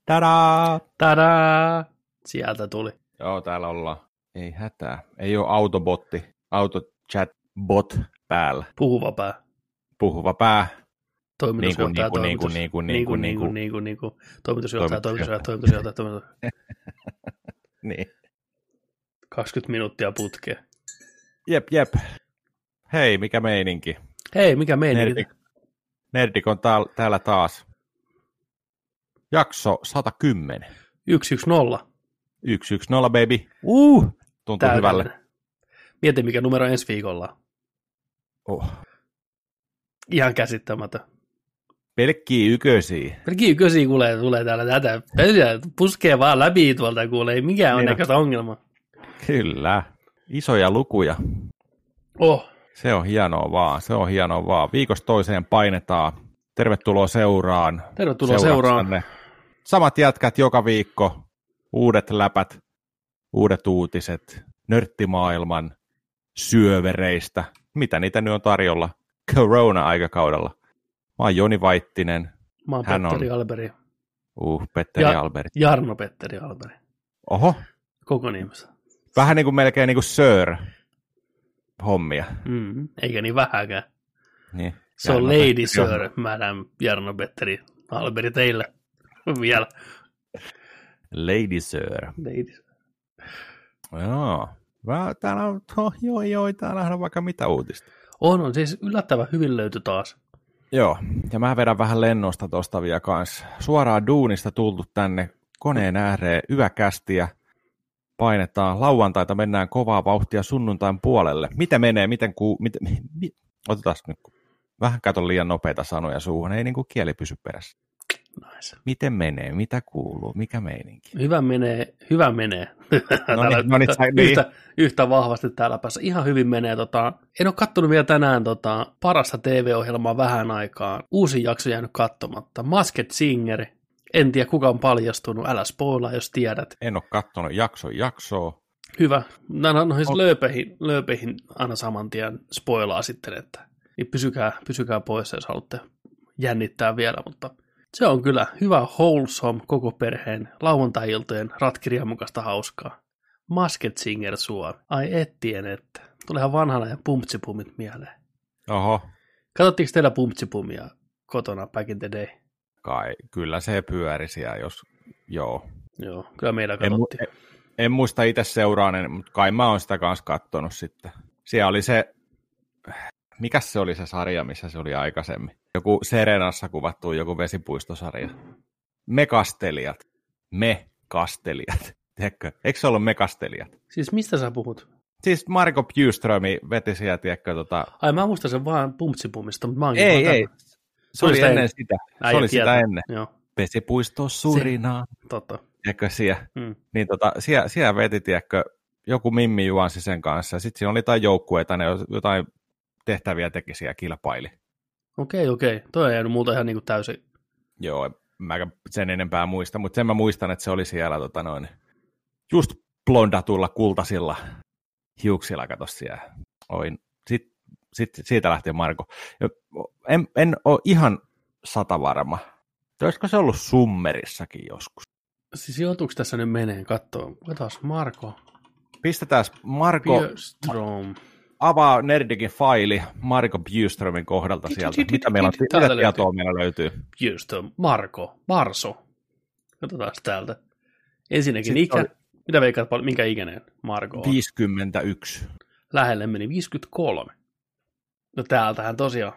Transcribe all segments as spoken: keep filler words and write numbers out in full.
Tadaa! Tadaa! Sieltä tuli. Joo, täällä ollaan. Ei hätää. Ei ole autobotti, autochat-bot päällä. Puhuva pää. Puhuva pää. Toimitusjohtaja, niin kuin, niin kuin, niin kuin, niin kuin, niin kuin, niin kuin, toimitusjohtaja, toimitusjohtaja, toimitusjohtaja, toimitusjohtaja. Niin. kaksikymmentä minuuttia putkea. Jep, jep. Hei, mikä meininki? Hei, mikä meininki? Nerdik, Nerdik on tääl, täällä taas. Jakso sata kymmenen. yksi yksi nolla. yksi yksi nolla, baby. Uh, tuntuu Täydellinen. hyvälle. Mieti, mikä numero ensi viikolla. Oh. Ihan käsittämätön. Pelkkiä ykösiä. Pelkkiä ykösiä kuulee, tulee täällä tätä. Puskee vaan läpi tuolta, kuulee. Ei mikään ole Niin. näköistä ongelmaa. Kyllä. Isoja lukuja. Oh. Se on hienoa vaan. Se on hienoa vaan. Viikosta toiseen painetaan. Tervetuloa seuraan. Tervetuloa seuraan. Samat jätkät joka viikko. Uudet läpät. Uudet uutiset. Nörttimaailman syövereistä. Mitä niitä nyt on tarjolla? Corona-aikakaudella. Mä oon Joni Vaittinen. Mä oon Hän Petteri on... Alberi. Uh, Petteri ja, Alberi. Jarno Petteri Alberi. Oho. Koko nimessä. Vähän niin kuin melkein niin kuin Sir hommia. Mm, eikä niin vähäkään. Niin. Se on Jarno Lady Petteri Sir, on... Madame Jarno Petteri Alberi teille vielä. Lady Sir. Lady Sir. Joo. Täällä on, oh, joo, joo, täällä on vaikka mitä uutista. On, on siis yllättävän hyvin löyty taas. Joo, ja mä vedän vähän lennosta tosta vielä kanssa. Suoraan duunista tultu tänne koneen ääreen, yökästiä. Painetaan lauantaita, mennään kovaa vauhtia sunnuntain puolelle. Mitä menee, miten kuu... Miten, mi, mi, otetaan nyt, vähän katon liian nopeita sanoja suuhun, ei niin kuin kieli pysy perässä. Nice. Miten menee, mitä kuuluu, mikä meininki? Hyvä menee, hyvä menee. No niin, no niin, sä, niin. Yhtä, yhtä vahvasti täällä päässä. Ihan hyvin menee. Tota, en ole kattonut vielä tänään tota, parasta T V-ohjelmaa vähän aikaa. Uusi jakso jäänyt katsomatta. Masked Singer. En tiedä kuka on paljastunut. Älä spoilaa, jos tiedät. En ole kattonut jakso jaksoa. Hyvä. No, no, no siis lööpeihin, lööpeihin aina saman tien spoilaa sitten, että niin pysykää, pysykää poissa, jos haluatte jännittää vielä, mutta se on kyllä hyvä wholesome koko perheen lauantai-iltojen ratkirjan mukaista hauskaa. Masked Singer Suomi. Ai ettien, että. Tuleehan vanhana ja pumpsipumit mieleen. Oho. Katsottiinko teillä pumpsipumia kotona back in the day? Kai, kyllä se pyöri siellä, jos joo. Joo, kyllä meillä En, katsottiin. en, en muista itse seuraanen, mutta kai mä oon sitä kanssa kattonut sitten. Siellä oli se, mikäs se oli se sarja, missä se oli aikaisemmin? Joku Serenassa kuvattu joku vesipuistosarja. Me kastelijat. Me kastelijat. Tiedätkö? Eikö se ollut me kastelijat? Siis mistä sä puhut? Siis Marko Bjurströmi veti siellä, tiedätkö, tota... Ai mä muistan sen vaan pumpsipumista, mutta mä oonkin Ei, vaan ei. tämän. Se oli ennen en... sitä. Se oli tietää. sitä ennen. Joo. Vesipuisto Surinaan. Totta. Tiedätkö, siellä. Hmm. Niin tota, siellä, siellä veti, tiedätkö, joku Mimmi juonsi sen kanssa. Sitten siinä oli jotain joukkueita, ne jotain tehtäviä teki siellä kilpaili. Okei, okei. Toi on jäänyt multa ihan niin kuin täysin. Joo, mä sen enempää muista, mutta sen mä muistan, että se oli siellä tota noin, just blondatuilla kultasilla hiuksilla, kato siellä. Oin. Sitten sit, siitä lähtien Marko. En, en ole ihan sata varma. Olisiko se ollut Summerissakin joskus? Siis joutuuko tässä nyt meneen katsoa? Katos, Marko. Pistetään Marko... Bjurström. Avaa Nerdikin faili Marko Bjurströmin kohdalta sieltä. Mitä meillä on? Mitä tietoa meillä löytyy? Bjurström, Marko, Marso. Katsotaan täältä. Ensinnäkin Sitten ikä. oli... Mitä veikkaat, minkä ikäinen Marko on? viisikymmentäyksi. Lähelle meni viisikymmentäkolme. No täältähän tosiaan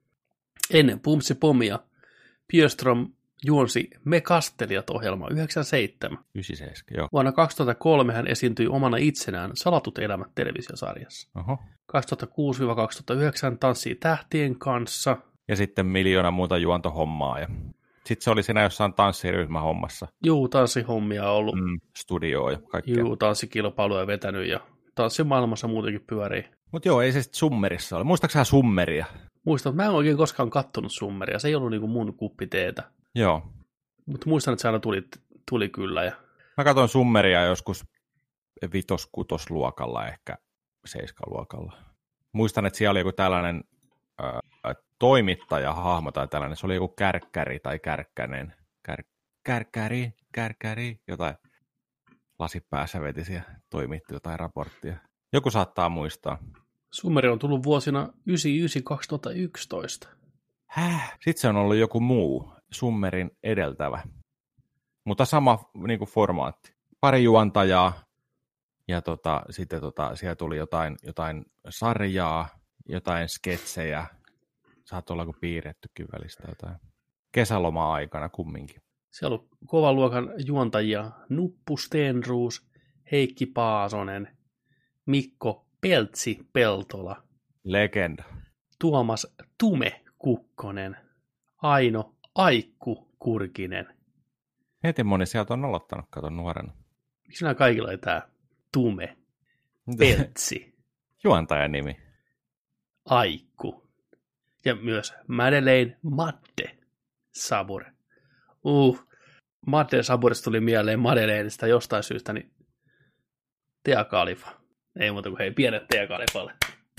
ennen Pumpsipomia Bjurström juonsi Me kastelijat-ohjelma yhdeksänkymmentäseitsemän. yhdeksänkymmentäseitsemän, joo. Vuonna kaksituhattakolme hän esiintyi omana itsenään Salatut elämät -televisiosarjassa. Oho. kaksituhattakuusi kaksituhattayhdeksän Tanssii tähtien kanssa. Ja sitten miljoona muuta juontohommaa. Ja... Sitten se oli siinä jossain tanssiryhmähommassa. Juu, tanssihommia on ollut. Mm, studioa ja kaikkea. Juu, tanssikilpailuja vetänyt ja tanssimaailmassa muutenkin pyörii. Mutta joo, ei se sitten Summerissa ole. Muistaaksä sä Summeria? Muistan, että mä en oikein koskaan kattonut Summeria. Se ei ollut niinku mun kuppi teetä. Joo. Mutta muistan, että se aina tuli, tuli kyllä. Ja... Mä katson Summeria joskus vitos-kutosluokalla, ehkä seiskaluokalla. Muistan, että siellä oli joku tällainen äh, toimittaja, hahmo tai tällainen. Se oli joku Kärkkäri tai Kärkkänen. Kär... kärkkäri, kärkkäri, jotain lasipäässä vetisi ja toimitti jotain raporttia. Joku saattaa muistaa. Summeri on tullut vuosina yhdeksänkymmentäyhdeksän kaksituhattayksitoista. Häh? Sitten se on ollut joku muu, Summerin edeltävä. Mutta sama niin kuin formaatti. Pari juontajaa ja tota, sitten tota, siellä tuli jotain, jotain sarjaa, jotain sketsejä. Saattoi olla kuin piirrettykin välistä jotain. Kesäloma-aikana kumminkin. Siellä on kovan luokan juontajia Nuppu Stenruus, Heikki Paasonen, Mikko Peltsi Peltola, Legenda. Tuomas Tume Kukkonen, Aino Aikku Kurkinen. Mietin moni sieltä on aloittanut, katon nuorena. Miksi nämä kaikilla oli tämä Tume, Peltsi, Juontajan nimi. Aikku ja myös Madeleine Madde Sabur. Uh, Madde Saburista tuli mieleen Madeleinesta jostain syystä, niin Tea Khalifa. Ei muuta kuin hei, pienet Tea Khalifalle.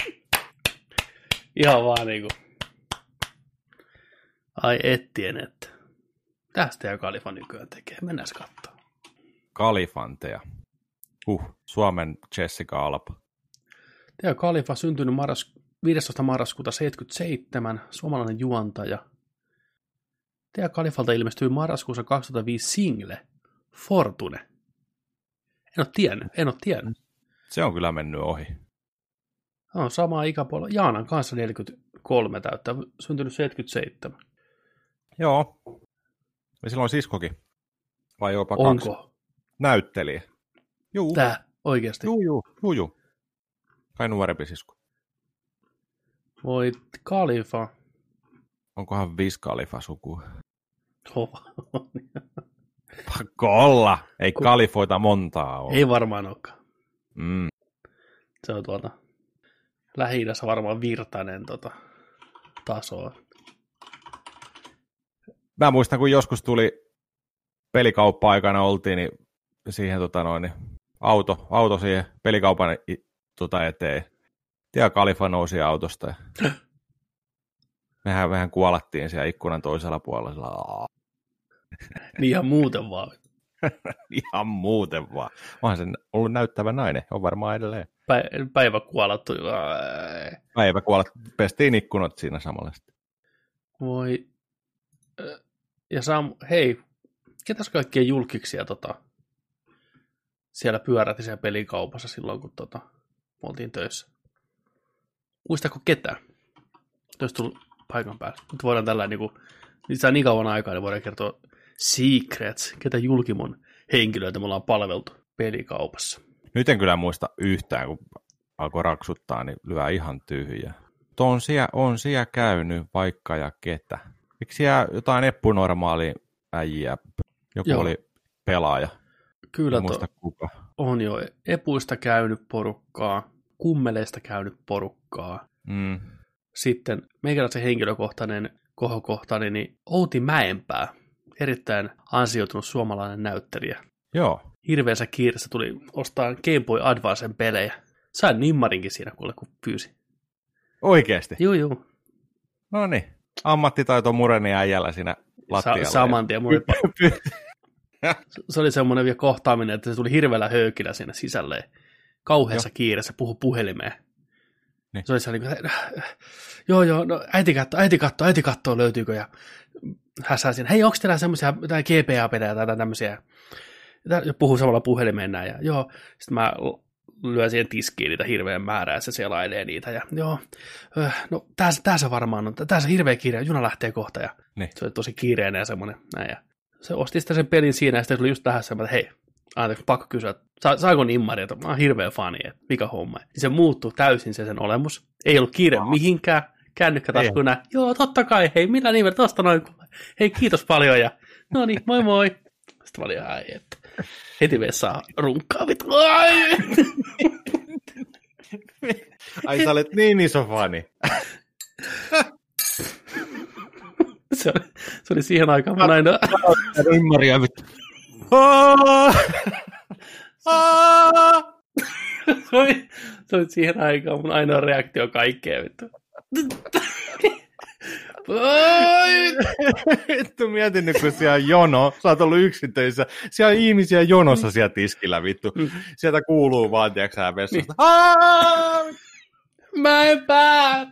Ihan vaan niinku. Ai ettien, että. Tästä Tea Khalifa nykyään tekee. Mennään katsomaan. Khalifanteja. Huh, Suomen Jessica Alba. Tea Khalifa syntynyt marras, viidestoista marraskuuta seitsemänkymmentäseitsemän, suomalainen juontaja. Tea Khalifalta ilmestyi marraskuussa kaksituhattaviisi single, Fortune. En ole tiennyt, en ole tiennyt. Se on kyllä mennyt ohi. On samaa ikäpuolella. Jaanan kanssa neljäkymmentäkolme täyttää, syntynyt seitsemänkymmentäseitsemän. Joo. Ja silloin siskokin. Vai jopa Onko? kaksi. Näyttelijä. Juu. Tää oikeasti. Juu, juu, juu, juu. Kai nuorempi sisko. Voi Khalifa. Onkohan Wiz Khalifa sukua? Hova. Pakko olla. Ei Khalifoita montaa ole. Ei varmaan olekaan. Mm. Se on tuolta Lähi-idässä varmaan virtainen tota, taso. Mä muistan, kun joskus tuli pelikauppa-aikana oltiin, niin siihen tota noin, niin auto, auto siihen pelikaupan tota eteen. Tea Khalifa nousi autosta. Ja mehän vähän kuolattiin siellä ikkunan toisella puolella. Niin ihan muuten vaan. Ihan muuten vaan. Onhan sen ollut näyttävä nainen. On varmaan edelleen. Pä- päivä kuolattu. Päivä kuolat. Pestiin ikkunat siinä samalla. Voi. Ja Sam, hei, ketäs kaikkia julkiksia tota, siellä pyöräti siellä pelikaupassa silloin, kun tota, me oltiin töissä? Muistatko ketään? Olisi tullut paikan päälle. Nyt voidaan tällä niin kuin, niin niin kauan aikaa, niin voidaan kertoa secrets, ketä julkimon henkilöitä me ollaan palveltu pelikaupassa. Nyt en kyllä muista yhtään, kun alkoi raksuttaa, niin lyö ihan tyhjää. On siellä, on siellä käynyt vaikka ja ketä. Miksi siellä jotain eppunormaalia äijiä, joku Joo. oli pelaaja. Kyllä en muista kuka. On jo epuista käynyt porukkaa, kummeleista käynyt porukkaa. Mm. Sitten meikäläisen henkilökohtainen kohokohtainen, niin Outi Mäenpää, erittäin ansioitunut suomalainen näyttelijä. Joo. Hirveässä kiireessä tuli ostaa Game Boy Advancen pelejä. Sain nimmarinkin siinä, kuule, kun pyysi. Oikeesti? Juu, juu. No niin. Ammattitaito mureni äijällä siinä lattialla. Sa- saman tien. Se oli semmoinen vielä kohtaaminen, että se tuli hirveällä höykillä siinä sisälle. Kauheassa jo. Kiireessä puhui puhelimeen. Niin. Se oli se niin kuin, joo, joo, no äiti kattoo, äiti kattoo, äiti kattoo, löytyykö, ja häsäsin, hei, onko teillä semmoisia, tai G P A-pelejä tai tämmöisiä, ja puhuu samalla puhelimeen näin, ja joo, sitten mä lyön siihen tiskiin niitä hirveän määrää, että se selailee niitä, ja joo, no tää, tää se varmaan on, tää se hirveä kiire, juna lähtee kohta, ja niin. Se oli tosi kiireinen ja semmoinen, näin, ja se osti sitten sen pelin siinä, ja sitten tuli just tähän semmoinen, että hei, anteeksi, pakko kysyä, Sa- saako nimmari, että mä oon hirveä fani, että mikä homma. Niin se muuttui täysin se sen olemus. Ei ollut kiire Aha. mihinkään. Kännykkä taas kun näin, joo, totta kai, hei, millä nimellä, tosta noin. Hei, kiitos paljon, ja no niin, moi moi. Sitten mä olin, ai, että heti vessaan runkkaa, vittu. Ai! Ai, sä olet niin iso fani. se, oli, se oli siihen aikaan, mä näin. Nimmaria, vittu. se, oli, se oli siihen aikaan mun ainoa reaktio kaikkeen, vittu. Oi! Vittu, mietin nyt, kun siellä on jono. Sä oot ollut yksin töissä. Siellä on ihmisiä jonossa siellä tiskillä, vittu. Sieltä kuuluu vaan, tiedätkö sä, vessasta. Niin. Mä en pää!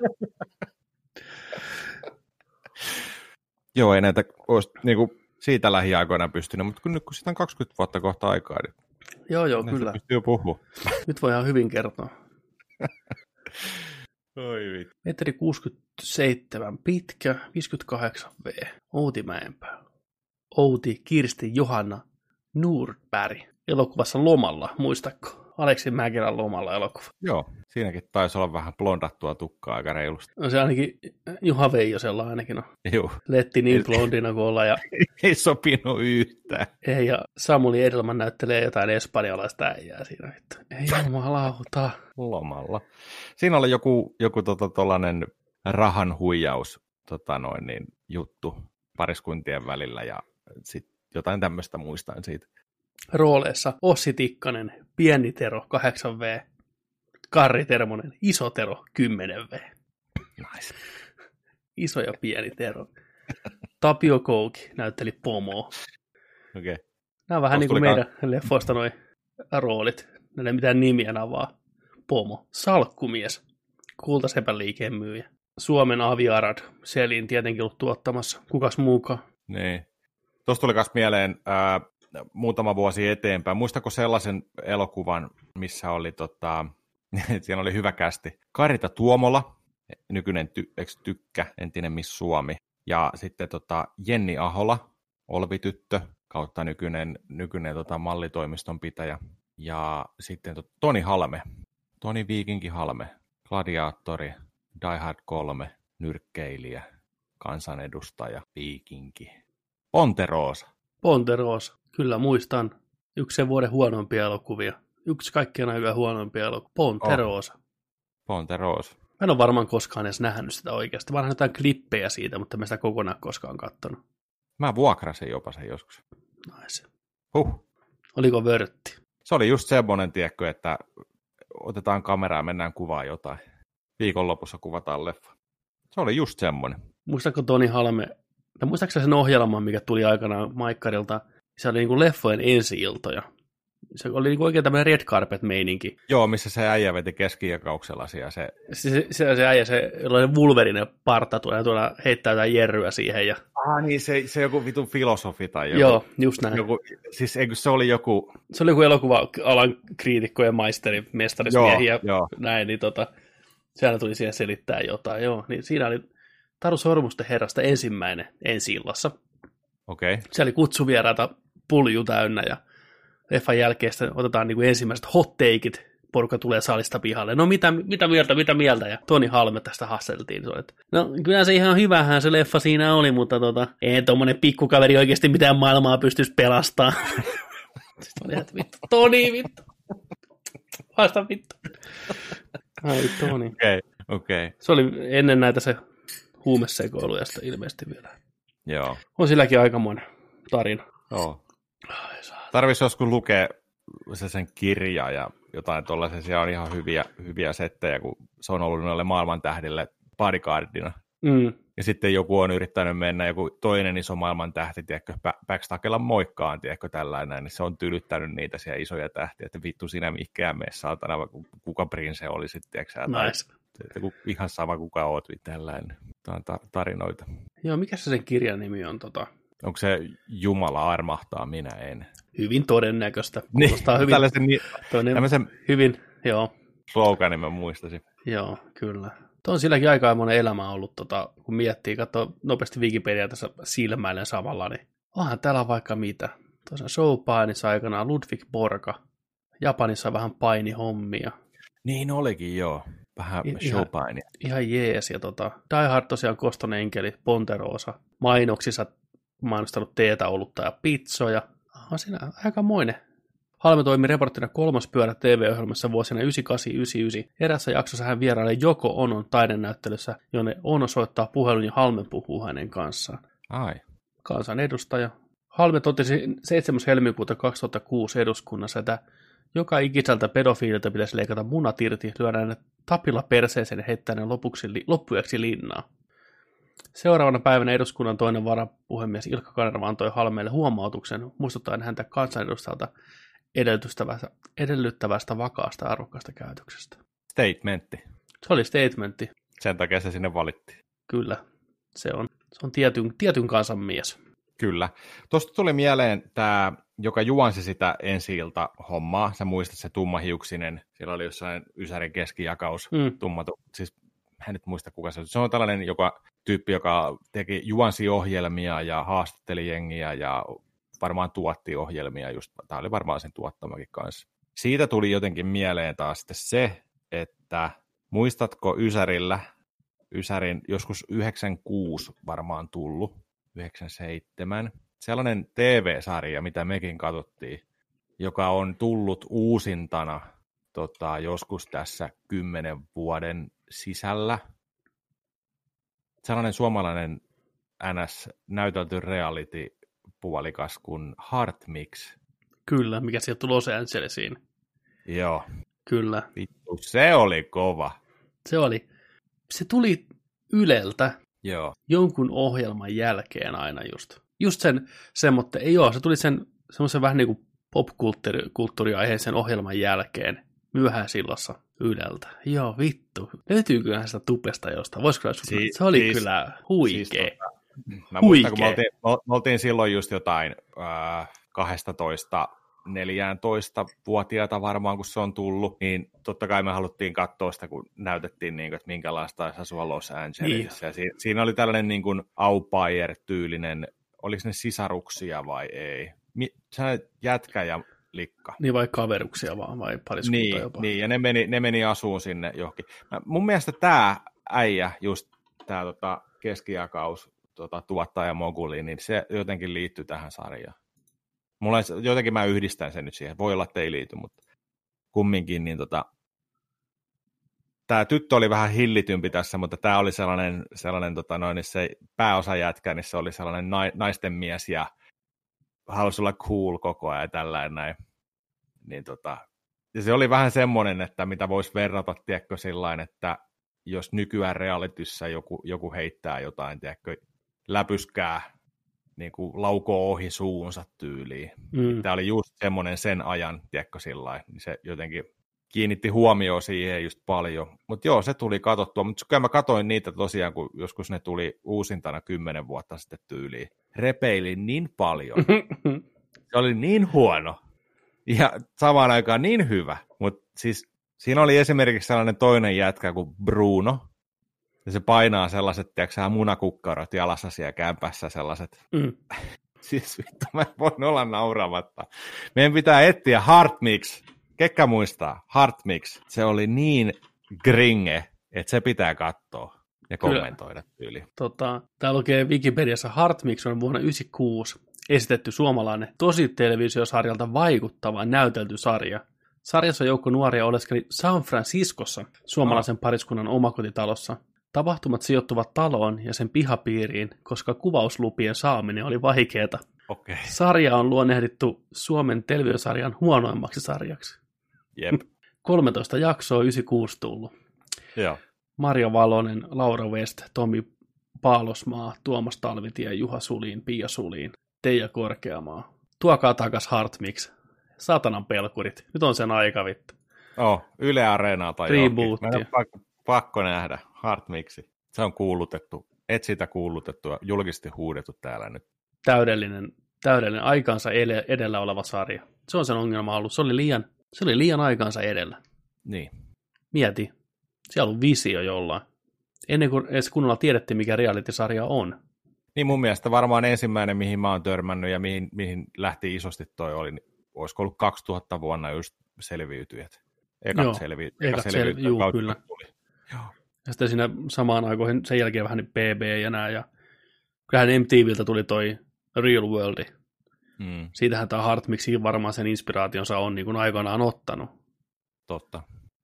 Joo, ei näitä olisi niinku siitä lähiaikoina pystynyt, mutta kun nyt kun sitä on kaksikymmentä vuotta kohta aikaa, niin joo, joo, kyllä. Pystyy puhua. Nyt voi ihan hyvin kertoa. Oi vittu. Metri kuusikymmentäseitsemän pitkä, viisikymmentäkahdeksan vuotta. Outi Mäenpää. Outi Kirsti Johanna Nordberg. Elokuvassa Lomalla, muistatko? Aleksi Mäkelän Lomalla elokuva. Joo, siinäkin taisi olla vähän blondattua tukkaa aika reilusti. No se ainakin Juha Veijosella ainakin on. Joo. Letti niin blondina kuin ollaan. Ja... ei sopinut yhtään. Ei, ja Samuli Edelman näyttelee jotain espanjalaista äijää siinä. Ei jumalauta. Lomalla. Siinä oli joku, joku tota, tollainen rahan huijaus tota noin, niin, juttu pariskuntien välillä ja sit jotain tämmöistä muistan siitä. Rooleissa Ossi Tikkanen, pieni Tero, kahdeksan vuotta. Karri Termonen, iso Tero, kymmenen vuotta. Nice. Iso ja pieni Tero. Tapio Kouki näytteli Pomoa. Okay. Nämä on vähän Olis niin kuin tulikaan... meidän leffoista noi roolit. Näillä ei mitään nimiä, nämä vaan Pomo. Salkkumies, kultasepän liikeen myyjä. Suomen Aviarad, Selin tietenkin ollut tuottamassa. Kukas muukaan? Niin. Tuosta tuli myös mieleen ää, muutama vuosi eteenpäin. Muistako sellaisen elokuvan, missä oli, tota, siinä oli hyvä kästi. Karita Tuomola, nykyinen ty, tykkä, entinen Miss Suomi. Ja sitten tota, Jenni Ahola, Olvityttö, kautta nykyinen, nykyinen tota, mallitoimiston pitäjä. Ja sitten to, Toni Halme, Toni Viikinki Halme, gladiaattori, Die Hard kolme, nyrkkeilijä, kansanedustaja, viikinki. Ponteroosa. Ponteroosa, kyllä muistan. Yksi sen vuoden huonompia elokuvia. Yksi kaikkien aikojen huonompia elokuvia. Ponteroosa. Oh. Ponteroosa. Mä en ole varmaan koskaan edes nähnyt sitä oikeasti. Mä oon jotain klippejä siitä, mutta mä sitä kokonaan koskaan katsonut. Mä vuokrasin jopa sen joskus. Nice. Huh. Oliko vörtti? Se oli just semmoinen, tiedätkö, että otetaan kameraa ja mennään kuvaa jotain. Viikonlopussa kuvataan leffa. Se oli just semmoinen. Muistatko Toni Halme, tai muistatko sen ohjelman, mikä tuli aikanaan Maikkarilta? Se oli niin kuin leffojen ensi-iltoja. Se oli niin kuin oikein tämmöinen red carpet-meininki. Joo, missä se äijä veti keskijakauksella siellä. Se... Se, se, se, se äijä, se jollainen Wolverine parta tuolla, tuolla heittää jotain jerryä siihen. Ja... Ah niin, se, se joku vitun filosofi tai joku. Joo, just näin. Joku, siis eikö se oli joku... Se oli joku elokuva-alan kriitikko ja maisteri, mestarismiehiä ja joo. näin, niin tota, siellä tuli siihen selittää jotain. Joo, niin siinä oli Taru Sormusten herrasta ensimmäinen ensi-illassa. Okei. Okay. Siellä oli kutsuvieraita pulju täynnä ja leffan jälkeen otetaan niin kuin ensimmäiset hot takeit, porukka tulee salista pihalle. No mitä, mitä mieltä, mitä mieltä? Ja Toni Halme tästä haasteltiin. No kyllä se ihan hyvähän se leffa siinä oli, mutta tota, ei tommonen pikkukaveri oikeasti mitään maailmaa pystyisi pelastamaan. Sitten oli, että vittu, Toni, vittu. Haista vittu. Ai Toni. Okei, okay, okei. Okay. Se oli ennen näitä se huumesekoiluja sitä ilmeisesti vielä. Joo. On silläkin aikamoinen tarina. Joo. Tarvitsisi joskus lukea se sen kirja ja jotain tuollaisia. Siellä on ihan hyviä, hyviä settejä, kun se on ollut noille maailman tähdille bodyguardina. Mm. Ja sitten joku on yrittänyt mennä, joku toinen iso maailman tähti, tiedätkö, backstakella moikkaan, tiedätkö, tällainen, niin se on tylyttänyt niitä siellä isoja tähtiä, että vittu sinä mikään mene, saatana, kuka prinse oli sitten, tiedätkö, nice. tai ihan sama kuka oot, tällainen, tarinoita. Joo, mikä se sen kirjan nimi on? Tota? Onko se Jumala armahtaa, minä en? Hyvin todennäköistä. Kuulostaa niin, hyvin, tällaisen, tämmöisen hyvin, joo. sloganin mä muistasin. Joo, kyllä. Tuo on silläkin aika monen elämä ollut, tota, kun miettii, katsoo nopeasti Wikipedia tässä silmäilen samalla, niin onhan täällä vaikka mitä. Tuossa showpainissa aikanaan Ludwig Borga, Japanissa vähän painihommia. Niin olikin, joo. Vähän showpainia. Ihan, ihan jees. Ja tota, Die Hard tosiaan Koston enkeli, Ponteroosa, mainoksissa mainostanut teetä, olutta ja pizzoja. On siinä aikamoinen. Halme toimi reporttina Kolmas pyörä T V-ohjelmassa vuosina yhdeksänkymmentäkahdeksan yhdeksänkymmentäyhdeksän. Erässä jaksossa hän vierailee Joko Onon taidenäyttelyssä, jonne Ono soittaa puhelun ja Halme puhuu hänen kanssaan. Ai. Kansanedustaja. Halme totesi seitsemäs helmikuuta kaksituhattakuusi eduskunnassa, että joka ikiseltä pedofiililta pitäisi leikata munat irti, lyödä ne tapilla perseeseen ja heittää ne lopuksi, loppujaksi linnaa. Seuraavana päivänä eduskunnan toinen varapuhemies Ilkka Kanerva antoi Halmeelle huomautuksen muistuttaen häntä kansanedustajalta edellyttävästä, edellyttävästä vakaasta ja arvokkaasta käytöksestä. Statementti. Se oli statementti. Sen takia se sinne valittiin. Kyllä, se on, se on tietyn, tietyn kansan mies. Kyllä. Tuosta tuli mieleen tämä, joka juonsi sitä ensi-ilta hommaa. Sä muistat se tummahiuksinen, siellä oli jossain Ysärin keskijakaus, mm. tummatu. Siis en nyt muista kuka se on. Se on tällainen joka, tyyppi, joka teki juonsi ohjelmia ja haastatteli jengiä ja varmaan tuotti ohjelmia. Just, tämä oli varmaan sen tuottamakin kanssa. Siitä tuli jotenkin mieleen taas sitten se, että muistatko Ysärillä, Ysärin joskus yhdeksänkymmentäkuusi varmaan tullut, yhdeksänkymmentäseitsemän, sellainen T V-sarja, mitä mekin katsottiin, joka on tullut uusintana tota, joskus tässä kymmenen vuoden sisällä. Sellainen suomalainen N S-näytelty reality-puolikas kuin Heart Mix. Kyllä, mikä sieltä tuli Los Angelesiin. Joo. Kyllä. Vittu, se oli kova. Se oli. Se tuli Yleltä. Joo. Jonkun ohjelman jälkeen aina just. Just sen semmoinen, ei joo, se tuli sen semmoisen vähän niin kuin popkulttuuriaiheisen ohjelman jälkeen myöhäisillassa Yleltä. Joo, vittu. Löytyyköhän sitä tupesta jostain? Voisiko si- se oli siis, kyllä huikea. Siis, tota, mä muistan, kun me oltiin, me oltiin silloin just jotain äh, kaksitoista neljätoista-vuotiaita varmaan, kun se on tullut, niin totta kai me haluttiin katsoa sitä, kun näytettiin, niin kuin, että minkälaista olisi asua Los Angelesissa. Niin. Ja siinä oli tällainen niin kuin au pair-tyylinen, oliko ne sisaruksia vai ei? Se jätkä ja likka. Niin vai kaveruksia vaan, vai pariskunta niin, jopa. Niin, ja ne meni, ne meni asuun sinne johonkin. Mä, mun mielestä tämä äijä, just tämä tota, keskijakaus tota, tuottaja Moguli, niin se jotenkin liittyy tähän sarjaan. Mulla on, jotenkin mä yhdistän sen nyt siihen. Voi olla, että ei liity, mutta kumminkin. Niin tota, tämä tyttö oli vähän hillitympi tässä, mutta tämä oli sellainen, sellainen tota noin, niin se pääosa jätkä, niin se oli sellainen na, naisten mies ja halusi olla cool koko ajan ja tällainen näin. Niin tota, ja se oli vähän semmoinen, että mitä voisi verrata, tiedätkö, sillain, että jos nykyään realityssä joku, joku heittää jotain, tiedätkö, läpyskää, niin kuin laukoo ohi suunsa tyyliin. Mm. Tämä oli just semmoinen sen ajan, tiedätkö, sillain, niin se jotenkin kiinnitti huomioon siihen just paljon. Mutta joo, se tuli katsottua, mutta kyllä mä katsoin niitä tosiaan, kun joskus ne tuli uusintana kymmenen vuotta sitten tyyliin. Repeilin niin paljon. Se oli niin huono ja samaan aikaan niin hyvä. Mutta siis siinä oli esimerkiksi sellainen toinen jätkä kuin Bruno, ja se painaa sellaiset, tiedätkö, munakukkarot jalassa siellä kämpässä sellaiset. Mm. Siis vittu, mä en voin olla nauramatta. Meidän pitää etsiä Heart Mix. Kekkä muistaa, Heart Mix. Se oli niin gringe, että se pitää katsoa ja kommentoida tyyli. Tota, täällä lukee Wikipediassa, Heart Mix on vuonna yhdeksänkymmentäkuusi esitetty suomalainen tositelevisiosarjalta vaikuttava näytelty sarja. Sarjassa joukko nuoria oleskeli San Franciscossa suomalaisen no. pariskunnan omakotitalossa. Tapahtumat sijoittuvat taloon ja sen pihapiiriin, koska kuvauslupien saaminen oli vaikeaa. Okay. Sarja on luonnehdittu Suomen televisiosarjan huonoimmaksi sarjaksi. Jep. kolmetoista jaksoa, yhdeksänkymmentäkuusi tullut. Joo. Marja Valonen, Laura West, Tomi Paalosmaa, Tuomas Talvitie, Juha Suliin, Pia Suliin, Teija Korkeamaa. Tuokaa takas Heart Mix. Satanan pelkurit. Nyt on sen aika, vittu. Oh, Yle Areenaa tai Rebootti. Pakko, pakko nähdä. Heart Mixi. Se on kuulutettu. Et sitä kuulutettu ja julkisesti huudettu täällä nyt. Täydellinen, täydellinen aikansa edellä oleva sarja. Se on sen ongelma ollut. Se oli liian, se oli liian aikansa edellä. Niin. Mieti. Siellä on ollut visio jollain. Ennen kuin edes kunnolla tiedettiin, mikä reality-sarja on. Niin mun mielestä varmaan ensimmäinen, mihin mä oon törmännyt ja mihin, mihin lähti isosti toi oli, niin olisiko ollut kaksituhatta vuonna just selviytyjät. Ekat Joo, selvi, ekat selviytyjät. Juu, kyllä. Tuli. Joo. Ja sitten siinä samaan aikoihin, sen jälkeen vähän niin B B ja nää, ja kyllähän M T V:ltä tuli toi Real World. Mm. Siitähän tämä Heart Mixin varmaan sen inspiraationsa on niin kuin aikanaan ottanut. Totta.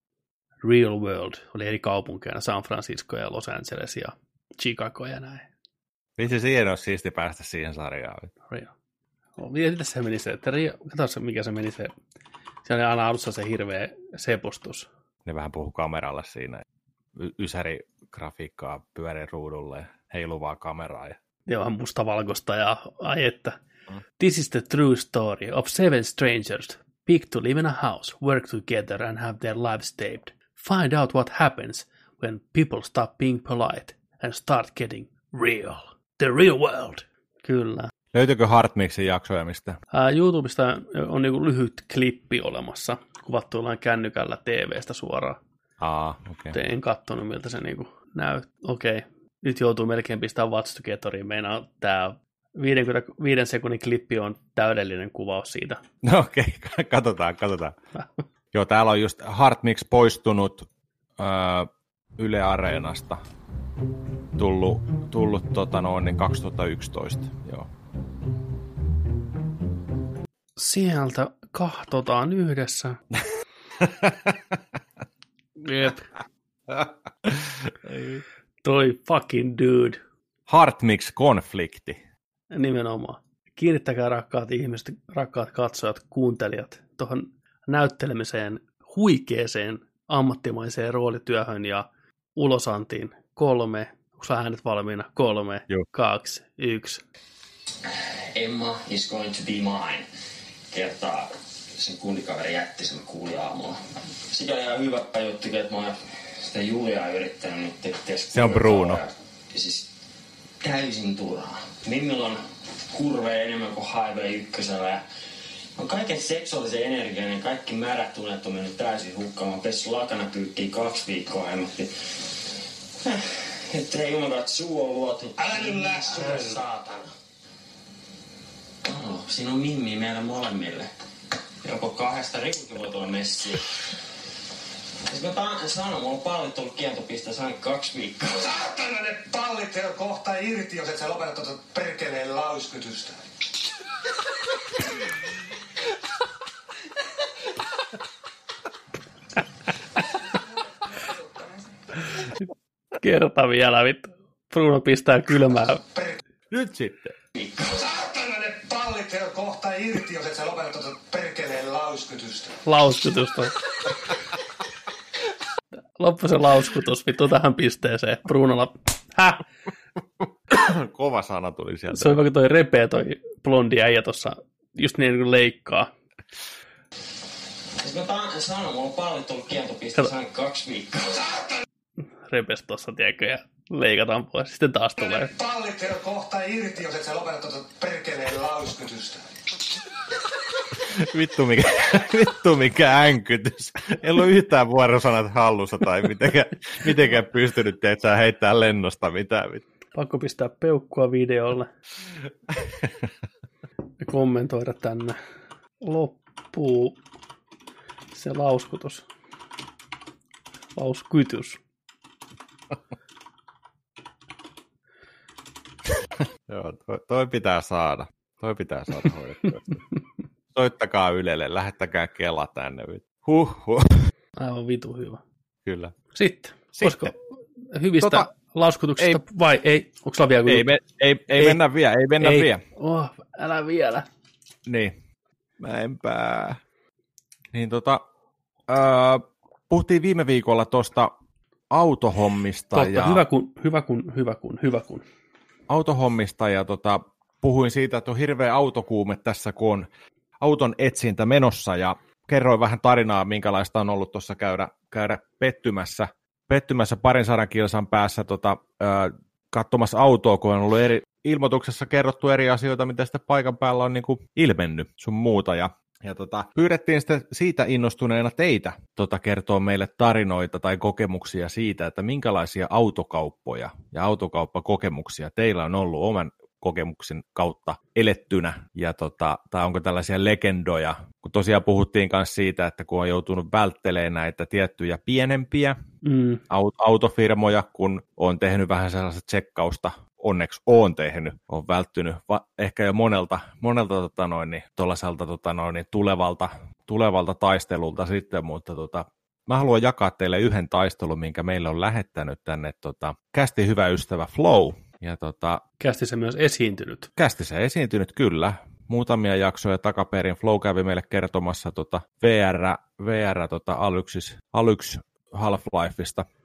Real World oli eri kaupunkeina, San Francisco ja Los Angeles ja Chicago ja näin. Vitsi, siihen olisi siisti päästä siihen sarjaan. Real. No, miten se meni se, että katso se, mikä se meni se, siellä oli aina alussa se hirveä sepostus. Ne vähän puhuu kameralla siinä. Y- Ysäri grafiikkaa pyörin ruudulle. heiluvaa kameraa. Ja... Joo, mustavalkoista ja ai että. Mm. This is the true story of seven strangers picked to live in a house, work together and have their lives saved. Find out what happens when people stop being polite and start getting real. The real world. Kyllä. Löytyykö Hartmixin jaksoja mistä? Ää, YouTubesta on niinku lyhyt klippi olemassa, kuvattu jollain kännykällä T V:stä suoraan. Aa, okei. Okay. En katsonut, miltä se niinku näy. Okei, okay. Nyt joutuu melkein pistämään Watch Togetheriin. Meinaa tää viidenkymmenen sekunnin klippi on täydellinen kuvaus siitä. No okei, okay. katsotaan, katsotaan. Joo, täällä on just Hartmix poistunut öö, Yle Areenasta. Tullut, tullut tota noin, niin kaksituhattayksitoista, joo. Sieltä kahtotaan yhdessä. Jep. Toi fucking dude. Hartmix-konflikti. Nimenomaan. Kiinnittäkää rakkaat ihmiset, rakkaat katsojat, kuuntelijat tuohon näyttelemiseen, huikeeseen ammattimaiseen roolityöhön ja ulosantiin. Kolme, onko äänet valmiina? Kolme, Joo. kaksi, yksi. Emma is going to be mine. Kertaa sen kundikaveri jätti, sen kuuli aamulla. Sikäli ihan hyvä juttu, että mä oon sitä Juliaa yrittänyt nyt tehdä. Se on Bruno. Ja, ja siis täysin turhaa. Mimmillä on kurveja enemmän kuin Highway ykkösellä. Ja on kaiken seksuaalisen energian ja kaikki märät tunnet on mennyt täysin hukkaan. Mä oon pessyt lakanapyykkiä kaksi viikkoa hemmetti. Että ei jumakaan, että suu on luotu. Älä nyt lässyä, saatana. Oh, siinä on Mimmi meillä molemmille. Joko kahdesta Rikukin voi tulla messiin. Siis mä taan sanon, mulla on pallit ollut kieltopisteessä aina kaksi viikkoa. Saatana, ne pallit on kohta irti, jos et sä lopeta tuota perkeleen lauskytystä. Kerta vielä, vittu. Bruno pistää kylmää. Nyt sitten. Saatana, ne pallit on kohta irti, jos et sä lopeta tuota perkeleen lauskytystä. Lauskutusta. Loppu se lauskutus, vittu tähän pisteeseen. Brunolla, häh? Kova sana tuli sieltä. Se on vaikka toi repee toi blondi äijä tossa, just niin kuin leikkaa. Siis mä taan sanon, mulla on pallit ollut kieltopisteessä aina kaksi viikkoa. Repes tossa, tiedätkö, ja leikataan pois. Sitten taas tulee. Pallit on kohta irti, jos et sä lopeta tuota perkeleen lauskytystä. Vittu mikä, vittu mikä änkytys. Ei ollut yhtään vuorosanat hallussa tai mitenkään, mitenkään pystynyt teetä heittää lennosta mitään. Pakko pistää peukkua videolle. Ja kommentoida tänne. Loppuu se lauskutus. Lauskytys. Joo, toi, toi pitää saada. Toi pitää saada hoidettua. Soittakaa Ylelle, lähettäkää Kela tänne. Huh, huh. Aivan vitu hyvä. Kyllä. Sitten, koska hyvistä tota, lauskutuksista, ei, vai ei, onko sulla vielä? Ei, me, ei, ei, ei mennä vielä, ei mennä ei. vielä. Oh, älä vielä. Niin, mä enpä. Niin tota, äh, puhuttiin viime viikolla tuosta autohommista. Totta, ja, hyvä kun, hyvä kun, hyvä kun, hyvä kun. Autohommista ja tota, puhuin siitä, että on hirveä autokuume tässä, kun on auton etsintä menossa ja kerroin vähän tarinaa, minkälaista on ollut tuossa käydä, käydä pettymässä, pettymässä parin sadan kilsan päässä tota, äh, katsomassa autoa, kun on ollut eri, ilmoituksessa kerrottu eri asioita, mitä sitten paikan päällä on niin kuin ilmennyt sun muuta. Ja, ja tota, pyydettiin sitten siitä innostuneena teitä tota, kertoa meille tarinoita tai kokemuksia siitä, että minkälaisia autokauppoja ja autokauppakokemuksia teillä on ollut oman kokemuksen kautta elettynä, ja tota, tai onko tällaisia legendoja, kun tosiaan puhuttiin myös siitä, että kun on joutunut välttelemään näitä tiettyjä pienempiä mm. autofirmoja, kun on tehnyt vähän sellaista tsekkausta, onneksi on tehnyt, on välttynyt va- ehkä jo monelta, monelta tota noin, niin, tota noin, niin, tulevalta, tulevalta taistelulta sitten, mutta tota, mä haluan jakaa teille yhden taistelun, minkä meille on lähettänyt tänne tota, kästi hyvä ystävä Flow. Ja tota, kästi se myös esiintynyt. Kästi se esiintynyt, kyllä. Muutamia jaksoja takaperin Flow kävi meille kertomassa tota V R, V R tota Alyxis, Alyx Half-Lifeista.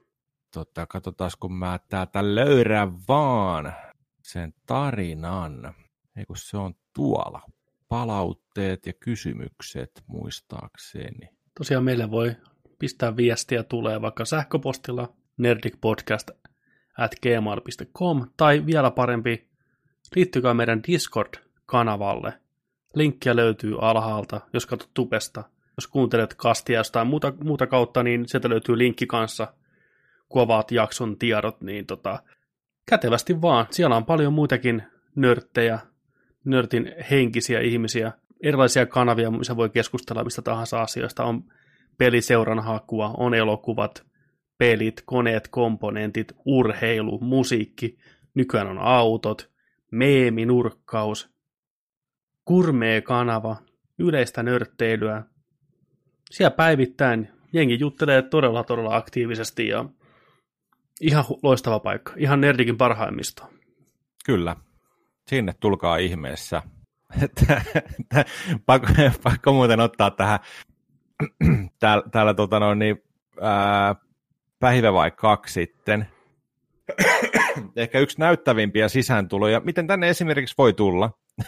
tota, katsotaan, kun mä täältä löydän vaan sen tarinan. Ei kun se on tuolla. Palautteet ja kysymykset muistaakseni. Tosiaan meille voi pistää viestiä, tulee vaikka sähköpostilla nerdicpodcast at gmail dot com tai vielä parempi, liittykää meidän Discord-kanavalle. Linkkiä löytyy alhaalta, jos katsot tubesta. Jos kuuntelet kastia jostain muuta, muuta kautta, niin sieltä löytyy linkki kanssa, kun avaat jakson tiedot, niin tota, kätevästi vaan. Siellä on paljon muitakin nörttejä, nörtin henkisiä ihmisiä, erilaisia kanavia, missä voi keskustella mistä tahansa asioista. On peliseuran hakua, on elokuvat, pelit, koneet, komponentit, urheilu, musiikki, nykyään on autot, meeminurkkaus, Gourmet-kanava, yleistä nörtteilyä. Siellä päivittäin jengi juttelee todella, todella aktiivisesti ja ihan loistava paikka. Ihan nerdikin parhaimmisto. Kyllä. Sinne tulkaa ihmeessä. pakko, pakko muuten ottaa tähän täällä, täällä tota noin, niin, ää, päivä vai kaksi sitten. Ehkä yksi näyttävimpiä sisääntuloja. Miten tänne esimerkiksi voi tulla?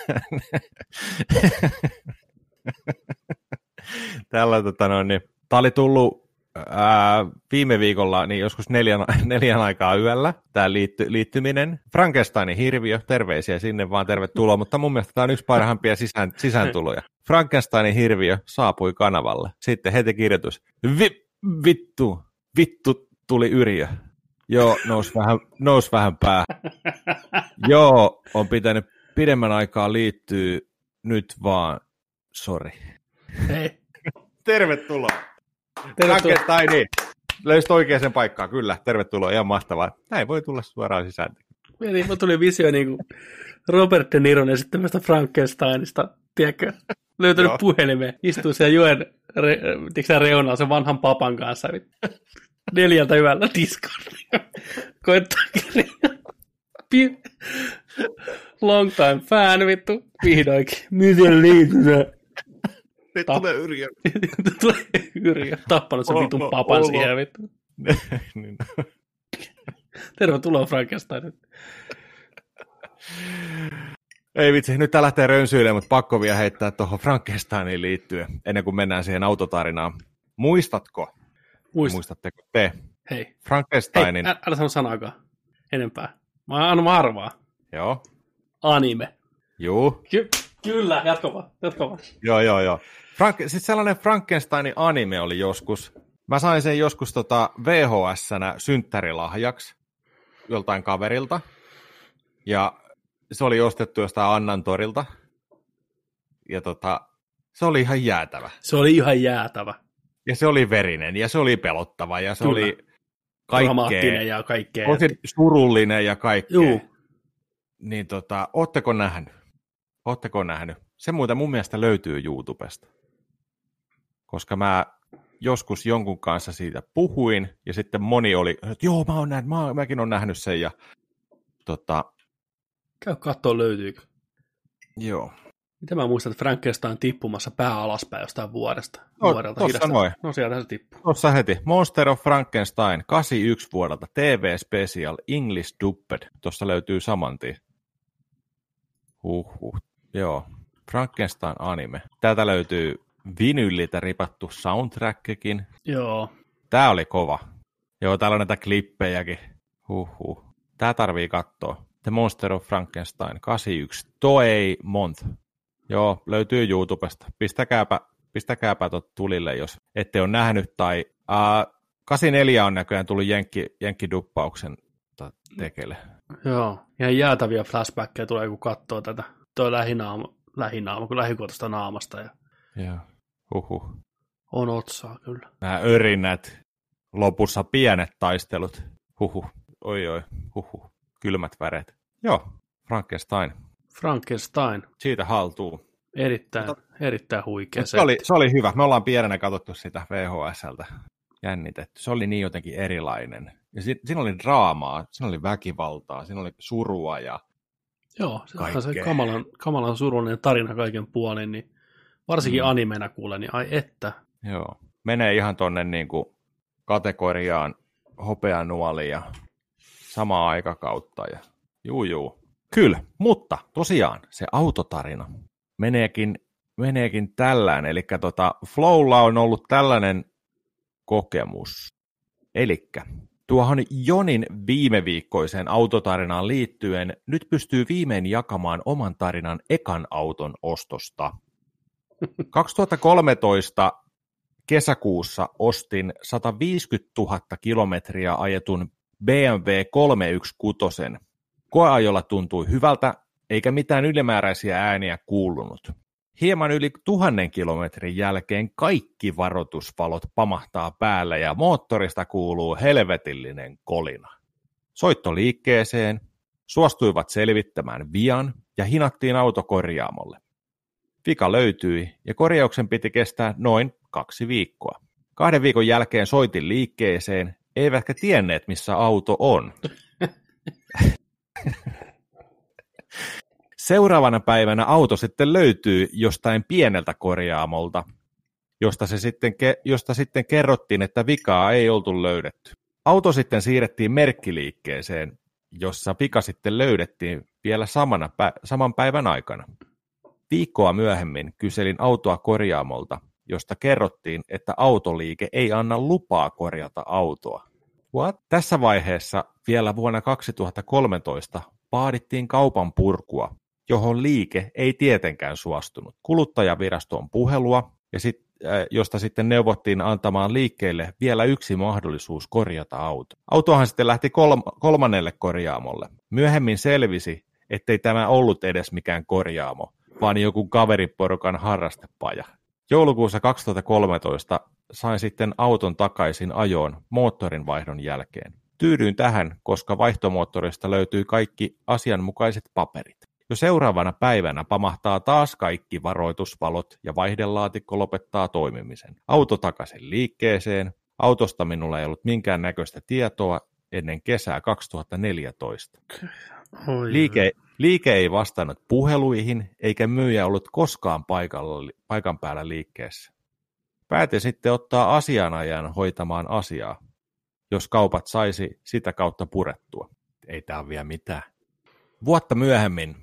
Tällä, tota noin, niin, tää oli tullut ää, viime viikolla niin joskus neljän, neljän aikaa yöllä, tämä liitty, liittyminen. Frankensteinin hirviö, terveisiä sinne vaan, tervetuloa, mutta mun mielestä tämä on yksi parhaimpia sisään, sisääntuloja. Frankensteinin hirviö saapui kanavalle. Sitten heti kirjoitus. Vi, vittu, vittu tuli Yrjö. Joo, nous vähän, nous vähän pää. Joo, on pitänyt pidemmän aikaa liittyä nyt vaan, sori. Hei. Tervetuloa. Frankenstein. Löysit oikeaan paikkaan, kyllä. Tervetuloa, ihan mahtavaa. Näin voi tulla suoraan sisään. Niin, mä tuli visio niin kuin Robert De Niron esittämästä Frankensteinista, tiedätkö? Löytänyt puhelimeen, istuu siellä joen re, reunalla sen vanhan papan kanssa. Neljältä yöllä Discordia. Koettaa kirjaa. Long time fan, vittu. Vihdoinkin. Miten liitytään? Nyt Ta- tulee Yrjö. Tulee Yrjö. Tappanut sen vitun papan olo. Siihen, vittu. Niin. Tervetuloa Frankenstein. Ei vitsi, nyt tää lähtee rönsyilemään, mutta pakko vielä heittää tuohon Frankensteiniin liittyen, ennen kuin mennään siihen autotarinaan. Muistatko? Muist. Muistatteko te? Hei. Frankensteinin. Hei, älä sano sanaakaan. Enempää. Mä annan arvaa. Joo. Anime. Juu. Ky- kyllä, jatka vaan. Jatka vaan. Joo, joo, joo. Frank- Sitten sellainen Frankensteinin anime oli joskus. Mä sain sen joskus tota V H S-nä synttärilahjaksi joltain kaverilta. Ja se oli ostettu jostain Annantorilta. Ja tota, se oli ihan jäätävä. Se oli ihan jäätävä. Ja se oli verinen, ja se oli pelottava, ja se Kyllä. oli kaikkea. Dramaattinen ja kaikkea. Tosi surullinen ja kaikkea. Juu. Niin tota, ootteko nähnyt? Ootteko nähnyt? Se muuten mun mielestä löytyy YouTubesta. Koska mä joskus jonkun kanssa siitä puhuin, ja sitten moni oli, että joo, mä oon nähnyt, mä, mäkin oon nähnyt sen, ja tota... Käy kattoo löytyykö. Joo. Miten mä muistan, että Frankenstein tippumassa pää alaspäin jostain vuodesta? No, vuodelta tossa noin. No sieltä se tippuu. Tossa heti. Monster of Frankenstein, kahdeksankymmentäyksi vuodelta, T V Special, English Dubbed. Tossa löytyy saman tien. Huhhuh. Joo. Frankenstein anime. Täältä löytyy vinyliltä ripattu soundtrackikin. Joo. Tää oli kova. Joo, täällä on näitä klippejäkin. Huhhuh. Tää tarvii katsoa. The Monster of Frankenstein, kahdeksankymmentäyksi. Toei Month. Joo, löytyy YouTubesta. Pistäkääpä, pistäkääpä tot tulille, jos ette ole nähnyt. Tai uh, kahdeksankymmentäneljä on näköjään tullut jenkki, jenkkiduppauksen tekele. Joo, ihan jäätäviä flashbackkejä tulee, kun katsoo tätä. Tuo lähinaama, lähinaama kun lähikotaista naamasta. Ja joo, huhhuh. On otsaa kyllä. Nämä örinät, lopussa pienet taistelut. Huhhuh, oi oi, huhhuh, kylmät väreet. Joo, Frankenstein. Frankenstein. Siitä haltuu. Erittäin, Mutta, erittäin huikea se oli, se oli hyvä. Me ollaan pienenä katsottu sitä V H S:ltä. Jännitetty. Se oli niin jotenkin erilainen. Ja si- siinä oli draamaa, siinä oli väkivaltaa, siinä oli surua ja joo, se on se kamalan, kamalan surullinen tarina kaiken puolin, niin varsinkin mm. animena kuulen, niin ai että. Joo, menee ihan tonne niin kuin kategoriaan hopeanuoli ja samaa aikakautta. Ja juu, juu. Kyllä, mutta tosiaan se autotarina meneekin, meneekin tällään. Eli tota, Flowlla on ollut tällainen kokemus. Elikkä tuohon Jonin viime viikkoiseen autotarinaan liittyen nyt pystyy viimein jakamaan oman tarinan ekan auton ostosta. kaksituhattakolmetoista kesäkuussa ostin sata viisikymmentätuhatta kilometriä ajetun B M W kolmesataakuusikymmentäkuusi. Koeajolla tuntui hyvältä, eikä mitään ylimääräisiä ääniä kuulunut. Hieman yli tuhannen kilometrin jälkeen kaikki varoitusvalot pamahtaa päälle ja moottorista kuuluu helvetillinen kolina. Soitto liikkeeseen, suostuivat selvittämään vian ja hinattiin auto korjaamolle. Vika löytyi ja korjauksen piti kestää noin kaksi viikkoa. Kahden viikon jälkeen soitin liikkeeseen, eivätkä tienneet missä auto on. Seuraavana päivänä auto sitten löytyy jostain pieneltä korjaamolta, josta, se sitten, josta sitten kerrottiin, että vikaa ei oltu löydetty. Auto sitten siirrettiin merkkiliikkeeseen, jossa vika sitten löydettiin vielä samana, saman päivän aikana. Viikkoa myöhemmin kyselin autoa korjaamolta, josta kerrottiin, että autoliike ei anna lupaa korjata autoa. What? Tässä vaiheessa vielä vuonna kaksituhattakolmetoista vaadittiin kaupan purkua, johon liike ei tietenkään suostunut. Kuluttajavirastoon puhelua, ja sit, äh, josta sitten neuvottiin antamaan liikkeelle vielä yksi mahdollisuus korjata auto. Autohan sitten lähti kolm- kolmannelle korjaamolle. Myöhemmin selvisi, ettei tämä ollut edes mikään korjaamo, vaan joku kaveriporukan harrastepaja. Joulukuussa kaksituhattakolmetoista sain sitten auton takaisin ajoon moottorin vaihdon jälkeen. Tyydyin tähän, koska vaihtomoottorista löytyi kaikki asianmukaiset paperit. Jo seuraavana päivänä pamahtaa taas kaikki varoitusvalot ja vaihdelaatikko lopettaa toimimisen. Auto takaisin liikkeeseen. Autosta minulla ei ollut minkään näköistä tietoa ennen kesää kaksituhattaneljätoista. Liike, liike ei vastannut puheluihin, eikä myyjä ollut koskaan paikalla, paikan päällä liikkeessä. Päätin sitten ottaa asianajan hoitamaan asiaa, jos kaupat saisi sitä kautta purettua. Ei tää ole vielä mitään. Vuotta myöhemmin,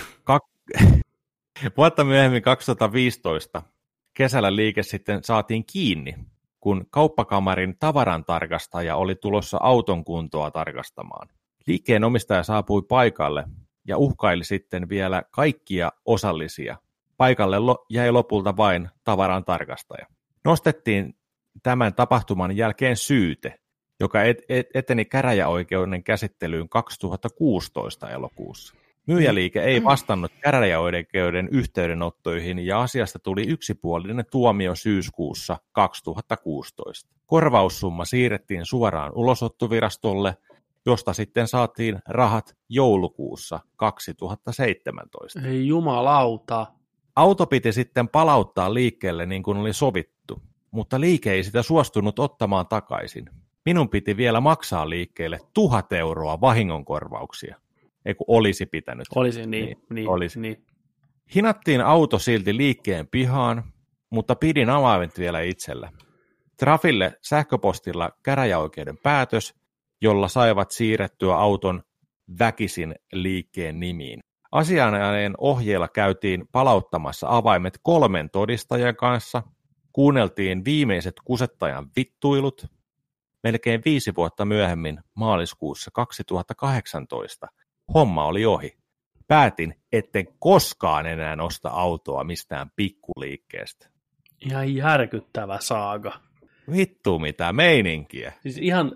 kak- Vuotta myöhemmin kaksituhattaviisitoista kesällä liike sitten saatiin kiinni, kun kauppakamarin tavarantarkastaja oli tulossa auton kuntoa tarkastamaan. Liikkeen omistaja saapui paikalle ja uhkaili sitten vielä kaikkia osallisia. Paikalle lo- jäi lopulta vain tavarantarkastaja. Nostettiin tämän tapahtuman jälkeen syyte, joka et- et- eteni käräjäoikeuden käsittelyyn kaksituhattakuusitoista elokuussa. Myyjäliike ei vastannut käräjäoikeuden yhteydenottoihin ja asiasta tuli yksipuolinen tuomio syyskuussa kaksituhattakuusitoista. Korvaussumma siirrettiin suoraan ulosottovirastolle, josta sitten saatiin rahat joulukuussa kaksituhattaseitsemäntoista. Ei jumalauta. Auto piti sitten palauttaa liikkeelle niin kuin oli sovittu, mutta liike ei sitä suostunut ottamaan takaisin. Minun piti vielä maksaa liikkeelle tuhat euroa vahingonkorvauksia. Ei kun olisi pitänyt. Olisi, niin. niin, niin olisi. Niin. Hinattiin auto silti liikkeen pihaan, mutta pidin avaimet vielä itsellä. Trafille sähköpostilla käräjäoikeuden päätös, jolla saivat siirrettyä auton väkisin liikkeen nimiin. Asianajajan ohjeella käytiin palauttamassa avaimet kolmen todistajan kanssa, kuunneltiin viimeiset kusettajan vittuilut. Melkein viisi vuotta myöhemmin, maaliskuussa kaksituhattakahdeksantoista, homma oli ohi. Päätin, etten koskaan enää osta autoa mistään pikkuliikkeestä. Ihan järkyttävä saaga. Vittu mitä meininkiä. Siis ihan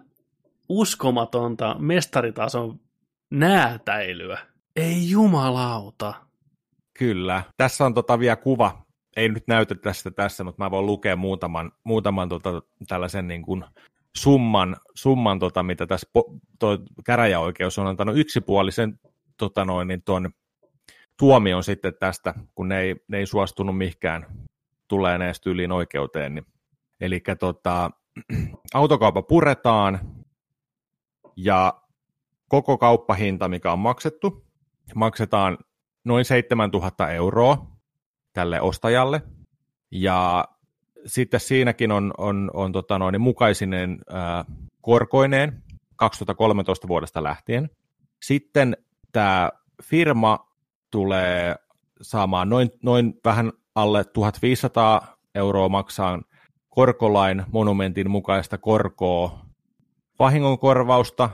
uskomatonta mestaritason näätäilyä. Ei jumalauta. Kyllä. Tässä on tota vielä kuva. Ei nyt näytä tästä tässä, mutta mä voin lukea muutaman, muutaman tota, tällaisen niin kuin summan, summan tota, mitä tässä po, toi käräjäoikeus on antanut yksipuolisen tota noin, niin ton tuomion sitten tästä, kun ne ei, ne ei suostunut mihinkään tulee edes tyyliin oikeuteen. Niin. Eli tota, autokauppa puretaan ja koko kauppahinta, mikä on maksettu, maksetaan noin seitsemäntuhatta euroa tälle ostajalle. Ja sitten siinäkin on, on, on tota noin, mukaisinen ää, korkoineen kaksituhattakolmetoista vuodesta lähtien. Sitten tämä firma tulee saamaan noin, noin vähän alle tuhatviisisataa euroa maksaa korkolain monumentin mukaista korkoa vahingonkorvausta,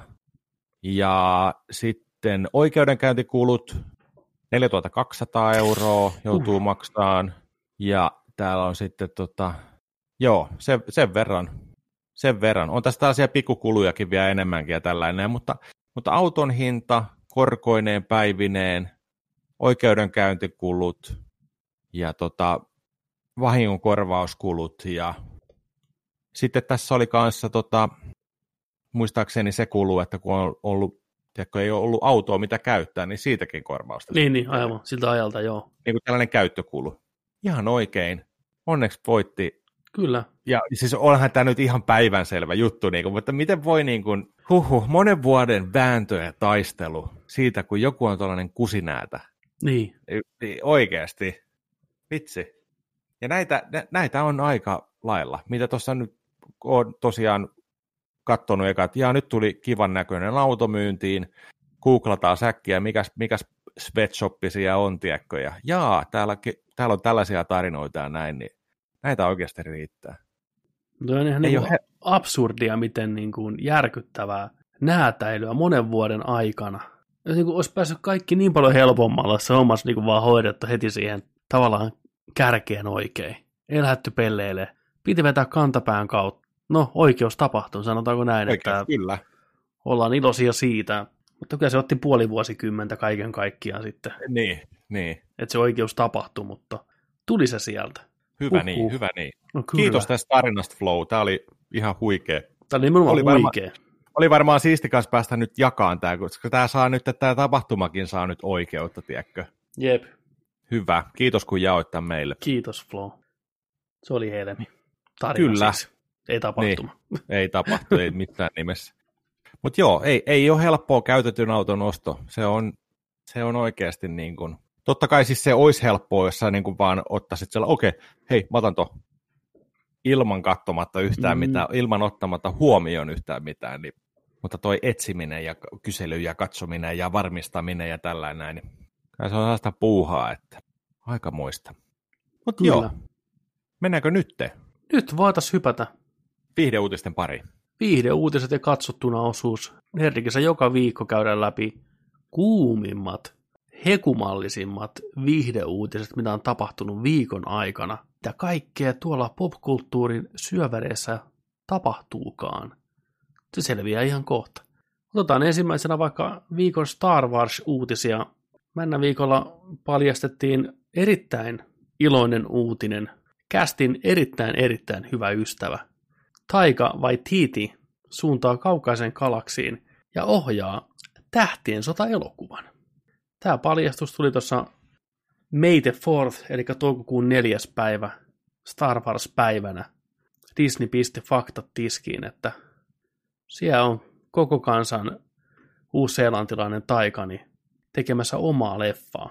ja sitten oikeudenkäyntikulut neljätuhattakaksisataa euroa joutuu uh. maksamaan, ja täällä on sitten, tota, joo, sen, sen verran, sen verran. On tässä tällaisia pikkukulujakin vielä enemmänkin ja tällainen, mutta, mutta auton hinta, korkoineen, päivineen, oikeudenkäyntikulut ja tota, vahingonkorvauskulut, ja sitten tässä oli kanssa tota, muistaakseni se kulu, että kun on ollut, tiedätkö, ei ole ollut autoa mitä käyttää, niin siitäkin korvausta. Niin, niin aivan, siltä ajalta, joo. Niin kuin tällainen käyttökulu. Ihan oikein. Onneksi voitti. Kyllä. Ja siis onhan tämä nyt ihan päivänselvä juttu, niin kuin, mutta miten voi niin kuin, huhhuh, monen vuoden vääntö ja taistelu siitä, kun joku on tuollainen kusinäätä. Niin. Oikeasti. Vitsi. Ja näitä, näitä on aika lailla. Mitä tuossa nyt on tosiaan katsonut eka, että jaa, nyt tuli kivan näköinen auto myyntiin, googlataan säkkiä, mikäs, mikäs sweatshoppi siellä on, tiedätkö, ja jaa, täällä, täällä on tällaisia tarinoita ja näin, niin näitä oikeasti riittää. Tuo on ihan niin he... absurdia, miten niin kuin järkyttävää näätäilyä monen vuoden aikana. Jos niin kuin olisi päässyt kaikki niin paljon helpommalla, se hommassa niin kuin vaan hoidettu heti siihen tavallaan kärkeen oikein. Ei lähdetty pelleille. Piti vetää kantapään kautta. No, oikeus tapahtui, sanotaanko näin, oikeus, että kyllä. Ollaan iloisia siitä. Mutta kyllä se otti puoli vuosikymmentä kaiken kaikkiaan sitten. Niin, niin. Että se oikeus tapahtui, mutta tuli se sieltä. Hyvä uh-huh. niin, hyvä niin. No, kiitos tästä tarinasta, Flow. Tämä oli ihan huikea. Tämä oli nimenomaan oli huikea. Varma, oli varmaan siisti kanssa päästä nyt jakamaan tämä, koska tämä saa nyt, että tämä tapahtumakin saa nyt oikeutta, tiedätkö? Jep. Hyvä. Kiitos, kun jaoit tämän meille. Kiitos, Flow. Se oli helmi. Tarina Kyllä. Siis. Ei tapahtuma. Niin. Ei tapahtu, ei mitään nimessä. Mutta joo, ei, ei ole helppoa käytetyn auton osto. Se on, se on oikeasti niin kuin, totta kai siis se olisi helppoa, jos sä niin kuin vaan ottaisit sellainen, okei, okay, hei, mä otan to ilman katsomatta yhtään mm. mitään, ilman ottamatta huomioon yhtään mitään, niin, mutta toi etsiminen ja kysely ja katsominen ja varmistaminen ja tällainen näin, niin se on sellaista puuhaa, että aika muista. Mutta joo, mennäänkö nytte? Nyt voitaisiin hypätä. Viihdeuutisten pari. Viihdeuutiset ja katsottuna osuus. Nerdikissä joka viikko käydään läpi kuumimmat, hekumallisimmat viihdeuutiset, mitä on tapahtunut viikon aikana. Mitä kaikkea tuolla popkulttuurin syöväreissä tapahtuukaan. Se selviää ihan kohta. Otetaan ensimmäisenä vaikka viikon Star Wars-uutisia. Männä viikolla paljastettiin erittäin iloinen uutinen. Castin erittäin erittäin hyvä ystävä. Taika Waititi suuntaa kaukaisen galaksiin ja ohjaa Tähtien sota-elokuvan. Tämä paljastus tuli tuossa May the fourth, eli toukokuun neljäs päivä, Star Wars-päivänä. Disney pisti faktat tiskiin, että siellä on koko kansan uusseelantilainen Taikani tekemässä omaa leffaa.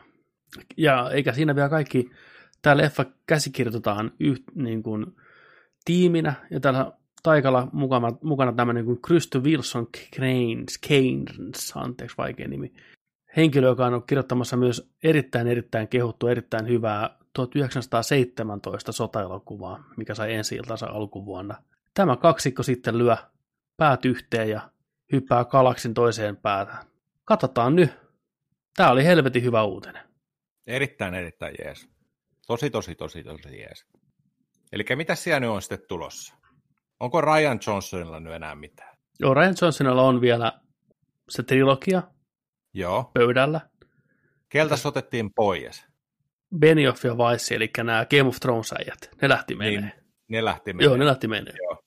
Ja eikä siinä vielä kaikki, tämä leffa käsikirjoitetaan yht, niin kuin, tiiminä, ja täällä Taikalla mukana, mukana tämmöinen kuin Krysty Wilson Keynes, Keynes, anteeksi vaikea nimi, henkilö, joka on kirjoittamassa myös erittäin erittäin kehuttu, erittäin hyvää tuhatyhdeksänsataaseitsemäntoista sotaelokuvaa, mikä sai ensi-iltansa alkuvuonna. Tämä kaksikko sitten lyö päät yhteen ja hyppää galaksin toiseen päätään. Katsotaan nyt. Tämä oli helvetin hyvä uutinen. Erittäin erittäin jees. Tosi tosi tosi tosi jees. Eli mitä siellä nyt on sitten tulossa? Onko Ryan Johnsonilla nyt enää mitään? Joo, Ryan Johnsonilla on vielä se trilogia Joo. pöydällä. Keltä se otettiin pois? Benioff ja Weiss, eli nämä Game of Thrones-äijät. Ne lähti menee. Niin, ne lähti menee. Joo, ne lähti menee. Joo.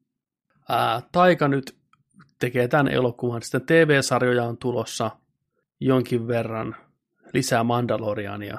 Ää, Taika nyt tekee tämän elokuvan. Sitten T V-sarjoja on tulossa jonkin verran. Lisää Mandaloriania.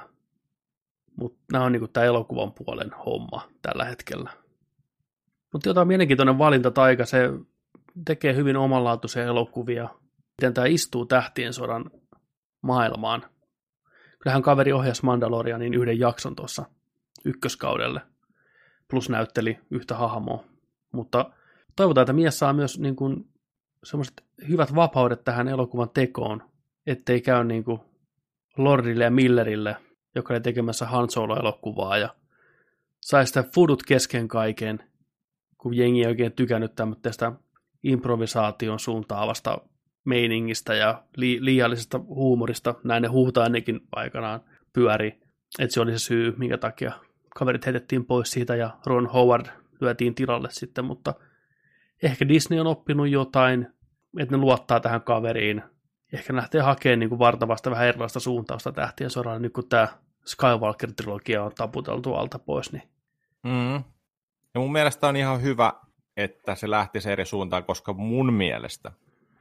Mutta nämä on niinku tämä elokuvan puolen homma tällä hetkellä. Mutta jotain mielenkiintoinen valinta Taika, se tekee hyvin omanlaatuisia elokuvia. Miten tämä istuu Tähtien sodan maailmaan. Kyllähän kaveri ohjasi Mandalorianin yhden jakson tuossa ykköskaudelle. plus näytteli yhtä hahmoa. Mutta toivotaan, että mies saa myös niin kuin, semmoiset hyvät vapaudet tähän elokuvan tekoon, ettei käy niin kuin Lordille ja Millerille, joka oli tekemässä Han Solo-elokuvaa, ja sai sitä fudut kesken kaiken, kun jengi ei oikein tykännyt tämmöistä improvisaation suuntaavasta meiningistä ja li- liiallisesta huumorista. Näin ne huutaa ainakin aikanaan pyöri, että se oli se syy, minkä takia kaverit heitettiin pois siitä ja Ron Howard lyötiin tilalle sitten, mutta ehkä Disney on oppinut jotain, että ne luottaa tähän kaveriin. Ehkä ne lähtee hakemaan niin kuin vartavasta vähän erilaista suuntausta Tähtien sodalla, nyt kun tämä Skywalker-trilogia on taputeltu alta pois. Niin. Mm. Ja mun mielestä on ihan hyvä, että se lähti se eri suuntaan, koska mun mielestä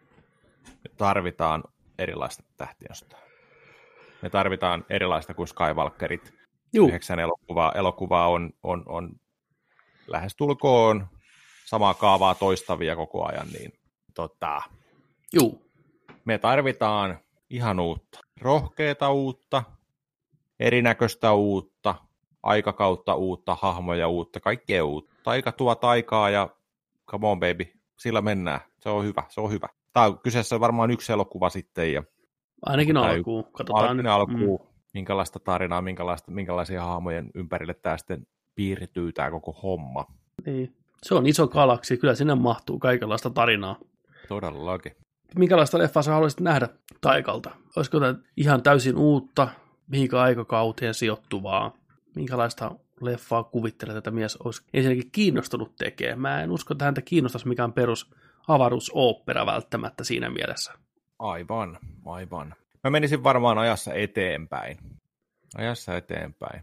me tarvitaan erilaista Tähtien sotaa. Me tarvitaan erilaista kuin Skywalkerit. Juu. Yhdeksän elokuvaa, elokuvaa on, on, on lähestulkoon samaa kaavaa toistavia koko ajan, niin tota, Juu. me tarvitaan ihan uutta, rohkeata uutta, erinäköistä uutta, aikakautta uutta, hahmoja uutta, kaikkea uutta. Taika tuo taikaa ja come on baby, sillä mennään. Se on hyvä, se on hyvä. Tämä on kyseessä varmaan yksi elokuva sitten. Ja ainakin alkuun, katsotaan. Ainakin alkuun, mm. minkälaista tarinaa, minkälaista, minkälaisia hahmojen ympärille tämä sitten piirtyy tämä koko homma. Niin. Se on iso galaksi, kyllä sinne mahtuu kaikenlaista tarinaa. Todellakin. Minkälaista leffaa sä haluaisit nähdä Taikalta? Olisiko tämä ihan täysin uutta, mihinkä aikakauteen sijoittuvaa? Minkälaista leffaa kuvittelet, että mies olisi ensinnäkin kiinnostunut tekemään? Mä en usko, että häntä kiinnostaisi mikään perus avaruusooppera välttämättä siinä mielessä. Aivan, aivan. Mä menisin varmaan ajassa eteenpäin. Ajassa eteenpäin.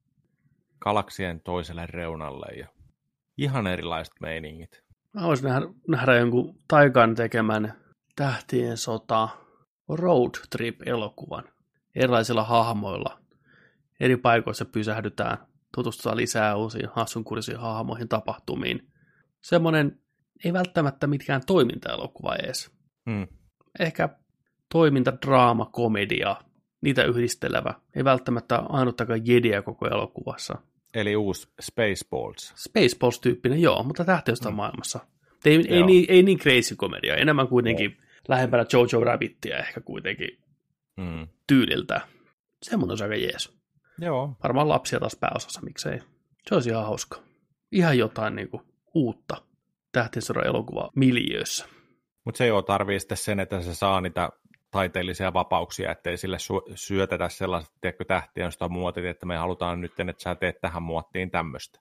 Galaksien toiselle reunalle ja ihan erilaiset meiningit. Mä haluaisin nähdä, nähdä jonkun Taikan tekemän Tähtien sota road trip-elokuvan erilaisilla hahmoilla. Eri paikoissa pysähdytään, tutustutaan lisää uusiin hassunkurisiin hahmoihin, tapahtumiin. Semmoinen ei välttämättä mitkään toimintaelokuva edes. Hmm. Ehkä toiminta, draama, komedia, niitä yhdistelevä. Ei välttämättä ainuttakaan jediä koko elokuvassa. Eli uusi Spaceballs. Spaceballs-tyyppinen, joo, mutta Tähtien sota hmm. maailmassa. Ei, ei, niin, ei niin crazy komedia, enemmän kuitenkin no. lähempänä Jojo Rabbitia ehkä kuitenkin hmm. tyyliltä. Semmoinen olisi aika jees. Joo. Varmaan lapsia taas pääosassa, miksei. Se olisi ihan hauska. Ihan jotain niin kuin uutta Tähtien sodan elokuvaa miljöössä. Mutta se joo tarvii sitten sen, että se saa niitä taiteellisia vapauksia, ettei sille su- syötetä sellaiset, tiedätkö, Tähtien sodan muotit, että me halutaan nyt, että sä teet tähän muottiin tämmöistä.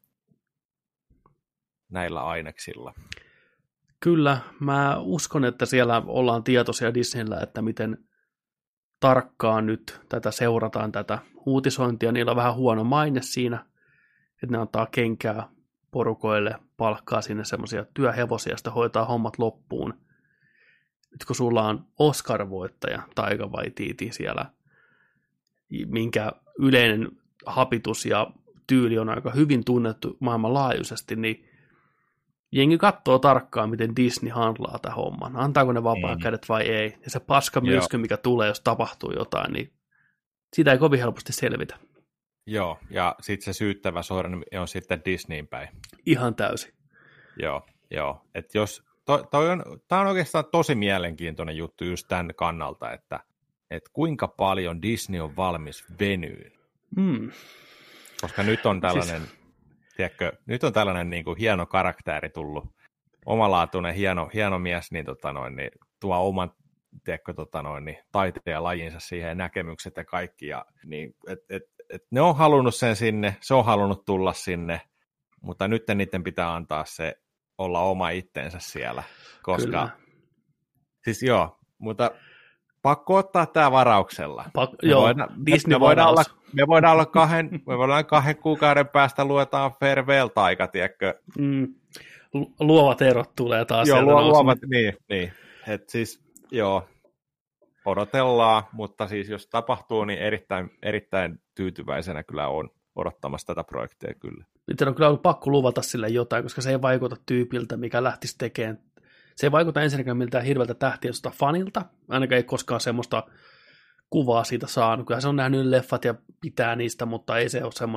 Näillä aineksilla. Kyllä, mä uskon, että siellä ollaan tietoisia Disneyllä, että miten tarkkaan nyt tätä seurataan, tätä uutisointia. Niillä on vähän huono maine siinä, että ne antaa kenkää porukoille, palkkaa sinne semmoisia työhevosia, sitä hoitaa hommat loppuun. Nyt kun sulla on Oscar-voittaja, Taika Waititi siellä, minkä yleinen hapitus ja tyyli on aika hyvin tunnettu maailmanlaajuisesti, niin jengi katsoo tarkkaan, miten Disney handlaa tämän homman. Antaako ne vapaa mm. kädet vai ei. Ja se paska myrsky, mikä tulee, jos tapahtuu jotain, niin siitä ei kovin helposti selvitä. Joo, ja sitten se syyttävä sormi on sitten Disneyin päin. Ihan täysin. Joo, joo. Et jos, to, toi on, tämä on oikeastaan tosi mielenkiintoinen juttu just tämän kannalta, että et kuinka paljon Disney on valmis venyyn. Mm. Koska nyt on tällainen... Siis... Tiedätkö, nyt on tällainen niin kuin hieno karakteri tullut, omalaatuinen hieno, hieno mies, niin, tota noin, niin tuo oman tiedätkö, tota noin, niin taiteen ja lajinsa siihen, näkemykset ja kaikki. Ja, niin, et, et, et ne on halunnut sen sinne, se on halunnut tulla sinne, mutta nyt niiden pitää antaa se olla oma itsensä siellä. Koska, Kyllä. Siis joo, mutta pakko ottaa tämä varauksella. Pak- me, joo, voidaan, me, voidaan olla, me voidaan olla kahden, me voidaan kahden kuukauden päästä luetaan farewell-taika, tiedätkö? Mm, luovat erot tulee taas. Joo, luo, luovat, niin, niin. Et siis, joo, odotellaan, mutta siis jos tapahtuu, niin erittäin, erittäin tyytyväisenä kyllä on odottamassa tätä projektia kyllä. Nyt on kyllä ollut pakko luvata sille jotain, koska se ei vaikuta tyypiltä, mikä lähtisi tekemään. Se ei vaikuta ensinnäkään miltään hirveältä Tähtien sodan fanilta, ainakaan ei koskaan semmoista kuvaa siitä saanut. Kyllä se on nähnyt leffat ja pitää niistä, mutta ei se ole semmoinen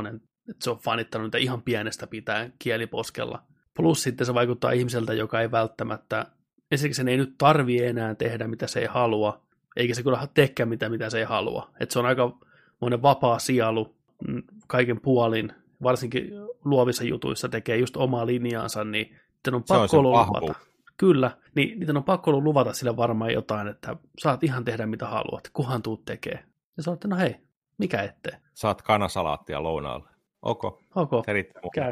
että se on fanittanut niitä ihan pienestä pitäen kieliposkella. Plus sitten se vaikuttaa ihmiseltä, joka ei välttämättä, ensinnäkin sen ei nyt tarvii enää tehdä, mitä se ei halua, eikä se kyllä teekään mitä, mitä se ei halua. Että se on aika monen vapaa sielu kaiken puolin, varsinkin luovissa jutuissa tekee just omaa linjaansa, niin niiden on pakko ollut luvata. Kyllä, niin niiden on pakko ollut luvata sille varmaan jotain, että saat ihan tehdä mitä haluat, kunhan tuut tekee. Ja sanoit, että no hei, mikä ettei. Saat kanasalaattia lounaalle. Ok. Ok, käy.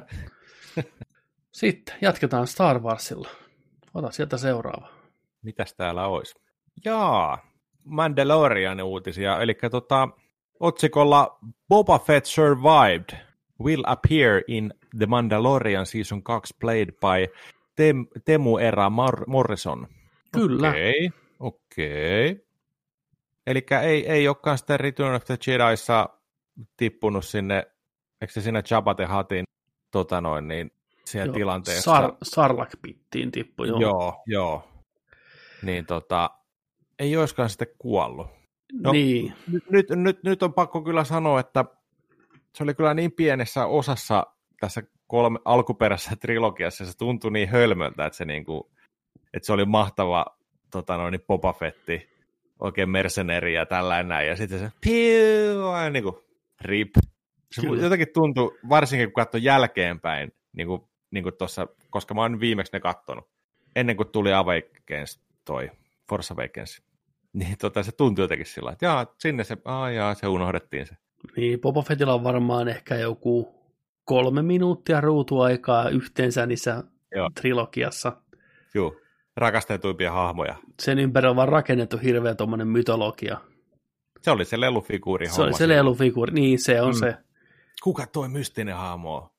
Sitten jatketaan Star Warsilla. Ota sieltä seuraava. Mitäs täällä olisi? Jaa, Mandalorian uutisia. Eli tota, otsikolla Boba Fett survived. Will appear in The Mandalorian Season kaksi played by Tem- Temu Era Mar- Morrison. Kyllä. Okei, okay, okei. Okay. Eli ei, ei olekaan sitten Return of the Jediissa tippunut sinne, eikö se sinne Jabba the Huttin tota noin, niin siellä joo, tilanteessa. Sar- Sarlacc-pittiin tippu, joo. Joo, joo. Niin tota, ei olisikaan sitten kuollut. No, niin. Nyt, nyt, nyt, nyt on pakko kyllä sanoa, että se oli kyllä niin pienessä osassa tässä kolme, alkuperäisessä trilogiassa, se tuntui niin hölmöltä, että se, niinku, että se oli mahtava tota noin, Boba Fetti, oikein merceneri ja tällainen näin, ja sitten se piu, aina niin kuin rip. Se kyllä. Jotenkin tuntui, varsinkin kun katsoi jälkeenpäin, niin kuin, niin kuin tossa, koska mä oon viimeksi ne kattonut, ennen kuin tuli Awakens toi, Force Awakens, niin tota, se tuntui jotenkin sillä että jaa, sinne se, aah jaa, se unohdettiin se. Niin, Boba Fettillä on varmaan ehkä joku kolme minuuttia ruutuaikaa yhteensä niissä Joo. trilogiassa. Joo, rakastetuimpia hahmoja. Sen ympärillä on vaan rakennettu hirveä tuommoinen mytologia. Se oli se lelufiguuri Se oli se lelufiguuri, niin se on mm. se. Kuka toi mystinen hahmo on?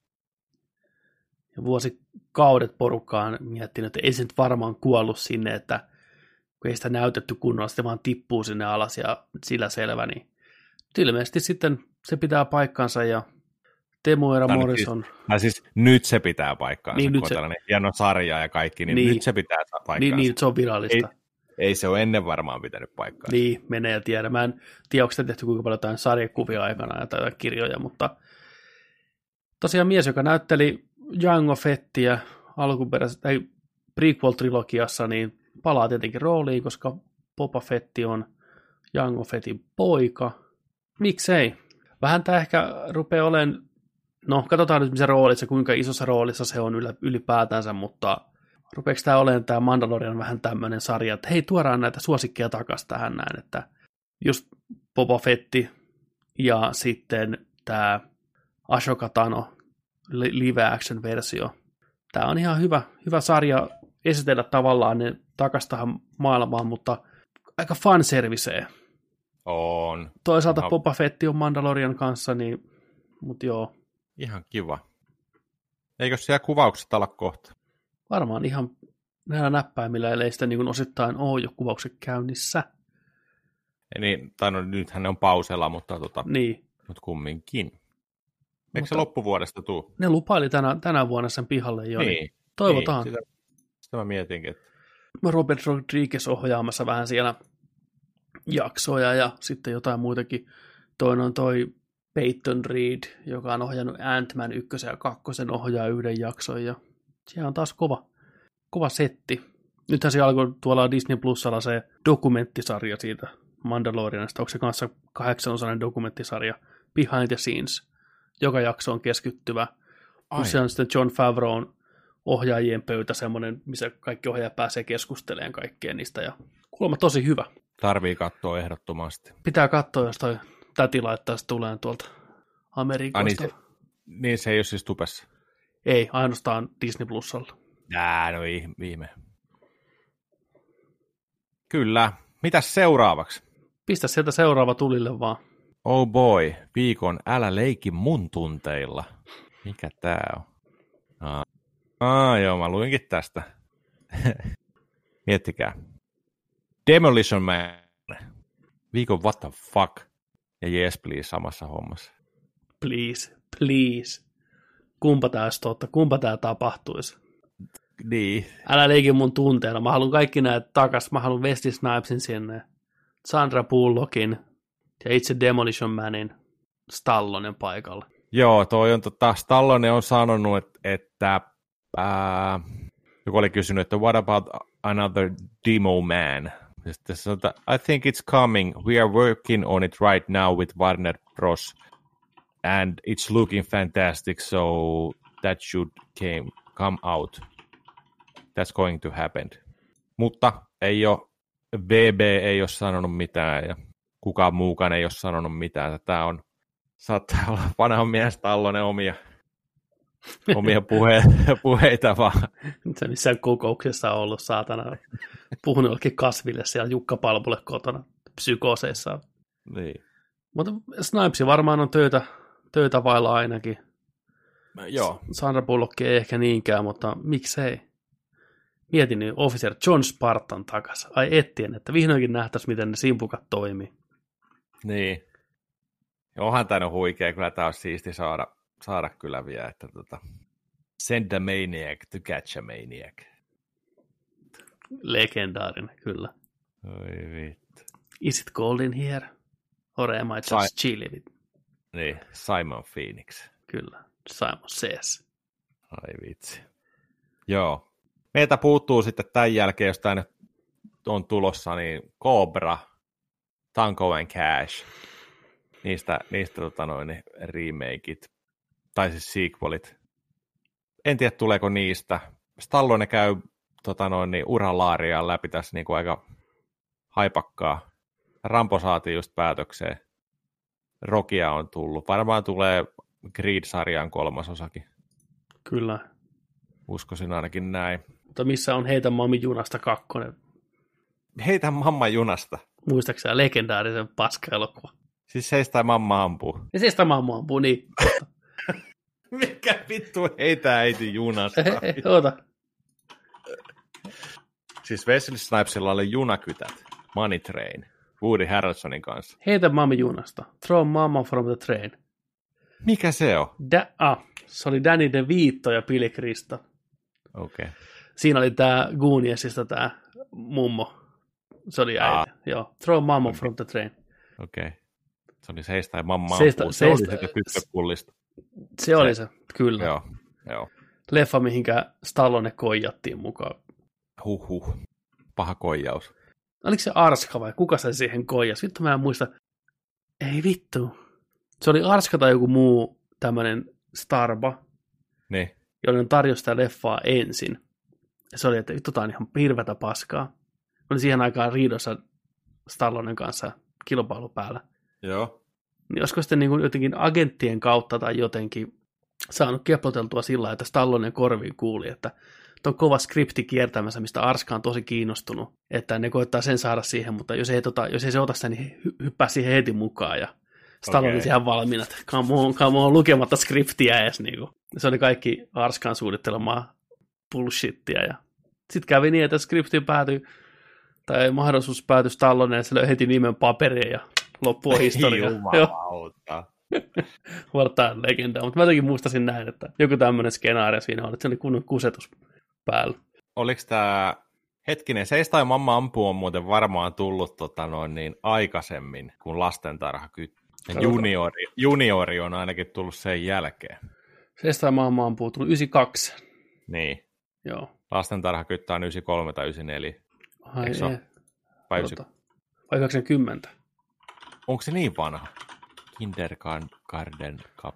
Ja vuosikaudet porukkaan miettinyt, että ei se nyt varmaan kuollut sinne, että kun ei sitä näytetty kunnolla, se vaan tippuu sinne alas ja sillä selvä, niin ilmeisesti sitten se pitää paikkansa ja Temu Era Morrison. Siis, siis nyt se pitää paikkaansa, niin, kun on tällainen hieno sarja ja kaikki, niin, niin nyt se pitää paikkaansa. Niin, niin se on virallista. Ei, ei se ole ennen varmaan pitänyt paikkaansa. Niin, menee ja tiedä. Mä en tiedä, onko sitä tehty kuinka paljon jotain sarjakuvia aikana tai jotain kirjoja, mutta tosiaan mies, joka näytteli Jango Fettiä alkuperäisessä, tai prequel-trilogiassa, niin palaa tietenkin rooliin, koska Boba Fetti on Jango Fettin poika. Miksei? Vähän tämä ehkä rupeaa olemaan, no katsotaan nyt missä roolissa, kuinka isossa roolissa se on ylipäätänsä, mutta rupeeko tämä olemaan tämä Mandalorian vähän tämmöinen sarja, että hei, tuodaan näitä suosikkeja takaisin tähän näin, että just Boba Fetti ja sitten tämä Ashoka Tano live action versio. Tämä on ihan hyvä, hyvä sarja esitellä tavallaan ne takaisin tähän maailmaan, mutta aika fanservicee. On. Toisaalta no. Boba Fetti on Mandalorian kanssa, niin, mutta joo. Ihan kiva. Eikö siellä kuvaukset olla kohta? Varmaan ihan näillä näppäimillä, ellei sitä niin osittain ole jo kuvaukset käynnissä. Niin, tai no nythän ne on pausella, mutta, tota, niin. mutta kumminkin. Eikö mutta se loppuvuodesta tuu? Ne lupaili tänä, tänä vuonna sen pihalle jo, niin, niin toivotaan. Niin, sitä, sitä mä mietinkin. Että Robert Rodriguez ohjaamassa vähän siellä jaksoja ja sitten jotain muitakin. Toinen on toi Peyton Reed, joka on ohjannut Ant-Man ykkösen ja kakkosen, ohjaa yhden jakson ja siellä on taas kova, kova setti. Nythän se alkoi tuolla Disney Plusalla se dokumenttisarja siitä Mandalorianista. Onko se kanssa kahdeksanosainen dokumenttisarja Behind the Scenes? Joka jakso on keskittyvä. Se on sitten Jon Favreau'n ohjaajien pöytä semmoinen, missä kaikki ohjaajat pääsee keskustelemaan kaikkeen niistä. Ja kuulemma tosi hyvä. Tarvii katsoa ehdottomasti. Pitää katsoa, jos toi täti laittaisi tulee tuolta Amerikasta. Ah, niin, se, niin se ei ole siis tupessa? Ei, ainoastaan Disney Plusalla. Jää, no viime. Kyllä. Mitäs seuraavaksi? Pistä sieltä seuraava tulille vaan. Oh boy, viikon älä leiki mun tunteilla. Mikä tää on? Ah, ah joo, mä luinkin tästä. Miettikää. Demolition Man. Viikon what the fuck. Ja yes please samassa hommassa. Please, please. Kumpa tää olisi totta? Kumpa tää tapahtuisi? Niin. Älä leiki mun tunteilla. Mä haluan kaikki näitä takas. Mä haluan Wesley Snipesin sinne. Sandra Bullockin ja itse Demolition Manin Stallonen paikalle. Joo, toi on tota, Stallone on sanonut, että, että ää, joku oli kysynyt, että what about another Demo Man? Sitten sanotaan, I think it's coming. We are working on it right now with Warner Bros. And it's looking fantastic, so that should came, come out. That's going to happen. Mutta ei ole, B B ei ole sanonut mitään ja kukaan muukaan ei ole sanonut mitään. Tämä on, saattaa olla vanhan mies Stallone omia, omia puhe, puheita vaan. Nyt se missään kokouksessa on ollut, saatana. Puhunut jollekin kasville siellä Jukka Palmulle kotona psykooseissa. Niin. Mutta Snipesi varmaan on töitä, töitä vailla ainakin. Joo. Sandra Bullock ei ehkä niinkään, mutta miksei? Mietin nyt Officer John Spartan takas. Ai ettien, että vihdoinkin nähtäisi, miten ne simpukat toimii. Niin. Onhan tämä huikea, kyllä tämä on siisti saada, saada kyllä vielä, että tota, send a maniac to catch a maniac. Legendaarinen, kyllä. Oi vittu. Is it cold in here? Or am I just Sai- chilling? Niin, Simon Phoenix. Kyllä, Simon says. Ai vitsi. Joo. Meiltä puuttuu sitten tämän jälkeen, jos tämä nyt on tulossa, niin Cobra, Tango and Cash, niistä, niistä tota noin, remakeit, tai siis sequelit. En tiedä, tuleeko niistä. Stallone käy tota noin, niin uralaariaan läpi tässä niin kuin aika haipakkaa. Rampo saatiin just päätökseen. Rockia on tullut. Varmaan tulee Creed-sarjan kolmasosakin. Kyllä. Uskoisin ainakin näin. Mutta missä on Heitä Mami junasta kakkonen? Heitä mamma junasta. Muistaakseni legendaarisen paska-elokuva. Siis seistä mamma ampuu. Ja se sitä mamma ampuu, niin. Mikä vittu heitä äiti junasta? Oota. Siis Wesley Snipesilla oli junakytät. Money Train. Woody Harrelsonin kanssa. Heitä Mami junasta. Throw Mama from the train. Mikä se on? Da- ah, se oli Danny DeVito ja Billy Crystal. Okei. Okay. Siinä oli tää Gooniesista tää mummo. Se oli äiti. Ah. Joo. Throw Mama okay. from the train. Okei. Okay. Se oli seistä ja mamma seistä, ampuu. Se seistä, oli sitä tyttöpullista. Se, se oli se, kyllä. Joo, joo. Leffa, mihinkä Stallone koijattiin mukaan. Huhhuh. Paha koijaus. Oliko se Arska vai kuka se siihen koijas? Vittu mä en muista. Ei vittu. Se oli Arska tai joku muu tämmönen Starba, niin. joiden tarjosi sitä leffaa ensin. Ja se oli, että vittu tää on ihan hirveätä paskaa. Oli siihen aikaan riidossa Stallonen kanssa kilpailu päällä. Joo. Niin olisiko sitten niin kuin jotenkin agenttien kautta tai jotenkin saanut keploteltua sillä, että Stallonen korviin kuuli, että on kova skripti kiertämässä, mistä Arska on tosi kiinnostunut, että ne koettaa sen saada siihen, mutta jos ei, tota, jos ei se ota sitä, niin hy- hyppää siihen heti mukaan ja Stallone okay. ihan valmiina, että come on, come on, lukematta skriptiä edes. Niin kuin. Se oli kaikki Arskan suunnittelemaa bullshittia ja sitten kävi niin, että skripti päätyi, tai mahdollisuus päätyi Stalloneen, ja se löi heti nimen paperiin ja loppua historia. Jumalauta. Vartaan legendaa, mutta mä jotenkin muistasin näin, että joku tämmöinen skenaario siinä on, että se oli kunnon kusetus päällä. Oliko tämä, hetkinen, Seistä ja mamma ampuu on muuten varmaan tullut tota noin, niin aikaisemmin kuin Lastentarhakyttä. Juniori, juniori on ainakin tullut sen jälkeen. Seistä ja mamma ampuu tullut yhdeksänkymmentäkaksi. Niin. Joo. Lastentarhakyttä on yhdeksänkymmentäkolme tai yhdeksänkymmentäneljä. Ai Eikö se ole? Vai, Ota. Vai yhdeksänkymmentä? Onko se niin vanha? Kindergarten Cup.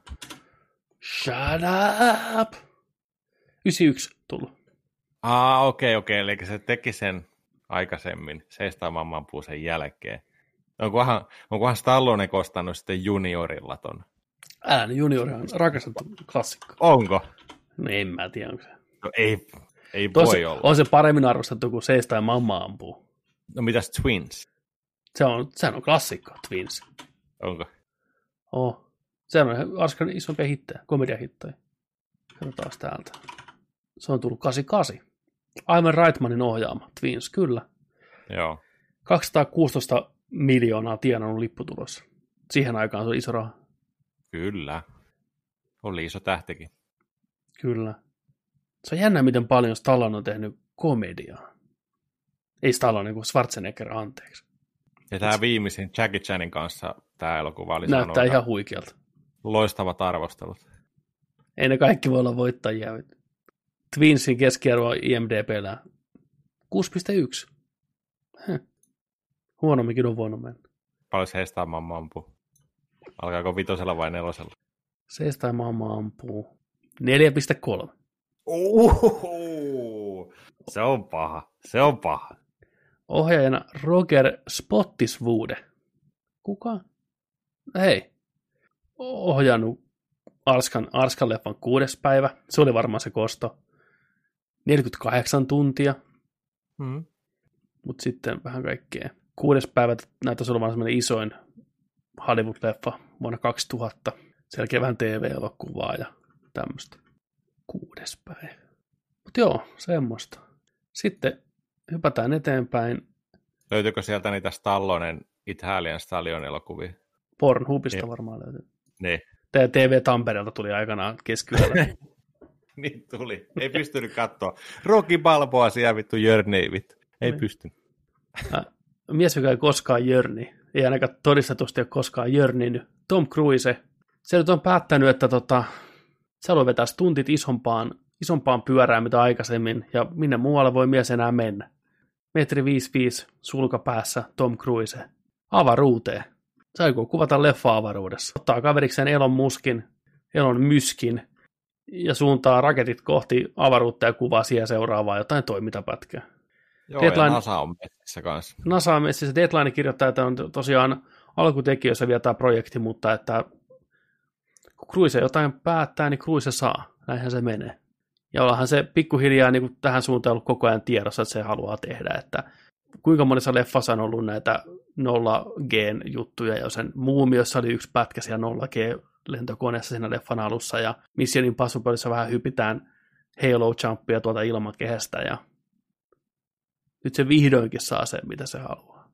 Shut up! yhdeksänkymmentäyksi tullut. Ah, okei, okay, okei. Okay. Eli se teki sen aikaisemmin. Seistä mamma ampuu sen jälkeen. Onkohan, onkohan Stallone kostannut sitten juniorilla ton? Älä, niin juniori on rakastettu klassikko. Onko? No en mä tiedä, onko se. No ei, ei Tos, voi olla. On se paremmin arvostettu kuin Seistä ja mamma ampuu. No mitäs Twins? Se on, sehän on klassikko, Twins. Onko? Oh. Se on Arskan isompia hittejä, komediahittejä. Katsotaan täältä. Se on tullut kahdeksankymmentäkahdeksan. Ivan Reitmanin ohjaama, Twins, kyllä. Joo. kaksisataakuusitoista miljoonaa tienannut lipputulossa. Siihen aikaan se oli iso raha. Kyllä. Oli iso tähtikin. Kyllä. Se on jännä, miten paljon Stallone on tehnyt komediaa. Ei Stallone, kuin Schwarzenegger, anteeksi. Ja tämä viimeisin Jackie Chanin kanssa tämä elokuva oli näyttää sanonut, ihan huikealta. Loistavat arvostelut. Ei ne kaikki voi olla voittajia. Twinsin keskiarvo I M D B:llä kuusi pilkku yksi. Heh. Huonomminkin on voinut mennä. Paljon se heistä mamma ampuu? Alkaako vitosella vai nelosella? Seistä mamma ampuu neljä pilkku kolme. Uhuhu. Se on paha. Se on paha. Ohjaajana Roger Spottiswoode. Kuka? Hei. Ohjannut Arskan, Arskan leffan kuudes päivä. Se oli varmaan se kosto. neljäkymmentäkahdeksan tuntia. Mm. Mutta sitten vähän kaikkea. Kuudes päivä näyttäisi olevan semmoinen isoin Hollywood-leffa vuonna kaksituhatta. Sen jälkeen vähän T V-elokuvaa ja tämmöistä. Kuudes päivä. Mutta joo, semmoista. Sitten hypätään eteenpäin. Löytyykö sieltä niitä Stallonen Italian Stallion elokuvia? Pornhubista niin. Varmaan löytyy. Niin. T V Tampereelta tuli aikanaan keskiyöllä. Niin tuli. Ei pystynyt katsoa. Rocky Balboa siellä vittu Jörni vittu. Ei niin. pystynyt. Mies, joka ei koskaan jörni. Ei ainakaan todistetusti ole koskaan jörninyt. Tom Cruise. Se nyt on päättänyt, että tota, se haluaa vetää stuntit isompaan, isompaan pyörään mitä aikaisemmin. Ja minne muualle voi mies enää mennä. Metri viisi viisi sulka päässä Tom Cruise. Avaruuteen. Se aikoo kuvata leffa avaruudessa. Ottaa kaverikseen Elon Muskin, Elon Myskin ja suuntaa raketit kohti avaruutta ja kuvaa siihen seuraavaa jotain toimintapätkää. Joo, Deadline... ja NASA on messissä kanssa. NASA on messissä. Deadline kirjoittaa, että on tosiaan alkutekijöissä vielä tämä projekti, mutta että kun Cruise jotain päättää, niin Cruise saa. Näinhän se menee. Ja ollaanhan se pikkuhiljaa niin kuin tähän suuntaan ollut koko ajan tiedossa, että se haluaa tehdä. Että kuinka monessa leffassa on ollut näitä nolla G-juttuja, ja sen Muumiossa oli yksi pätkä siellä nolla G-lentokoneessa siinä leffan alussa, ja Mission Impossibleissa vähän hypitään Halo-jumpia tuolta ilmakehästä, ja nyt se vihdoinkin saa sen, mitä se haluaa.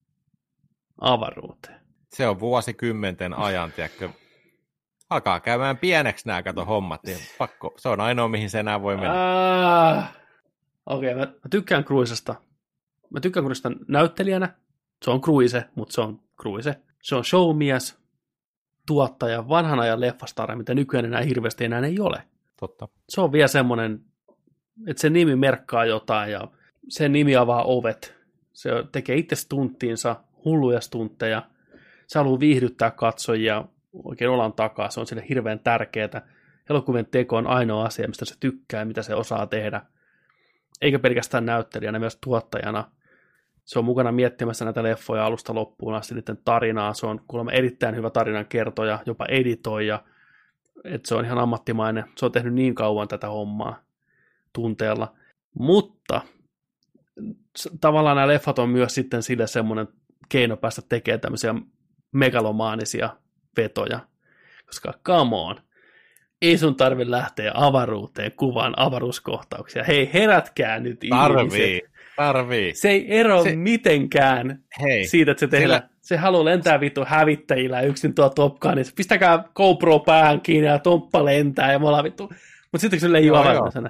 Avaruuteen. Se on vuosikymmenten ajan, tiedätkö, alkaa käymään pieneksi nämä kato hommat, niin pakko, se on ainoa, mihin se enää voi mennä. Ah, Okei, okay, mä, mä tykkään Cruisesta. Mä tykkään Cruisesta näyttelijänä. Se on Cruise, mutta se on Cruise. Se on showmies, tuottaja, vanhan ajan leffastara, mitä nykyään enää hirveästi enää ei ole. Totta. Se on vielä semmoinen, että se nimi merkkaa jotain ja sen nimi avaa ovet. Se tekee itse stunttiinsa, hulluja stuntteja. Se haluaa viihdyttää katsojia oikein olan takaa. Se on sille hirveän tärkeää. Elokuvien teko on ainoa asia, mistä se tykkää ja mitä se osaa tehdä. Eikä pelkästään näyttelijänä, myös tuottajana. Se on mukana miettimässä näitä leffoja alusta loppuun asti niiden tarinaa. Se on kuulemma erittäin hyvä tarinan kertoja, jopa editoija. Että se on ihan ammattimainen. Se on tehnyt niin kauan tätä hommaa tunteella. Mutta tavallaan nämä leffat on myös sitten sille semmoinen keino päästä tekemään tämmöisiä megalomaanisia vetoja. Koska come on, ei sun tarvitse lähteä avaruuteen kuvaan avaruuskohtauksia. Hei, herätkää nyt Tarvii, ihmiset. tarvii. Se ei ero se... mitenkään Hei, siitä, että se tehdään. Sillä... Se haluaa lentää vittu hävittäjillä yksin tuo Top Gunissa. Pistäkää GoPro päähän kiinni ja tomppa lentää ja me ollaan vittu. Mutta sitten kun se leijuu avaruudessa.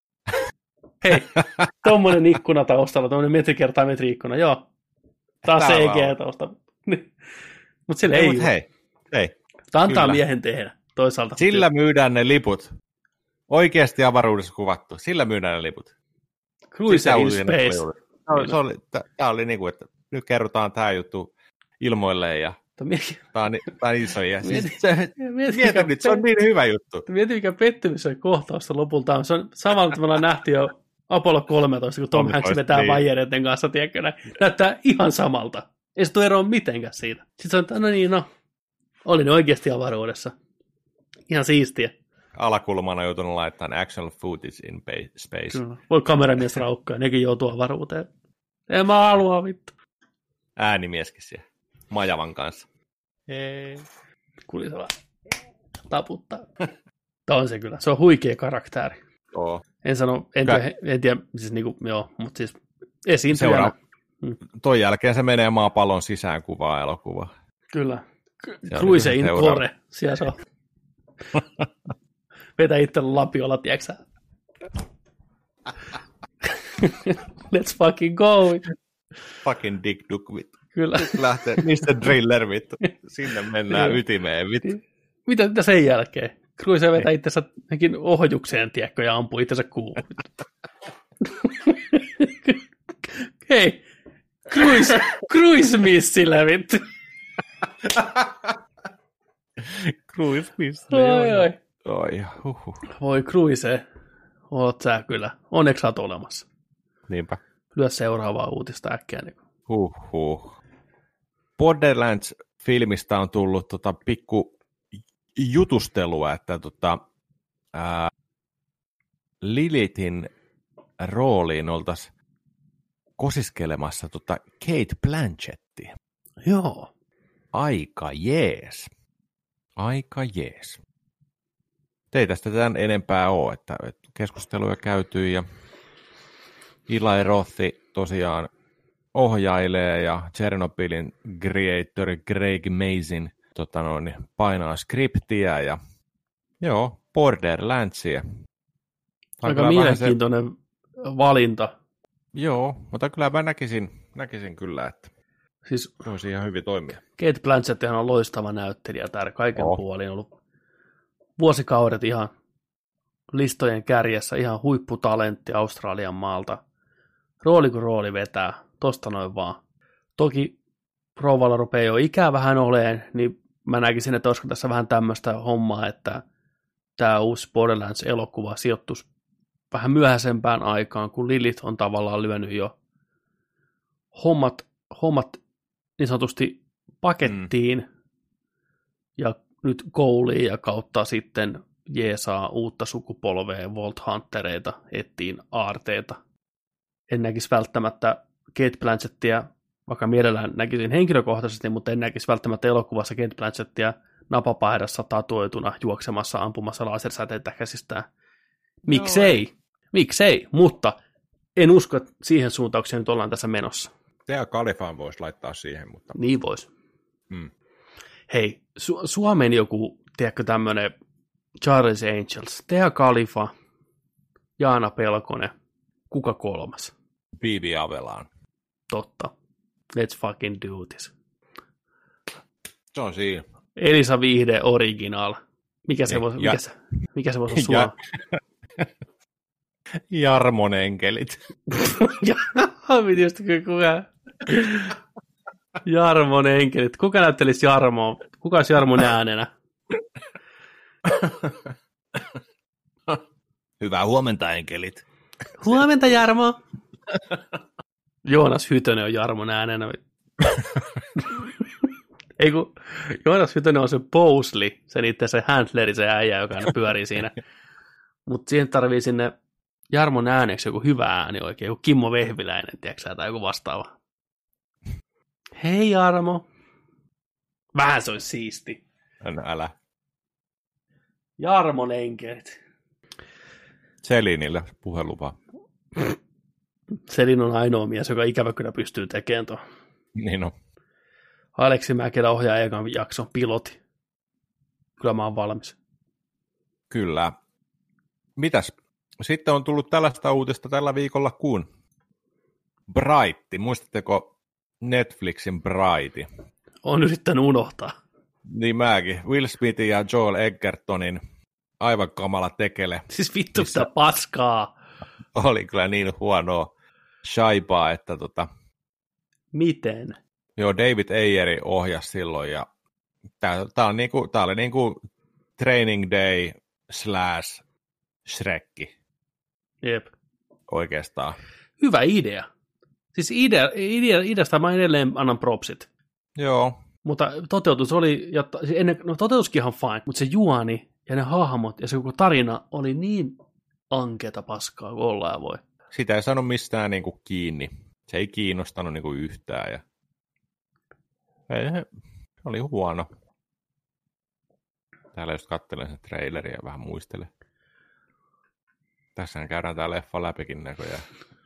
Hei, tommonen ikkuna taustalla, tommonen metri kertaa metri ikkuna, joo. Taas C G taustalla. Mutta sille ei, ei hei, hei. Tämä antaa Kyllä. miehen tehdä toisaalta. Sillä myydään ne liput. Oikeasti avaruudessa kuvattu. Sillä myydään ne liput. Cruise in Space. Tämä oli niin kuin, että nyt kerrotaan tämä juttu ilmoilleen ja tämä on, on iso. Ja siis, se, mieti nyt, se on niin hyvä juttu. Mieti mikä pettymys on kohtausta lopulta on. Se on samalla, että me ollaan nähty jo Apollo kolmetoista, kun Tom Hanks vetää niin. vaijereiden kanssa, tiedätkö, näyttää ihan samalta. Ei se tule eroa mitenkään siitä. Sitten se on, no niin, no, olin oikeasti avaruudessa. Ihan siistiä. Alakulmana joutunut laittamaan actual footage in space. Kyllä. Voi kameramies raukkaa, nekin joutuu avaruuteen. En mä halua, vittu. Äänimieskin siellä. Majavan kanssa. Ei. Kuuli se vaan taputtaa. Tämä on se kyllä. Se on huikea karakteri. Oo. En sano, en, tiedä, en tiedä, siis niinku, joo, mutta siis esiintyjänä. Hmm. Toi jälkeen se menee maapallon sisään kuvaa elokuva. Kyllä. Cruise in Core. Siellä se on. Vetä itsellä lapiolla, tiedätkö Let's fucking go. Fucking Dick Duck, vittu. Kyllä. Nyt lähtee mister Driller, vittu. Sinne mennään ytimeen, vittu. Mitä, mitä sen jälkeen? Cruise vetää itsensä ohjukseen, tiedätkö, ja ampuu itsensä kuuhun. Hei, Cruise, Cruise missillä, vittu. Cruise missillä, oi, joo. oi. Oi, huhhuh. Voi Cruise, oot sä kyllä. Onneksi sä oot olemassa. Niinpä. Lyö seuraavaa uutista äkkiä. Niin. Huhhuh. Borderlands-filmistä on tullut tota pikku jutustelua, että tota, ää, Lilithin rooliin oltaisiin kosiskelemassa tota Kate Blanchettia. Joo. Aika jees. Aika jees. Ei tästä tämän enempää ole, että, että keskusteluja käytyy ja Eli Rothi tosiaan ohjailee ja Chernobylin creator Greg Mazin tota noin, painaa skriptiä ja joo, Borderlandsia. Aika mielenkiintoinen se valinta. Joo, mutta kyllä mä näkisin, näkisin kyllä, että siis voisi ihan hyvin toimia. Kate Blanchett on loistava näyttelijä täällä kaiken oh. puolin. Ollut vuosikaudet ihan listojen kärjessä, ihan huipputalentti Australian maalta. Rooli kuin rooli vetää, tosta noin vaan. Toki rouvalla rupeaa jo ikää vähän oleen, niin mä näkisin, että olisiko tässä vähän tämmöistä hommaa, että tämä uusi Borderlands-elokuva sijoittuisi vähän myöhäisempään aikaan, kun Lilith on tavallaan lyönyt jo hommat, hommat niin sanotusti pakettiin mm. ja nyt kouliin ja kautta sitten jeesaa uutta sukupolvea Vault Huntereita, ettiin aarteita. En näkisi välttämättä Kate Blanchettia, vaikka mielellään näkisin henkilökohtaisesti, mutta en näkisi välttämättä elokuvassa Kate Blanchettia napapaidassa tatuoituna juoksemassa, ampumassa lasersäteitä käsistään. Miksei? No. Miksei? Mutta en usko, että siihen suuntaukseen nyt ollaan tässä menossa. Tea Khalifaan voisi laittaa siihen, mutta... Niin voisi. Hmm. Hei, Su- Suomen joku, tiedätkö, tämmöinen Charles Angels, Tea Khalifa, Jaana Pelkonen, kuka kolmas? Bibi Avelaan. Totta. Let's fucking do this. Se on siinä. Elisa Viihde original. Mikä se, voisi, ja... mikä se, mikä se voisi olla Suomi? Jarmon enkelit. Mitiöstä kyllä kuka? Jarmon enkelit. Kuka näyttelisi Jarmoa? Kuka olisi Jarmon äänenä? Hyvää huomenta, enkelit. Huomenta, Jarmo. Joonas Hytönen on Jarmon äänenä. Ei kun Joonas Hytönen on se Bosley, se niitten se handleri, se äijä, joka aina pyörii siinä. Mutta siihen tarvii sinne Jarmon ääneksi joku hyvä ääni oikein, joku Kimmo Vehviläinen, tiedätkö tai joku vastaava. Hei Jarmo. Vähän se olisi siisti. No, älä. Jarmon enkelit. Selinille puhelupa. Selin on ainoa mies, joka ikävä kyllä pystyy tekemään tuon. Niin on. Aleksi Mäkelä ohjaa ekan jakson piloti. Kyllä mä oon valmis. Kyllä. Mitäs? Sitten on tullut tällaista uutista tällä viikolla kuin Bright. Muistatteko Netflixin Bright? On yrittänyt unohtaa. Niin mäkin. Will Smithin ja Joel Edgertonin aivan kamala tekele. Siis vittu sitä paskaa. Oli kyllä niin huonoa shaibaa, että tota... Miten? Joo, David Ayeri ohjasi silloin ja tää, tää, on niinku, tää oli niinku Training Day slash Shrekki. Jep. Oikeastaan. Hyvä idea. Siis idea, idea, ideasta mä edelleen annan propsit. Joo. Mutta toteutus oli, ja ennen, no toteutuskin ihan fine, mutta se juoni ja ne hahmot ja se koko tarina oli niin ankeata paskaa kuin ollaan voi. Sitä ei sano mistään niinku kiinni. Se ei kiinnostanut niinku yhtään. Ja... Ei, se oli huono. Täällä just katselen sen traileria ja vähän muistelen. Tässähän käydään tää leffa läpikin näköjään.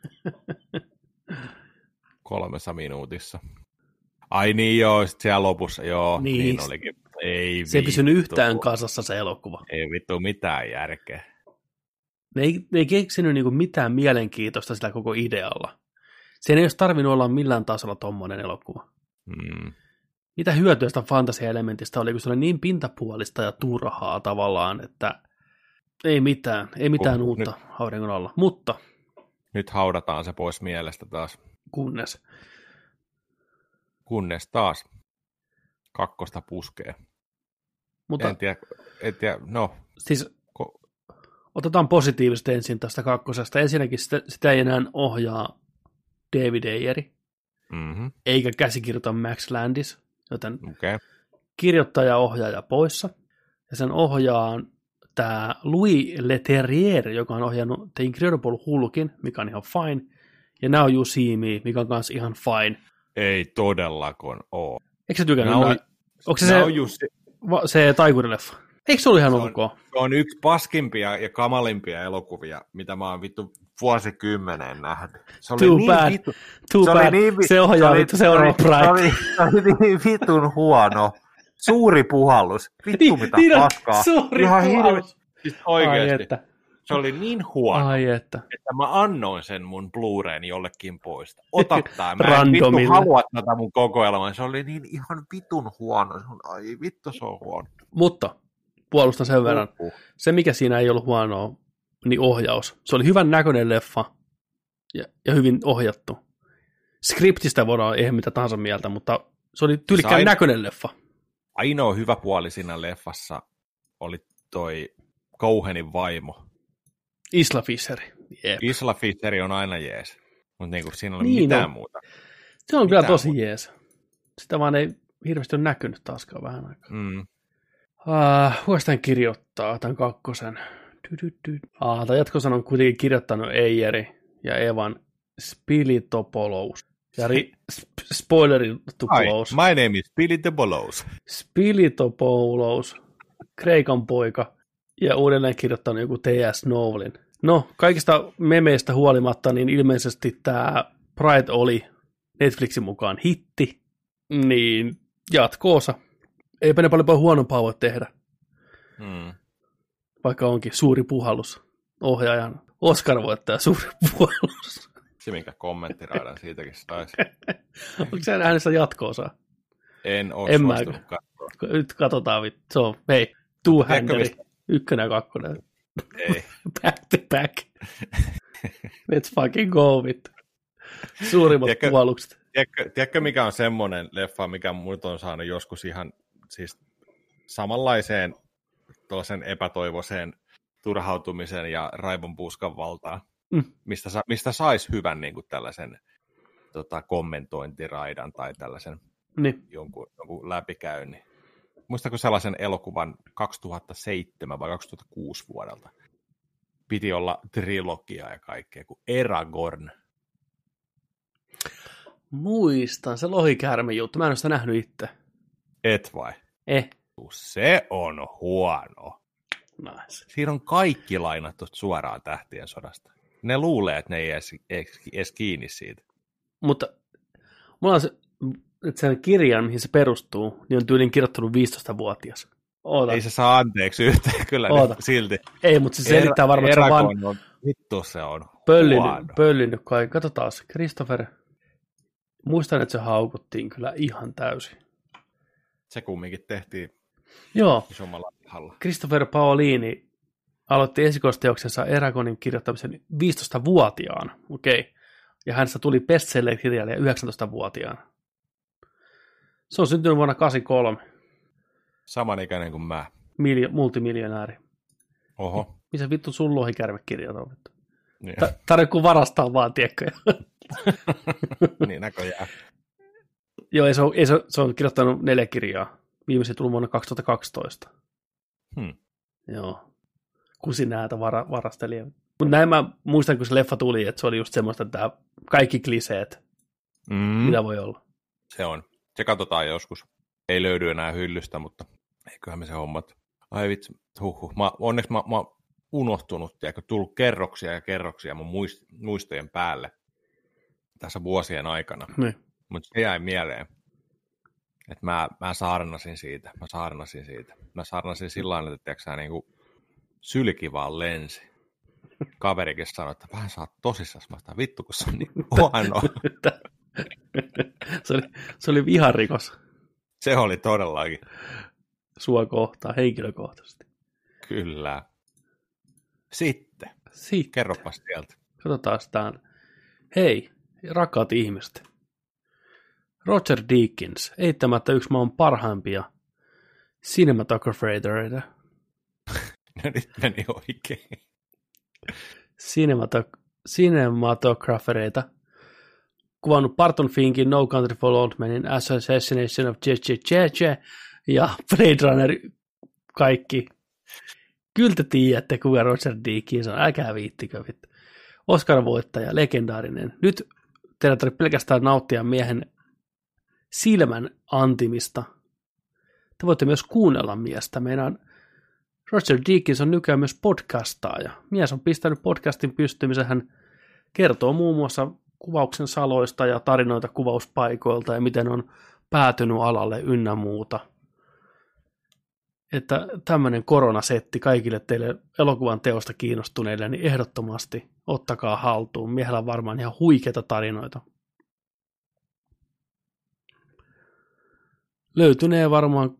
Kolmessa minuutissa. Ai niin joo, sit siellä lopussa, joo, niin, niin olikin. Ei se ei pysynyt yhtään kasassa se elokuva. Ei vittu mitään järkeä. Ne ei, ne ei keksinyt niinku mitään mielenkiintoista sillä koko idealla. Sen ei olisi tarvinnut olla millään tasolla tommonen elokuva. Hmm. mitä hyötyä sitä fantasia-elementistä oli, kun se oli niin pintapuolista ja turhaa tavallaan, että ei mitään, ei mitään Oh, uutta nyt. auringon alla, mutta Nyt haudataan se pois mielestä taas. kunnes. Kunnes taas kakkosta puskee. Mutta En tiedä, en tiedä, no. siis Ko- otetaan positiivisesti ensin tästä kakkosesta. Ensinnäkin sitä, sitä ei enää ohjaa David Ayeri, mm-hmm. eikä käsikirjoita Max Landis, joten Okei. Okay. kirjoittaja ohjaaja poissa. Ja sen ohjaa tämä Louis Leterrier, joka on ohjannut The Incredible Hulkin, mikä on ihan fine, ja Now You See Me, mikä on myös ihan fine. Ei todellakaan ole. Eikö sä tykännyt? Now, Now, onko se now se, you see, va, se taikurileffa? Eikö se ollut ihan Se on- ok? se on yksi paskimpia ja kamalimpia elokuvia, mitä mä oon vittu vuosikymmeneen nähnyt. Se oli Too niin bad. vittu, Too se oli bad. niin vi- se ohjaa se oli- vittu seuraava se oli- Pride. Se oli, se oli niin vitun huono. Suuri puhallus. Vittu mitä Niin on, paskaa. suuri Ihan puhallus. hirve- Siis Ai oikeesti. että. Se oli niin huono, Ai että. että mä annoin sen mun Blu-rayn jollekin pois. Ota tää, mä en Randomille. vittu halua tätä mun kokoelmaa. Se oli niin ihan vitun huono. Se on, ai vittu se on huono. Mutta puolustan sen verran. Uh. Se, mikä siinä ei ollut huonoa, niin ohjaus. Se oli hyvän näköinen leffa ja, ja hyvin ohjattu. Skriptistä voidaan eihän mitä tahansa mieltä, mutta se oli tyylikkään Sain- näköinen leffa. Ainoa hyvä puoli siinä leffassa oli toi Cohenin vaimo. Isla Fisher. Jep. Isla Fisheri on aina jees, mutta niinku siinä oli Niin mitään on. muuta. Se on kyllä Mitään tosi muuta. jees. Sitä vaan ei hirveästi ole näkynyt taaskaan vähän aikaa. Mm. Uh, Huostain kirjoittaa tämän kakkosen. Ah, tai jatkosan on kuitenkin kirjoittanut Eijeri ja Evan Spilitopoulos. Ja ri- sp- spoileri to Hi, close. my name is Billy the Bolos. Spilitopoulos, Kreikan poika, ja uudelleen kirjoittanut joku T S. Nowlin. No, kaikista memeistä huolimatta, niin ilmeisesti tämä Pride oli Netflixin mukaan hitti, niin jatkoosa. Eipä ne paljon huonompaa voi tehdä, Mm. vaikka onkin suuri puhallus ohjaajan. Oscar voittaa suuri puhallus. Se minkä kommenttiraidan siitäkin taisi. Onko se nähnyt sitä jatkoosaa? En ole En suostunut mäkään. katsoa. Nyt katsotaan, vittu. Se on, hei, two-handeri, mistä? ykkönen ja kakkonen. Ei. Back to back. Let's fucking go, vittu. Suurimmat Tiedätkö- puolukset. Tiedätkö, tiedätkö, mikä on semmoinen leffa, mikä mut on saanut joskus ihan siis samanlaiseen tuollaisen epätoivoiseen turhautumisen ja raivon puuskan valtaan, Mm. mistä, sa, mistä saisi hyvän niin kuin tällaisen tota, kommentointiraidan tai tällaisen Niin. jonkun, jonkun läpikäynnin. Muistatko sellaisen elokuvan kaksituhattaseitsemän vai kaksituhattakuusi vuodelta? Piti olla trilogia ja kaikkea, kuin Eragon. Muistan, se lohikäärme juttu. Mä en ole sitä nähnyt itse. Et vai? Eh, Se on huono. nice. Siinä on kaikki lainattu suoraan Tähtien sodasta. Ne luulee, että ne ei edes, edes, edes kiinni siitä. Mutta mulla on se, että sen kirjan, mihin se perustuu, niin on tyylin kirjoittanut viisitoistavuotias. Oota. Ei se saa anteeksi yhtään, kyllä Oota. ne silti. Ei, mutta se selittää varmaan, että se on vaan Eragon on, vittu se on pöllinyt, huono. pöllinyt kai. Katsotaan, Christopher. Muistan, että se haukuttiin kyllä ihan täysin. Se kumminkin tehtiin Joo, isommalla halla. Christopher Paolini aloitti esikoisteoksensa Eragonin kirjoittamisen viisitoistavuotiaana. Okei. Ja hänestä tuli bestseller-kirjailija yhdeksäntoistavuotiaana. Se on syntynyt vuonna kahdeksankymmentäkolme. Samanikäinen kuin mä. Miljo- multimiljonääri. Oho. Missä vittu sun lohikärmekirjat on? Vittu? Niin, Ta- Tarvitse kuin varastaa vaan, tiedätkö? niin näköjään. Joo, ei se, on, ei se, se on kirjoittanut neljä kirjaa. Viimeisin tuli vuonna kaksituhattakaksitoista. Hmm. Joo. Kusinäätä vara, varastelija. Mutta näin mä muistan, kun se leffa tuli, että se oli just semmoista, että kaikki kliseet, Mm, mitä voi olla. se on. Se katsotaan joskus. Ei löydy enää hyllystä, mutta eiköhän me se hommat. Ai vitsi, huhhuh. Mä, onneksi mä, mä oon unohtunut, tiedätkö, tullut kerroksia ja kerroksia mun muist, muistojen päälle tässä vuosien aikana. Niin. Mutta se jäi mieleen, että mä, mä saarnasin siitä. Mä saarnasin siitä. Mä saarnasin sillä lailla, että tiedätkö, niin kuin sylki vaan lensi. Kaverikin sanoi, että vähän sä oot tosissaan. Mä sanoin, vittu, kun se on niin huono. se, oli, se oli viharikos. Se oli todellakin. Sua kohtaan henkilökohtaisesti. Kyllä. Sitten. Sitten. Kerropas sieltä. Katsotaan täällä. Hei, rakkaat ihmiset. Roger Deakins, eittämättä yksi maan parhaimpia cinematographereita. No nyt meni oikein. Cinematog- cinematographereita. Kuvannut Barton Finkin No Country for Old Menin, Assassination of J J J ja Blade Runner kaikki. Kyllä te tiedätte, kuka Roger Deakins on. Älkää viittikö. Oscar-voittaja, legendaarinen. Nyt teidän tarvitsee pelkästään nauttia miehen silmän antimista. Te voitte myös kuunnella miestä. Meidän Roger Deakins on nykyään myös podcastaaja. Mies on pistänyt podcastin pystymisen. Hän kertoo muun muassa kuvauksen saloista ja tarinoita kuvauspaikoilta ja miten on päätynyt alalle ynnä muuta. Että tämmöinen koronasetti kaikille teille elokuvan teosta kiinnostuneille, niin ehdottomasti ottakaa haltuun. Miehellä on varmaan ihan huikeita tarinoita. Löytynee varmaan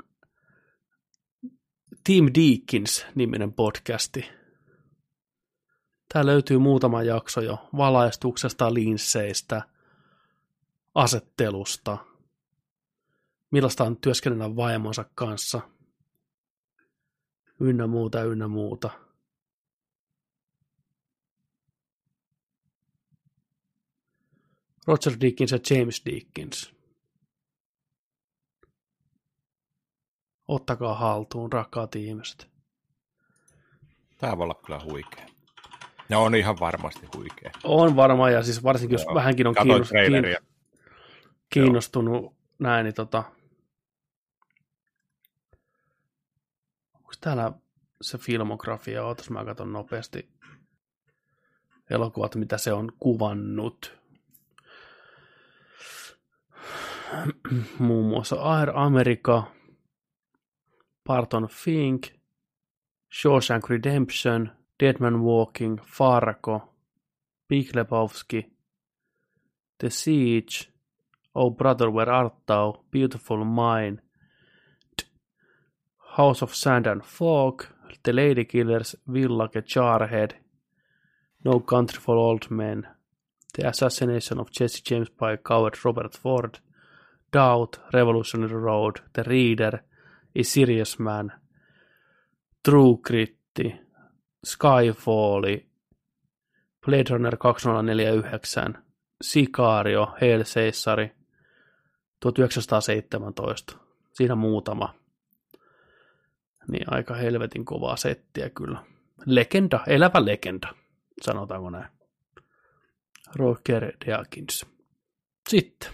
Team Deakins-niminen podcasti. Tää löytyy muutama jakso jo valaistuksesta, linsseistä, asettelusta, millaista on työskennellä vaimonsa kanssa, ynnä muuta, ynnä muuta. Roger Deakins ja James Deakins. Ottakaa haltuun, rakkaat ihmiset. Tämä voi olla kyllä huikea. No on ihan varmasti huikea. On varmaan, ja siis varsinkin jos Joo. vähänkin on kiinnostunut, kiinnostunut Joo. näin, niin tota... Onko täällä se filmografia? Ootas mä katson nopeasti elokuvat, mitä se on kuvannut. Muun muassa Air America, Barton Fink, Shawshank Redemption, Dead Man Walking, Fargo, Big Lebowski, The Siege, Oh Brother Where Art Thou, Beautiful Mind, House of Sand and Fog, The Lady Killers, Village, Jarhead, No Country for Old Men, The Assassination of Jesse James by Coward Robert Ford, Doubt, Revolutionary Road, The Reader, A Serious Man, True Grit, Skyfall, Blade Runner kaksituhattaneljäkymmentäyhdeksän, Sicario, Hail Caesar, tuhatyhdeksänsataaseitsemäntoista. Siinä muutama. Niin aika helvetin kovaa settiä kyllä. Legenda, elävä legenda, sanotaanko näin. Roger Deakins. Sitten.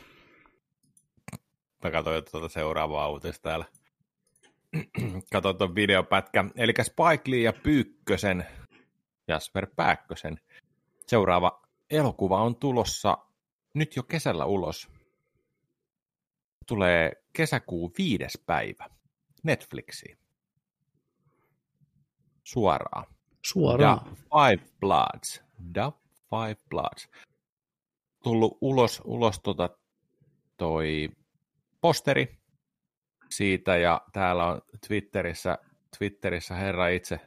Mä katsoin tuota seuraavaa uutista täällä. Katsoin tuon videopätkän. Eli Spike Lee ja Pyykkösen, Jasper Pääkkösen seuraava elokuva on tulossa nyt jo kesällä ulos. Tulee kesäkuun viides päivä Netflixiin. Suoraan. Suoraan. The Five Bloods. The Five Bloods. Tullut ulos, ulos tota toi posteri siitä, ja täällä on Twitterissä, Twitterissä herra itse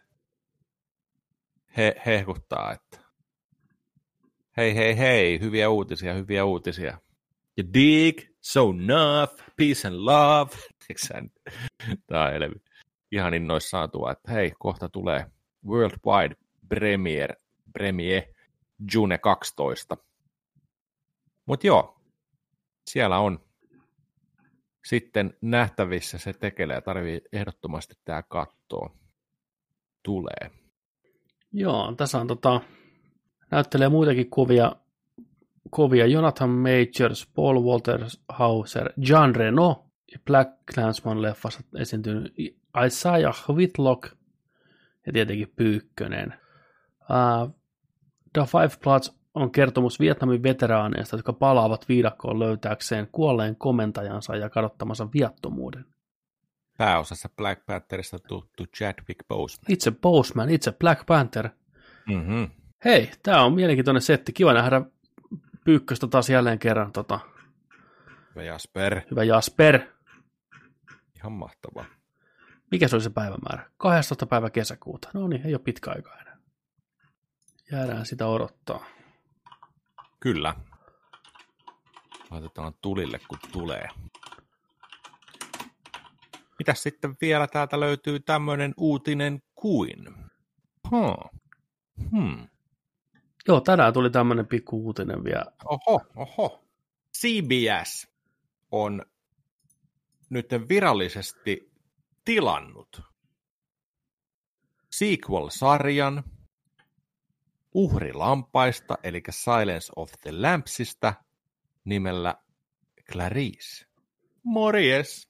he, hehkuttaa, että hei, hei, hei, hyviä uutisia, hyviä uutisia. Ja dig, so enough, peace and love. Tämä on elevy. Ihan innoissaan tuo, että hei, kohta tulee Worldwide Premiere, Premiere June kaksitoista. Mutta joo, siellä on sitten nähtävissä se tekelee, tarvii ehdottomasti tämä katsoa. Tulee. Joo, tässä on tota, näyttelee muitakin kovia, kovia Jonathan Majors, Paul Walter Hauser, Jean Reno ja Black Klansman-leffassa esiintynyt Isaiah Whitlock ja tietenkin Pyykkönen. Uh, The Five Bloods on kertomus Vietnamin veteraaneista, jotka palaavat viidakkoon löytääkseen kuolleen komentajansa ja kadottamansa viattomuuden. Pääosassa Black Pantherista tuttu Chadwick Boseman. Itse Boseman, itse Black Panther. Mm-hmm. Hei, tämä on mielenkiintoinen setti. Kiva nähdä Pyykköstä taas jälleen kerran. Tota. Hyvä Jasper. Hyvä Jasper. Ihan mahtavaa. Mikä se oli se päivämäärä? kahdestoista päivä kesäkuuta. No niin, ei ole pitkä aika enää. Jäädään sitä odottaa. Kyllä. Laitetaan tulille, kun tulee. Mitäs sitten vielä täältä löytyy tämmöinen uutinen kuin? Huh. Hmm. Joo, tänään tuli tämmöinen pikku uutinen vielä. Oho, oho. C B S on nyt virallisesti tilannut sequel-sarjan Uhrilampaista, eli Silence of the Lambsista, nimellä Clarice. Morjes!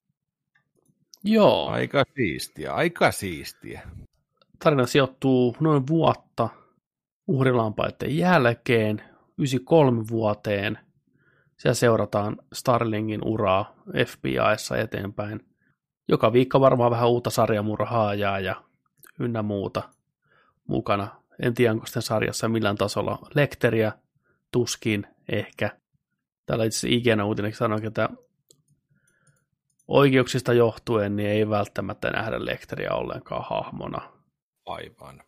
Joo. Aika siistiä, aika siistiä. Tarina sijoittuu noin vuotta Uhrilampaiden jälkeen, yhdeksänkymmentäkolme vuoteen. Siellä seurataan Starlingin uraa F B I:ssa eteenpäin. Joka viikko varmaan vähän uutta sarjamurhaajaa ja ynnä muuta mukana. En tiedä, onko sitten sarjassa millään tasolla Lecteriä, tuskin, ehkä. Täällä itse asiassa I G N-uutinen sanoi, että oikeuksista johtuen niin ei välttämättä nähdä Lecteriä ollenkaan hahmona. Aivan.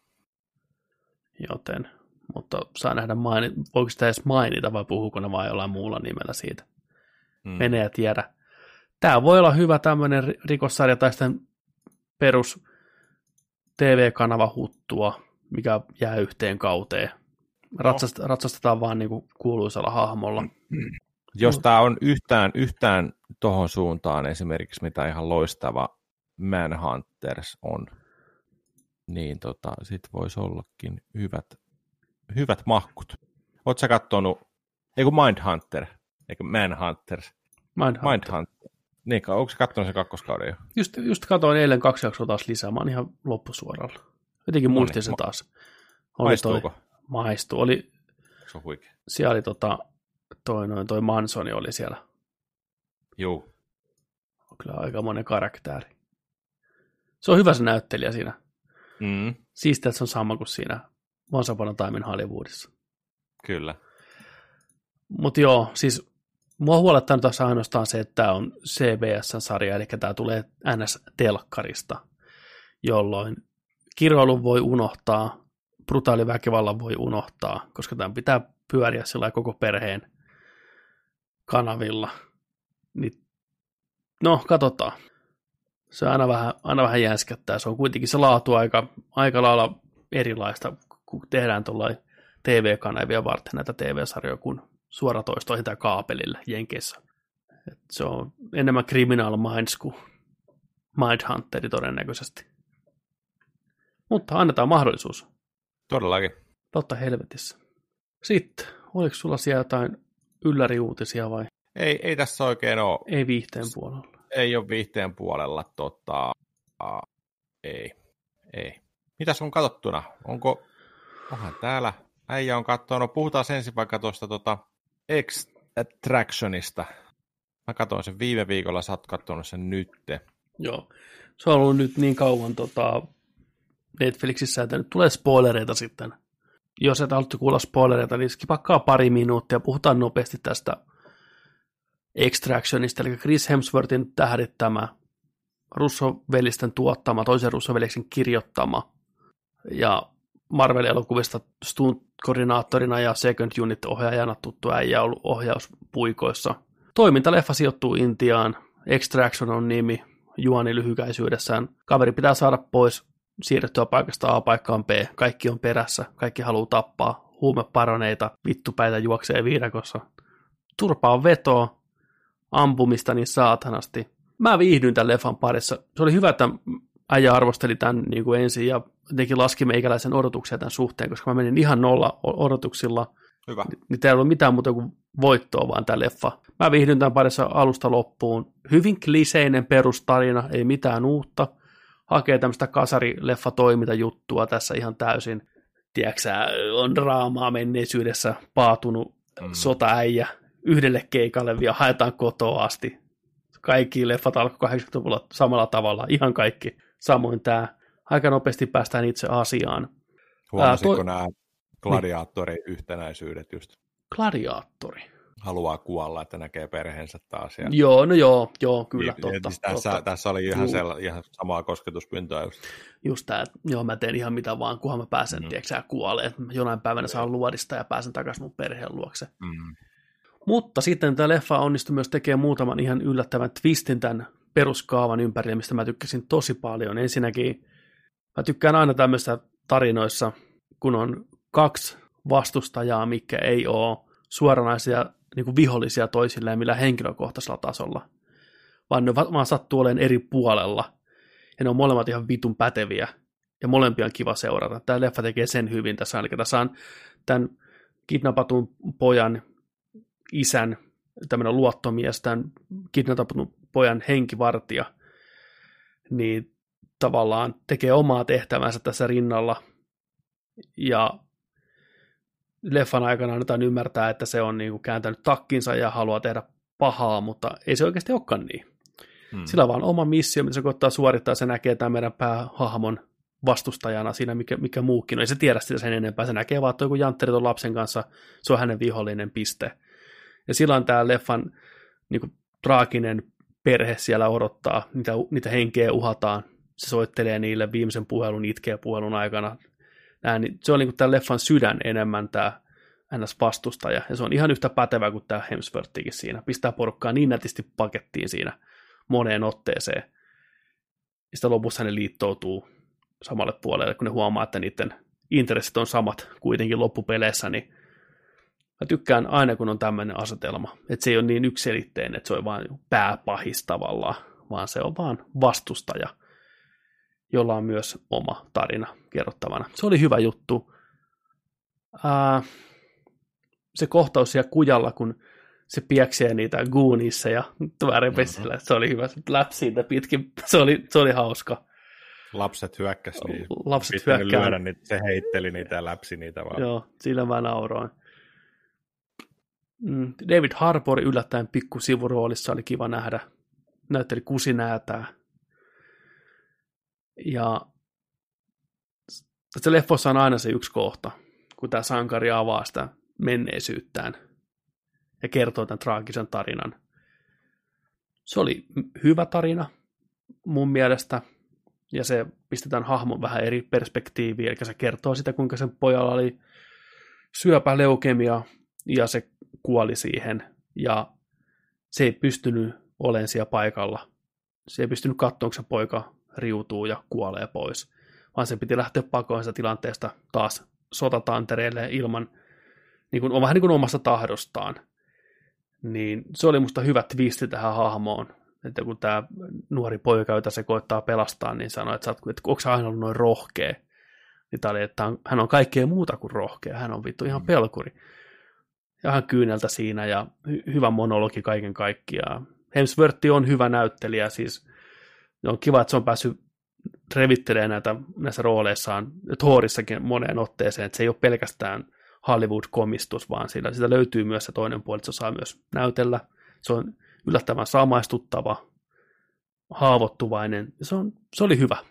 Joten, mutta saa nähdä, maini- voiko sitä edes mainita vai puhuuko ne vai jollain muulla nimellä siitä. Hmm. Menee ja tiedä. Tämä voi olla hyvä tämmöinen rikossarja tai sitten perus T V-kanava huttua, mikä jää yhteen kauteen. Ratsast- no. Ratsastetaan vaan niin kuin kuuluisella hahmolla. Jos tämä on yhtään, yhtään tohon suuntaan esimerkiksi, mitä ihan loistava Manhunters on, niin tota, sit voisi ollakin hyvät, hyvät mahkut. Ootko sä kattonut, ei kun Mindhunter, eikö Manhunters? Mindhunter. Mindhunter. Niin, onko sä kattonut sen kakkoskauden jo? Just, just katsoin eilen kaksi jaksoa taas lisää, mä oon ihan loppusuoralla. Jotenkin no muistin niin, sen ma- taas. Oli Maistuuko? Toi, maistuu. Oli, se on huikea. siellä oli tota, toi, noin, toi Mansoni oli siellä. Joo. Kyllä aikamoinen karakteri. Se on hyvä se näyttelijä siinä. Mm, Siistiä, että se on sama kuin siinä Once Upon a Time in Hollywoodissa. kyllä. Mutta joo, siis mua huolettaa nyt ainoastaan se, että tämä on C B S-sarja, eli tämä tulee N S-telkkarista, jolloin kirjoilun voi unohtaa, brutaali väkivallan voi unohtaa, koska tämän pitää pyöriä sillä koko perheen kanavilla. Niin, no, katsotaan. Se aina vähän, aina vähän jänskättää. Se on kuitenkin se laatu aika, aika lailla erilaista, kun tehdään tuollain T V-kanavia varten näitä T V-sarjoja kuin suoratoistoihin tai kaapelille Jenkeissä. Et se on enemmän Criminal Minds kuin Mindhunteri todennäköisesti. Mutta annetaan mahdollisuus. Todellakin. Totta helvetissä. Sitten, oliko sulla siellä jotain ylläriuutisia vai? Ei, ei tässä oikein ole. Ei viihteen puolella. Ei ole viihteen puolella. Tota, uh, ei, ei. Mitäs on katsottuna? Onko, onhan täällä, äijä on katsonut. Puhutaan ensin vaikka tuosta tota Extractionista. Mä katsoin sen viime viikolla, sä oot katsonut sen nytte. Joo, se on ollut nyt niin kauan tota, Netflixissä, että nyt tulee spoilereita sitten. Jos et haluatte kuulla spoilereita, niin skipakkaa pari minuuttia. Puhutaan nopeasti tästä Extractionista, eli Chris Hemsworthin tähdittämä, Russo-velisten tuottama, toisen Russo-veljeksen kirjoittama ja Marvel-elokuvista stunt-koordinaattorina ja second unit-ohjaajana tuttu äijä ollut ohjauspuikoissa. Toimintaleffa sijoittuu Intiaan, Extraction on nimi, juoni lyhykäisyydessään. Kaveri pitää saada pois siirrettyä paikasta A paikkaan B. Kaikki on perässä, kaikki haluaa tappaa, huumeparoneita, vittupäitä juoksee viidakossa. Turpaa vetoa, ampumista niin saatanasti. Mä viihdyin tämän leffan parissa. Se oli hyvä, että äijä arvosteli tämän niin kuin ensin ja jotenkin laski meikäläisen odotuksia tämän suhteen, koska mä menin ihan nolla odotuksilla. Hyvä. Niin täällä ei ollut mitään muuta kuin voittoa vaan tämä leffa. Mä viihdyin tämän parissa alusta loppuun. Hyvin kliseinen perustarina, ei mitään uutta. Hakee tämmöistä kasarileffa-toimintajuttua tässä ihan täysin. Tiedätkö on draamaa menneisyydessä paatunut mm. sotaäijä yhdelle keikalle vielä haetaan kotoa asti. Kaikki leffat alkoi kahdeksankymmentäluvulla samalla tavalla, ihan kaikki. Samoin tämä. Aika nopeasti päästään itse asiaan. Huomasitko Ää, to... nämä gladiaattorin niin. yhtenäisyydet just? Gladiaattori? haluaa kuolla, että näkee perheensä taas. Ja... Joo, no joo, joo, kyllä, niin, totta. Siis tässä, totta. tässä oli ihan, sella, ihan samaa kosketuspintoa. Just, just tämä, että joo, mä teen ihan mitä vaan, kunhan mä pääsen, mm. tiedätkö sä, kuolee, että jonain päivänä saan luodista ja pääsen takaisin mun perheen luokse. Mm. Mutta sitten tämä leffa onnistui myös tekemään muutaman ihan yllättävän twistin tämän peruskaavan ympärille, mistä mä tykkäsin tosi paljon. Ensinnäkin mä tykkään aina tämmöistä tarinoissa, kun on kaksi vastustajaa, mikä ei ole suoranaisia niin kuin vihollisia toisilleen millä henkilökohtaisella tasolla, vaan ne vaan sattuu olemaan eri puolella, ja ne on molemmat ihan vitun päteviä, ja molempia on kiva seurata. Tämä leffa tekee sen hyvin tässä, eli tässä on tämän kidnappatun pojan isän, tämmöinen luottomies, tämän kidnappatun pojan henkivartija, niin tavallaan tekee omaa tehtävänsä tässä rinnalla, ja leffan aikana annetaan ymmärtää, että se on niinku kääntänyt takkinsa ja haluaa tehdä pahaa, mutta ei se oikeasti olekaan niin. Hmm. Sillä on vaan oma missio, mitä se koittaa suorittaa, se näkee tämän meidän päähahmon vastustajana siinä, mikä, mikä muukin. No ei se tiedä sitä sen enempää, se näkee vaan, että joku jantteri ton lapsen kanssa, se on hänen vihollinen piste. Ja sillä on tämä leffan niinku traaginen perhe siellä odottaa, niitä, niitä henkeä uhataan, se soittelee niille viimeisen puhelun, itkee puhelun aikana. Nää, niin se on niin kuin tämän leffan sydän enemmän tämä N S-vastustaja, ja se on ihan yhtä pätevä kuin tämä Hemsworthikin siinä. Pistää porukkaa niin nätisti pakettiin siinä moneen otteeseen. Ja sitten lopussa ne liittoutuu samalle puolelle, kun ne huomaa, että niiden intressit on samat kuitenkin loppupeleissä, niin mä tykkään aina, kun on tämmöinen asetelma. Että se ei ole niin yksiselitteinen, että se on vain pääpahis tavallaan, vaan se on vaan vastustaja, jolla on myös oma tarina kerrottavana. Se oli hyvä juttu. Ää, se kohtaus siellä kujalla, kun se pieksee niitä Gooniissa ja tvärepessillä, mm-hmm. se oli hyvä. Se läpsi siitä pitkin, se oli, se oli hauska. Lapset hyökkäsi, niin Lapset hyökkää. lyödä, niin se heitteli niitä ja läpsi niitä vaan. Joo, sillä mä nauroin. David Harbour yllättäen pikku sivuroolissa oli kiva nähdä. Näytteli kusinäätää. Ja tässä leffossa on aina se yksi kohta, kun tämä sankari avaa sitä menneisyyttään ja kertoo tämän traagisen tarinan. Se oli hyvä tarina mun mielestä, ja se pistetään hahmon vähän eri perspektiiviin, eli se kertoo sitä, kuinka sen pojalla oli syöpäleukemia, ja se kuoli siihen, ja se ei pystynyt olemaan siellä paikalla. Se ei pystynyt katsomaan, kun se poika riutuu ja kuolee pois, vaan se piti lähteä pakoon sitä tilanteesta taas sotatantereelle ilman, niin kuin, vähän niin kuin omasta tahdostaan. Niin se oli musta hyvä twisti tähän hahmoon, että kun tämä nuori poika, jota se koittaa pelastaa, niin sanoi, että, että onko se aina ollut noin rohkea, niin tämä oli, että hän on kaikkea muuta kuin rohkea, hän on vittu ihan pelkuri. Ja hän kyyneltä siinä, ja hy- hyvä monologi kaiken kaikkiaan. Hemsworth on hyvä näyttelijä, siis on kiva, että se on päässyt revittelemään näitä, näissä rooleissaan Thorissakin moneen otteeseen, että se ei ole pelkästään Hollywood-komistus, vaan siitä, siitä löytyy myös se toinen puoli, että se osaa myös näytellä. Se on yllättävän samaistuttava, haavoittuvainen, ja se, on, se oli hyvä.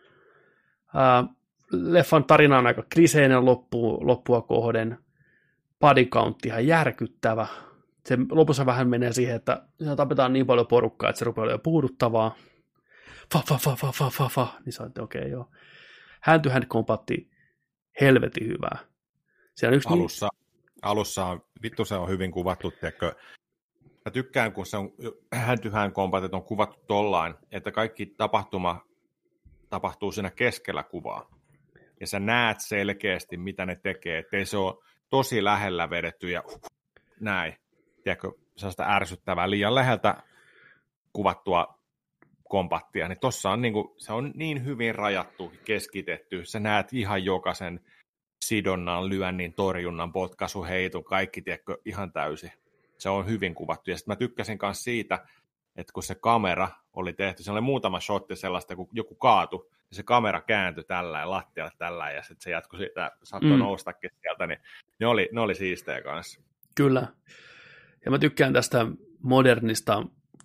Ää, leffan tarina on aika kriseinen loppu, loppua kohden, body count ihan järkyttävä. Se lopussa vähän menee siihen, että tapetaan niin paljon porukkaa, että se rupeaa olemaan puuduttavaa. Fa, fa, fa, fa, fa, fa, fa. Niin sanoin, että okei, okay, joo. Hand to hand kompatti, helvetin hyvää. Siellä on yksi alussa, niin... alussa on, vittu se on hyvin kuvattu, tiedätkö. Mä tykkään, kun se on hand to hand kompatit on kuvattu tollain, että kaikki tapahtuma tapahtuu siinä keskellä kuvaa. Ja sä näet selkeästi, mitä ne tekee, ettei se ole tosi lähellä vedetty ja näin. Tiedätkö, sellaista ärsyttävää, liian läheltä kuvattua kompattia, niin tossa on, niin kuin, se on niin hyvin rajattu, keskitetty, sä näet ihan jokaisen sidonnan, lyönnin, torjunnan, potkaisu, heitu, kaikki, tiedätkö, ihan täysin. Se on hyvin kuvattu, ja sitten mä tykkäsin myös siitä, että kun se kamera oli tehty, se oli muutama shotti sellaista, kun joku kaatui, ja se kamera kääntyi tällä ja lattialle tällä, ja sitten se jatkui siitä, saattoi mm. noustakin sieltä, niin ne oli, ne oli siistejä kanssa. Kyllä. Ja mä tykkään tästä modernista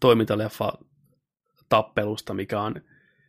toimintaleffa-tappelusta, mikä on,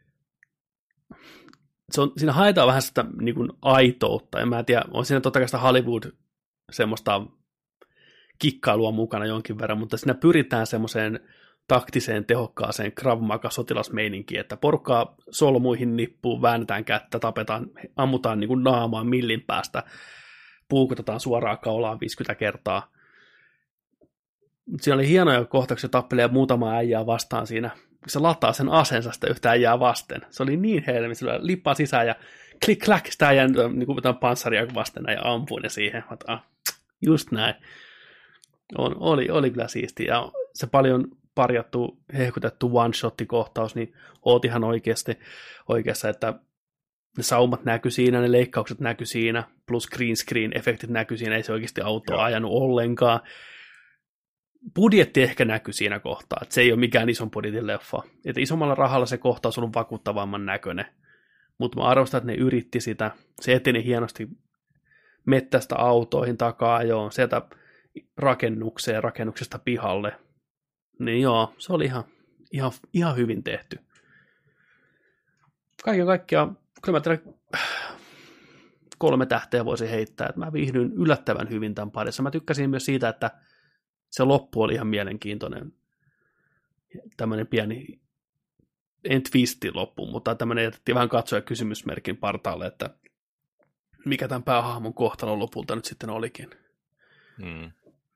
se on, siinä haetaan vähän sitä niin kuin aitoutta, en mä tiedä, on siinä totta kai sitä Hollywood semmoista kikkailua mukana jonkin verran, mutta siinä pyritään semmoiseen taktiseen, tehokkaaseen Krav Maga sotilasmeininkiin, että porukkaa solmuihin nippuu, väännetään kättä, tapetaan, ammutaan niin kuin naamaan millin päästä, puukutetaan suoraan kaulaan viisikymmentä kertaa. Siinä oli hienoja kohtauksia, tappelee muutama äijää vastaan siinä, kun se lataa sen aseensa sitä yhtä äijää vasten. Se oli niin helmi, se lippaa sisään ja klik kläk sitä äijää niin kuin panssaria vasten ja ampuu ne siihen. Ah, just näin. On, oli, oli kyllä siistiä. Ja se paljon parjattu, hehkutettu one-shotti-kohtaus, niin oot ihan oikeasti oikeassa, että ne saumat näkyi siinä, ne leikkaukset näkyi siinä, plus green screen-efektit näkyi siinä, ei se oikeasti autoa ajanut ollenkaan. Budjetti ehkä näkyy siinä kohtaa, että se ei ole mikään ison budjetin leffa. Että isommalla rahalla se kohtaus on ollut vakuuttavamman näköinen. Mutta mä arvostan, että ne yritti sitä. Se eteni hienosti mettästä autoihin takaa, joo, sieltä rakennukseen, rakennuksesta pihalle. Niin joo, se oli ihan, ihan, ihan hyvin tehty. Kaiken kaikkiaan, kyllä mä tiedän, kolme tähteä voisin heittää, että mä viihdyin yllättävän hyvin tämän parissa. Mä tykkäsin myös siitä, että se loppu oli ihan mielenkiintoinen. Tämmöinen pieni, en twisti loppu, mutta tämmöinen jätettiin vähän katsoja kysymysmerkin partaalle, että mikä tämän päähahmon kohtalon lopulta nyt sitten olikin. Hmm.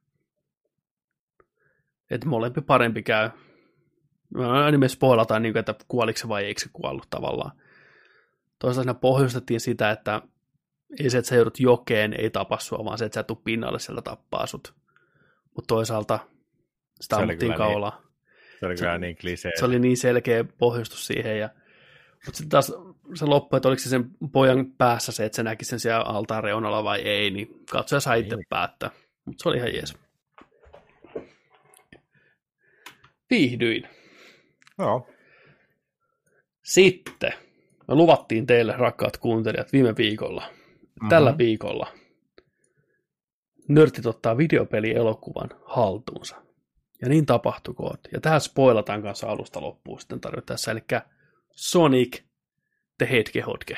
Että molempi parempi käy. Aina me spoilataan, että kuoliko se vai eikö se kuollut tavallaan. Toisaalta siinä pohjustettiin sitä, että ei se, että sä joudut jokeen, ei tapa sua, vaan se, että sä tuu pinnalle, sieltä tappaa sut. Mutta toisaalta sitä ammuttiin kaulaa. Niin, se oli kyllä niin klisee. Se oli niin selkeä pohjustus siihen. Ja, mutta sitten taas se loppu, että oliko se sen pojan päässä se, että se näki sen siellä altaan reunalla vai ei, niin katsoja sai itse päättää. Mutta se oli ihan jees. Viihdyin. Joo. Sitten me luvattiin teille, rakkaat kuuntelijat, viime viikolla. Mm-hmm. Tällä viikolla nörtit ottaa videopelielokuvan haltuunsa. Ja niin tapahtukoon. Ja tähän spoilataan kanssa alusta loppuun sitten tarvittaessa. Eli Sonic the Hedgehog.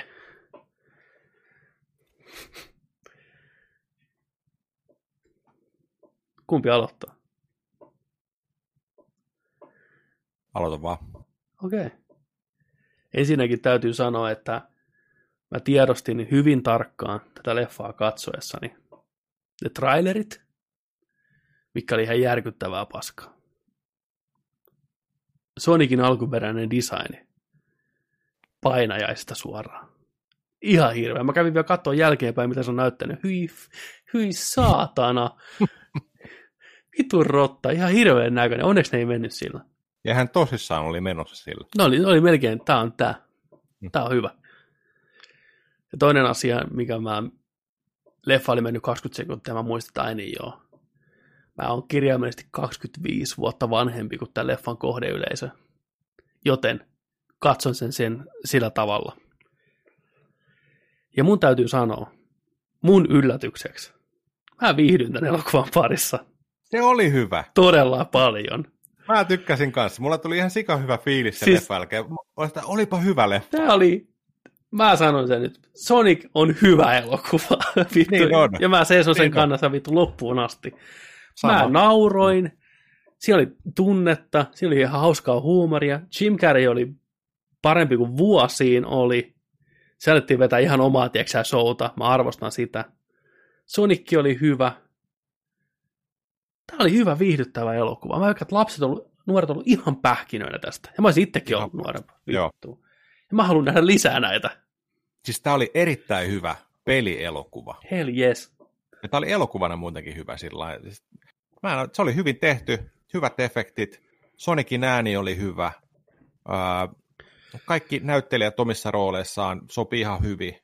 Kumpi aloittaa? Aloita vaan. Okei. Okay. Ensinnäkin täytyy sanoa, että mä tiedostin hyvin tarkkaan tätä leffaa katsoessani ne trailerit, mikä oli ihan järkyttävää paskaa. Sonicin alkuperäinen design painajaista suoraan. Ihan hirveä. Mä kävin vielä katsoa jälkeenpäin, mitä se on näyttänyt. Hyi, hyi saatana. Vitun rotta. Ihan hirveän näköinen. Onneksi ne ei mennyt sillä. Ja hän tosissaan oli menossa sillä. No oli, oli melkein. Tää on tää. Tää on hyvä. Ja toinen asia, mikä mä... Leffa oli mennyt kaksikymmentä sekuntia, mä muistan aina joo. Mä oon kirjaimellisesti kaksikymmentäviisi vuotta vanhempi kuin tämän leffan kohdeyleisö. Joten katson sen, sen sillä tavalla. Ja mun täytyy sanoa, mun yllätykseksi, mä viihdyn tämän elokuvan parissa. Se oli hyvä. Todella paljon. Mä tykkäsin kanssa. Mulla tuli ihan sika hyvä fiilis sen siis, leffan jälkeen. Olipa hyvä leffa. Tää oli... Mä sanon sen nyt, Sonic on hyvä elokuva, vittu. Niin on. Ja mä seison sen niin kannassa vittu loppuun asti. Sama. Mä nauroin, siinä oli tunnetta, siinä oli ihan hauskaa huumoria, Jim Carrey oli parempi kuin vuosiin oli, se alettiin vetää ihan omaa, tieksää, showta, mä arvostan sitä. Sonic oli hyvä. Tää oli hyvä viihdyttävä elokuva. Mä vaikka, että lapset ollut, nuoret ollut ihan pähkinöinä tästä, ja mä olisin itsekin ollut nuorempi. Vittu. Ja mä haluan nähdä lisää näitä. Siis tää oli erittäin hyvä pelielokuva. Hell yes. Ja tää oli elokuvana muutenkin hyvä sillä lailla. Mä, se oli hyvin tehty, hyvät efektit, Sonicin ääni oli hyvä, ää, kaikki näyttelijät omissa rooleissaan sopii ihan hyvin.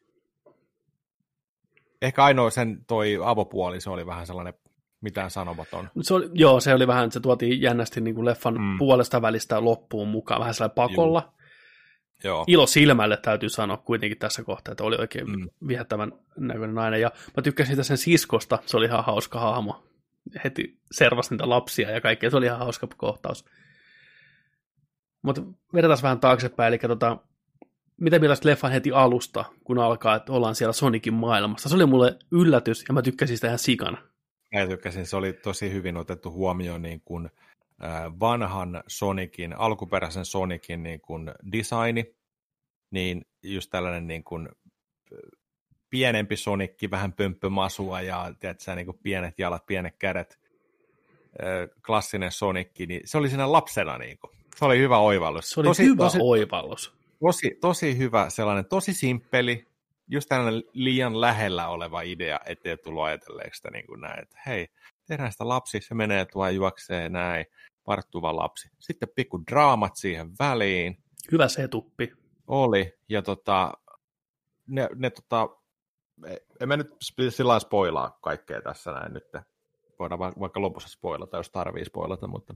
Ehkä ainoa sen toi avopuoli, se oli vähän sellainen mitään sanomaton. Se oli, joo, se oli vähän, se tuotiin jännästi niin kuin leffan mm. puolesta välistä loppuun mukaan, vähän sellainen pakolla. Juu. Joo. Ilo silmälle täytyy sanoa kuitenkin tässä kohtaa, että oli oikein mm. viehättävän näköinen nainen. Ja mä tykkäsin sitä sen siskosta, se oli ihan hauska hahmo. Heti servasi niitä lapsia ja kaikkea, se oli ihan hauska kohtaus. Mutta vedetään vähän taaksepäin, eli tota, mitä millaista leffan heti alusta, kun alkaa, että ollaan siellä Sonicin maailmassa. Se oli mulle yllätys, ja mä tykkäsin sitä ihan sikana. mä tykkäsin, se oli tosi hyvin otettu huomioon niin kuin, äh, vanhan Sonicin, alkuperäisen Sonicin niin kuin designi, niin just tällainen niin kuin, pienempi Sonicki, vähän pömppömasua ja tiedätkö, niin kuin pienet jalat, pienet kädet, äh, klassinen Sonicki, niin se oli siinä lapsena niin kuin. Se oli hyvä oivallus. Se oli tosi, hyvä tosi, oivallus. Tosi, tosi hyvä sellainen, tosi simppeli, just tällainen liian lähellä oleva idea, ettei tullut ajatelleeksi sitä niin kuin näin, että hei, tehdään sitä lapsi, se menee tuo juoksee näin, varttuva lapsi. Sitten pikku draamat siihen väliin. Hyvä setuppi. Oli, ja tota, ne, ne tota, en mä nyt sillä lailla spoilaa kaikkea tässä näin nyt. Voidaan vaikka lopussa spoilata, jos tarvii spoilata, mutta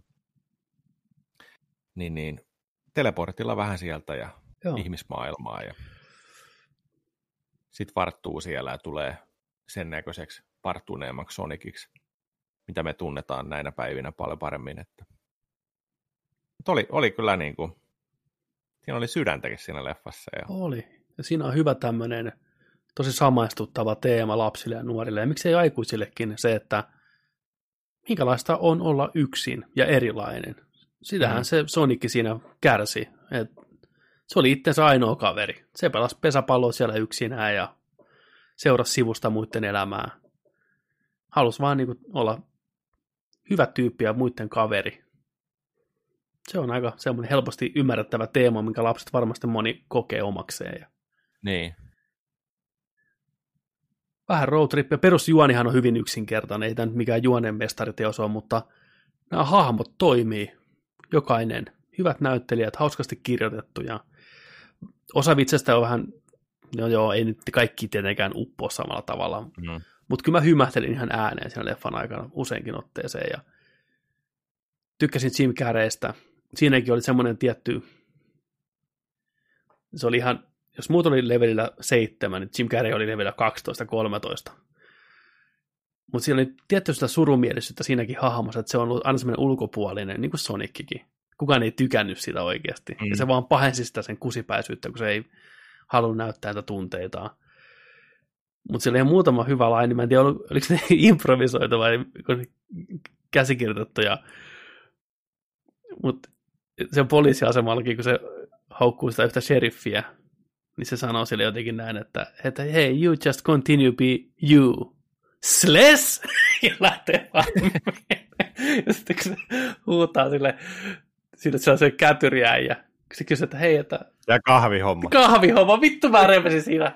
niin, niin teleportilla vähän sieltä ja Joo. ihmismaailmaa ja sitten varttuu siellä ja tulee sen näköiseksi varttuneemmaksi Soniciksi, mitä me tunnetaan näinä päivinä paljon paremmin. Että. Mutta oli, oli kyllä niin kuin, siinä oli sydäntäkin siinä leffassa. Ja. Oli. Ja siinä on hyvä tämmöinen tosi samaistuttava teema lapsille ja nuorille. Ja miksei aikuisillekin se, että minkälaista on olla yksin ja erilainen. Sitähän mm. se Sonic siinä kärsi. Et se oli itsensä ainoa kaveri. Se pelasi pesäpalloa siellä yksinään ja seurasi sivusta muiden elämää. Halusi vaan niinku olla hyvä tyyppi ja muiden kaveri. Se on aika semmoinen helposti ymmärrettävä teema, minkä lapset varmasti moni kokee omakseen. Niin. Vähän roadtrippiä. Perusjuonihan on hyvin yksinkertainen. Ei tämä nyt mikään juonen mestariteos ole, mutta nämä hahmot toimii. Jokainen. Hyvät näyttelijät, hauskasti kirjoitettu ja osa vitsestä on vähän, no joo, ei nyt kaikki tietenkään uppoa samalla tavalla, mm. mutta kyllä mä hymähtelin ihan ääneen siinä leffan aikana useinkin otteeseen ja tykkäsin Jim Carreystä. Siinäkin oli semmoinen tietty, se oli ihan, jos muut oli levelillä seitsemän, niin Jim Carrey oli levelillä kaksitoista kolmetoista. Mutta siinä oli tietty sitä surumielisyyttä siinäkin hahmossa, että se on ollut aina semmoinen ulkopuolinen, niin kuin Sonickikin. Kukaan ei tykännyt sitä oikeasti. Mm. Ja se vaan pahensi sitä sen kusipäisyyttä, kun se ei halua näyttää näitä tunteitaan. Mutta siellä oli muutama hyvä laini. Mä en tiedä, oliko ne improvisoitu vai käsikirjoitettuja. Mutta sen poliisiasemallakin, kun se haukkuu sitä yhtä sheriffiä, niin se sanoo sille jotenkin näin, että, että hey, you just continue be you. Sles! Ja lähtee vaan. Ja sitten kun se huutaa sille, sille se on se kätyriäijä. Kun se kysyy, että hei, että... Ja kahvihomma. Kahvihomma, vittu mä repesin siinä.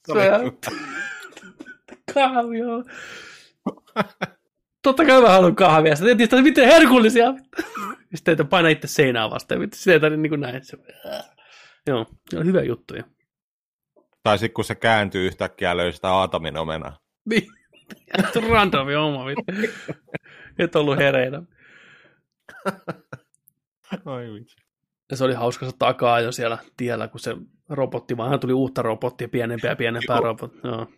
Kahvihomma. Totta kai mä haluan kahvia. Sitten tietysti, että miten herkullisia. Sitten ei paina itse seinää vastaan. Sitten ei tarvitse niin kuin näin. Joo, on hyviä juttuja. Tai sitten kun se kääntyy yhtäkkiä löytää Aatomin omenaa. Niin. Randomi oma, vittu. Et ollut hereillä. Ai vitsi. Ja se oli hauska se takaa jo siellä tiellä, kun se robotti, vaan tuli uutta robottia, pienempää ja pienempää robottia. Joo.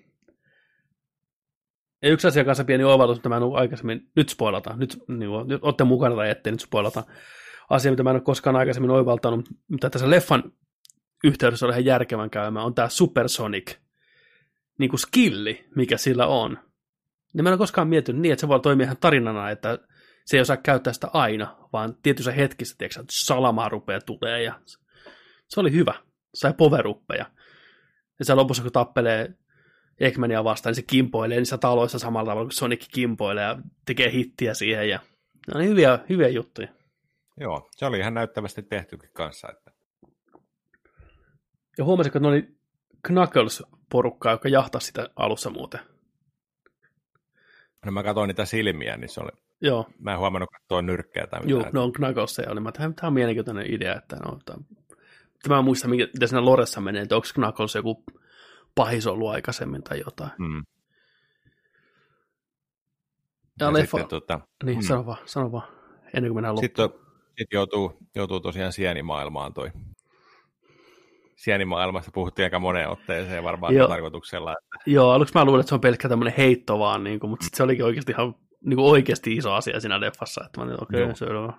Ja yksi asia kanssa pieni oivallus, mitä mä en ole aikaisemmin, nyt spoilata, nyt, niin, nyt olette mukana tai ettei nyt spoilata. Asia, mitä mä en ole koskaan aikaisemmin oivaltanut, mitä tässä leffan yhteydessä on ihan järkevän käymään, on tämä Supersonic niin kuin skilli, mikä sillä on. Niin mä en ole koskaan miettinyt niin, että se voi toimia ihan tarinana, että se ei osaa käyttää sitä aina, vaan tietyissä hetkissä, tiedätkö, että salamaa rupeaa tulee ja se oli hyvä. Sai poweruppeja. Ja se lopussa, kun tappelee Eggmania vastaan, niin se kimpoilee niissä taloissa samalla tavalla kuin Sonic kimpoilee ja tekee hittiä siihen. Ja ne on hyviä, hyviä juttuja. Joo, se oli ihan näyttävästi tehtykin kanssa. Että... Ja huomasitko, että ne oli Knuckles-porukkaa, joka jahtasi sitä alussa muuten. No mä katsoin niitä silmiä, niin se oli... Joo. Mä en huomannut katsoa nyrkkejä tai mitään. Joo, ne on Knucklesia. Oli. Tämä on mielenkiintoinen idea, että no, tämä en muista, mitä siinä Loressa menee, että onko Knuckles joku pahis ollut aikaisemmin tai jotain. Mm. Ja, ja leffa... Sitten, tuota... Niin, mm. sano vaan, sano vaan, ennen kuin mennään loppuun. Sitten, sitten joutuu, joutuu tosiaan sienimaailmaan toi. Sienimaailmasta puhuttiin aika moneen otteeseen varmaan tarkoituksella. Että... Joo, aluksi mä luulin, että se on pelkkä tämmöinen heitto vaan, niin kuin, mutta sitten se olikin oikeasti ihan niin kuin oikeasti iso asia siinä leffassa. Että mä olin, okei, okay, se on.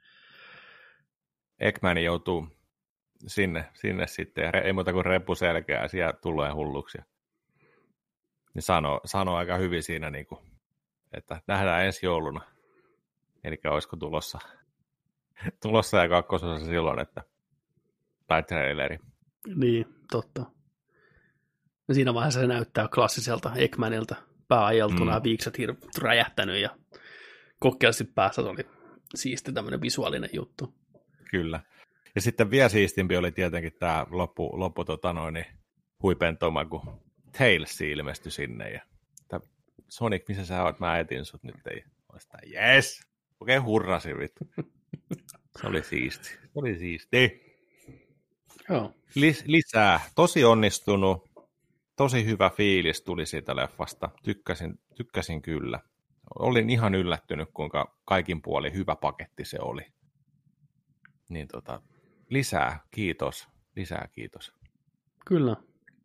Eggman joutuu sinne, sinne sitten, ja ei muuta kuin reppu selkeää, siellä tulee hulluksi. Niin sanoo, sanoo aika hyvin siinä, niin kuin, että nähdään ensi jouluna. Eli olisiko tulossa, tulossa ja kakkososassa silloin, että tai traileri. Niin, totta. Ja siinä vaiheessa se näyttää klassiselta Eggmanilta pääajeltuna mm. viikset hir- räjähtänyt ja kokkeellisesti päässä oli siisti tämmöinen visuaalinen juttu. Kyllä. Ja sitten vielä siistimpi oli tietenkin tämä loppu, loppu tota noin, niin huipentoma, kun Tails ilmestyi sinne. Ja Sonic, missä sä oot? Mä etin sut nyt. Ei ole sitä. Yes! Okei, okay, hurrasin vittu. Se oli siisti. Se oli siisti. Joo. Lis- lisää. Tosi onnistunut. Tosi hyvä fiilis tuli siitä leffasta. Tykkäsin, tykkäsin kyllä. Olin ihan yllättynyt, kuinka kaikin puolin hyvä paketti se oli. Niin tota, lisää kiitos. Lisää kiitos. Kyllä.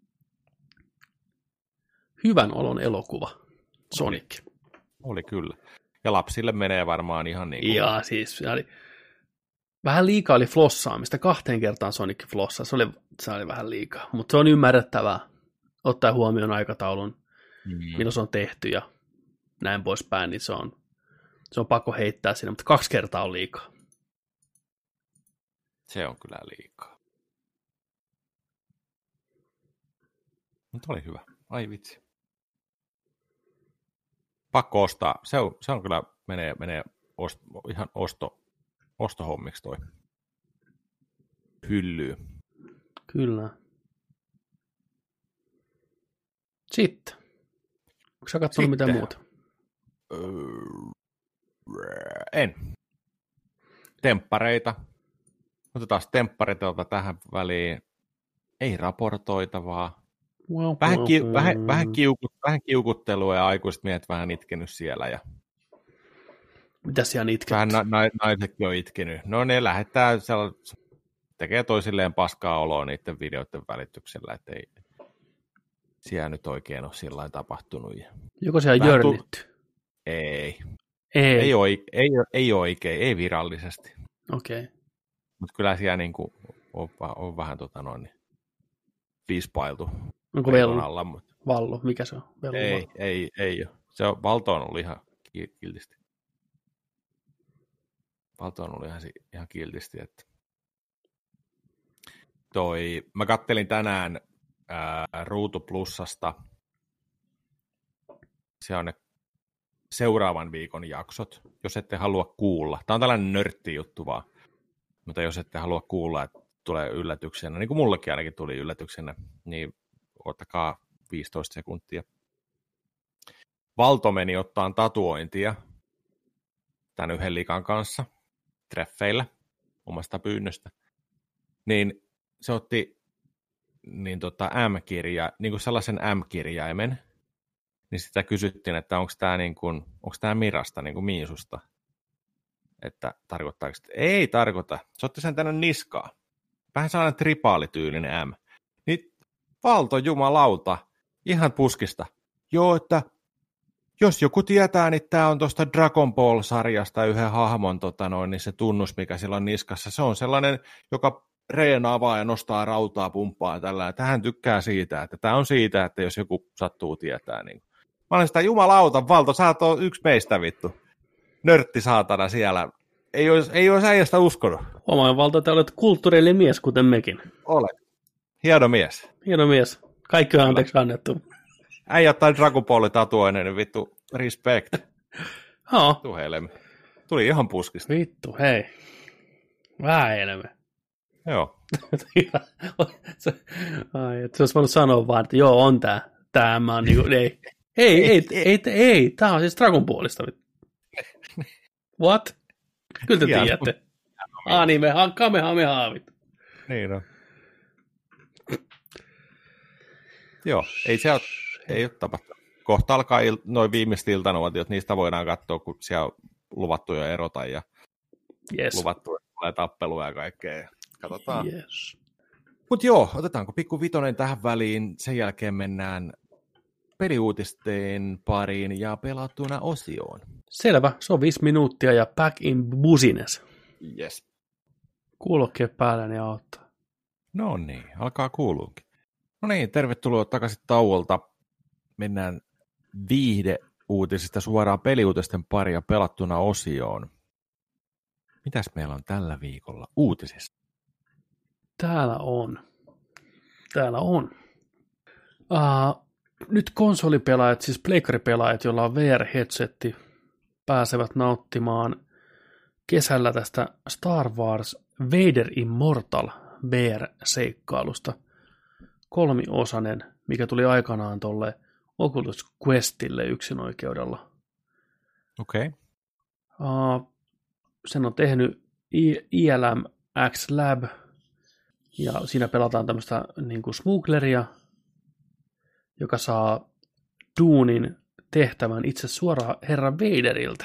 Hyvän olon elokuva. Sonic. Oli, oli kyllä. Ja lapsille menee varmaan ihan niin kuin... Jaa, siis oli... vähän liikaa oli flossaamista. Kahteen kertaan Sonic flossaa. Se oli, se oli vähän liikaa. Mutta se on ymmärrettävää. Ottaa huomioon aikataulun, mm. milloin se on tehty ja näin poispäin, niin se on, se on pakko heittää sinne, mutta kaksi kertaa on liikaa. Se on kyllä liikaa. Mutta oli hyvä. Ai vitsi. Pakko ostaa. Se on, se on kyllä, menee, menee ost, ihan osto, ostohommiksi toi hyllyy. Kyllä. Sitten. Onko sä katsonut mitään muuta? En. Temppareita. Otetaan temppareita tähän väliin. Ei raportoitavaa. Wow, vähän, wow, ki- wow. vähän, vähän, kiukut, vähän kiukuttelua ja aikuiset miehet vähän itkenyt siellä. Ja mitä siellä itket? vähän na- na- naisetkin on itkenyt. No ne lähettää, sell- tekee toisilleen paskaa oloa niiden videoiden välityksellä, että ei siellä nyt oikein ole sillä lailla tapahtunut. Joko siellä on jörnitty? Tu- ei. Ei. Ei, oi- ei, ei oikein, ei virallisesti. Okei. Okay. Mutta kyllä siellä niinku on, on vähän tota noin viispailtu. Onko Vellu? Alla, mutta... Vallo, mikä se on? Vellu, ei, Vallo. ei, ei ole. Se on, Valto on ollut ihan kiltisti. Valto on ollut ihan, ihan kiltisti, että toi, mä kattelin tänään ää, Ruutu Plussasta. Se on ne seuraavan viikon jaksot, jos ette halua kuulla. Tämä on tällainen nörttijuttu vaan, mutta jos ette halua kuulla, että tulee yllätyksenä, niin kuin mullekin ainakin tuli yllätyksenä, niin ottakaa viisitoista sekuntia. Valto meni ottaan tatuointia tämän yhden likan kanssa, treffeillä, omasta pyynnöstä. Niin se otti niin tota M-kirja, niin kuin sellaisen M-kirjaimen, niin sitä kysyttiin, että onko tämä niin kuin, onko tämä Mirasta, niin kuin Miisusta, että tarkoittaako, että ei tarkoita. Se otti sen tänne niskaa. Vähän sellainen tripaalityylinen M. Niin Valto jumalauta, ihan puskista. Joo, että jos joku tietää, niin tämä on tuosta Dragon Ball-sarjasta yhden hahmon tota noin, niin se tunnus, mikä sillä on niskassa. Se on sellainen, joka reenaa vaan ja nostaa rautaa, pumppaa ja tällä. Tähän tykkää siitä, että tämä on siitä, että jos joku sattuu tietää. Niin. Mä olen sitä jumalauta, Valto, sä oot yksi meistä vittu. Nörtti saatana siellä. Ei olisi, ei olisi äijästä uskonut. Huomaan Valto, että olet kulttuurillinen mies, kuten mekin. Olen. Hieno mies. Hieno mies. Kaikki on anteeksi annettu. Äijä tai Dragon Ball tatuoinen, niin vittu, respect. Joo. Tuhelemme. Tuli ihan puskista. Vittu, hei. Vähän enemmän. Joo. se, ai, että se olisi voinut sanoa vaan, että joo, on tää. Tää mä oon niinku, ei. Ei, ei, ei, ei, ei, tää on siis Dragon Ballista. What? Kyllä te tiedätte. Anime, kamehameha. Niin on. Joo, ei se ole, ei ole tapahtunut. Kohta alkaa il, noin viimeiset iltanuotiot, niistä voidaan katsoa, kun siellä on luvattu jo erota ja yes. luvattu, että tulee tappelua ja kaikkea. Katsotaan. Yes. Mutta joo, otetaanko pikku vitonen tähän väliin, sen jälkeen mennään peliuutisten pariin ja pelattuna osioon. Selvä, se on viisi minuuttia ja back in business. Yes. Kuulokkeet päällä niin auttaa. No niin, alkaa kuuluukin. No niin, tervetuloa takaisin tauolta. Mennään viihde uutisista suoraan peliuutisten paria pelattuna osioon. Mitäs meillä on tällä viikolla uutisissa? Täällä on. Täällä on. Uh, nyt konsolipelaajat, siis pleikkaripelaajat, joilla on V R-headsetti, pääsevät nauttimaan kesällä tästä Star Wars Vader Immortal V R-seikkailusta. Kolmiosainen, mikä tuli aikanaan tolle Oculus Questille yksinoikeudella. Okei. Okay. Uh, sen on tehnyt I L M X Lab, ja siinä pelataan tämmöistä niin kuin smuggleria, joka saa duunin tehtävän itse suoraan herra Vaderilta.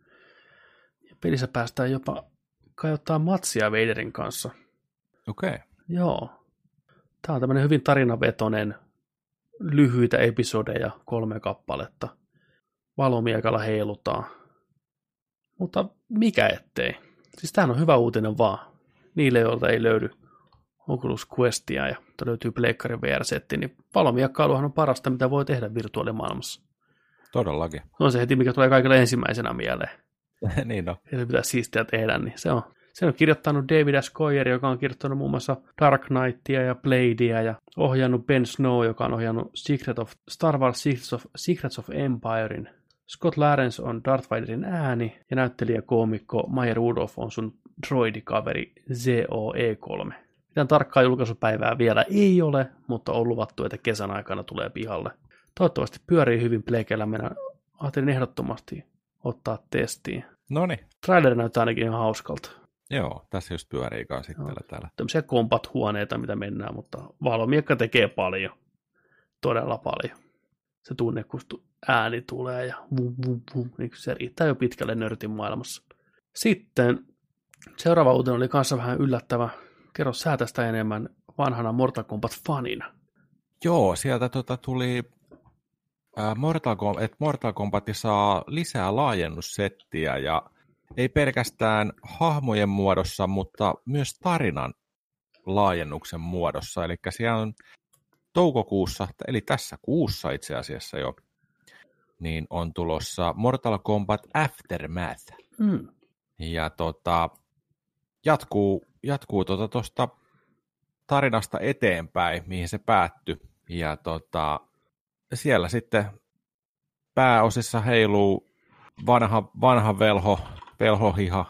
Ja pelissä päästään jopa kajottaa matsia Vaderin kanssa. Okei. Okay. Joo. Tämä on tämmöinen hyvin tarinavetoinen, lyhyitä episodeja, kolme kappaletta. Valomiekalla heilutaan. Mutta mikä ettei. Siis tämähän on hyvä uutinen vaan. Niille, joilta ei löydy Oculus Questia ja löytyy Pleikkarin V R-setti, niin valomiekkailuhan on parasta, mitä voi tehdä virtuaalimaailmassa. Todellakin. On se heti, mikä tulee kaikille ensimmäisenä mieleen. Niin on. Ja se pitää siistiä tehdä, niin se on. Se on kirjoittanut David S. Goyer, joka on kirjoittanut muun muassa Dark Knightia ja Bladea, ja ohjannut Ben Snow, joka on ohjannut Secret of, Star Wars Secrets of, Secrets of Empirein. Scott Lawrence on Darth Vaderin ääni, ja näyttelijäkoomikko Maya Rudolph on sun droidikaveri Z O E kolme. Mitään tarkkaa julkaisupäivää vielä ei ole, mutta on luvattu, että kesän aikana tulee pihalle. Toivottavasti pyörii hyvin pleikeillä. Minä ajattelin ehdottomasti ottaa testiin. Noniin. Traileri näyttää ainakin ihan hauskalta. Joo, tässä just pyörii kanssa sitten täällä. Tämmöisiä kompat-huoneita, mitä mennään, mutta valomiekka tekee paljon. Todella paljon. Se tunne, kun ääni tulee ja vum, vum, vum, niin se riittää jo pitkälle nörtin maailmassa. Sitten seuraava uutinen oli kanssa vähän yllättävä. Kerro sä tästä enemmän vanhana Mortal Kombat-fanina. Joo, sieltä tota tuli äh, Mortal, Kom- että Mortal Kombat saa lisää laajennussettiä ja ei pelkästään hahmojen muodossa, mutta myös tarinan laajennuksen muodossa. Eli siellä on toukokuussa, eli tässä kuussa itse asiassa jo, niin on tulossa Mortal Kombat Aftermath. Mm. Ja tota, jatkuu, jatkuu tuosta tota tarinasta eteenpäin, mihin se päättyi. Ja tota, siellä sitten pääosissa heiluu vanha, vanha velho, velhohiha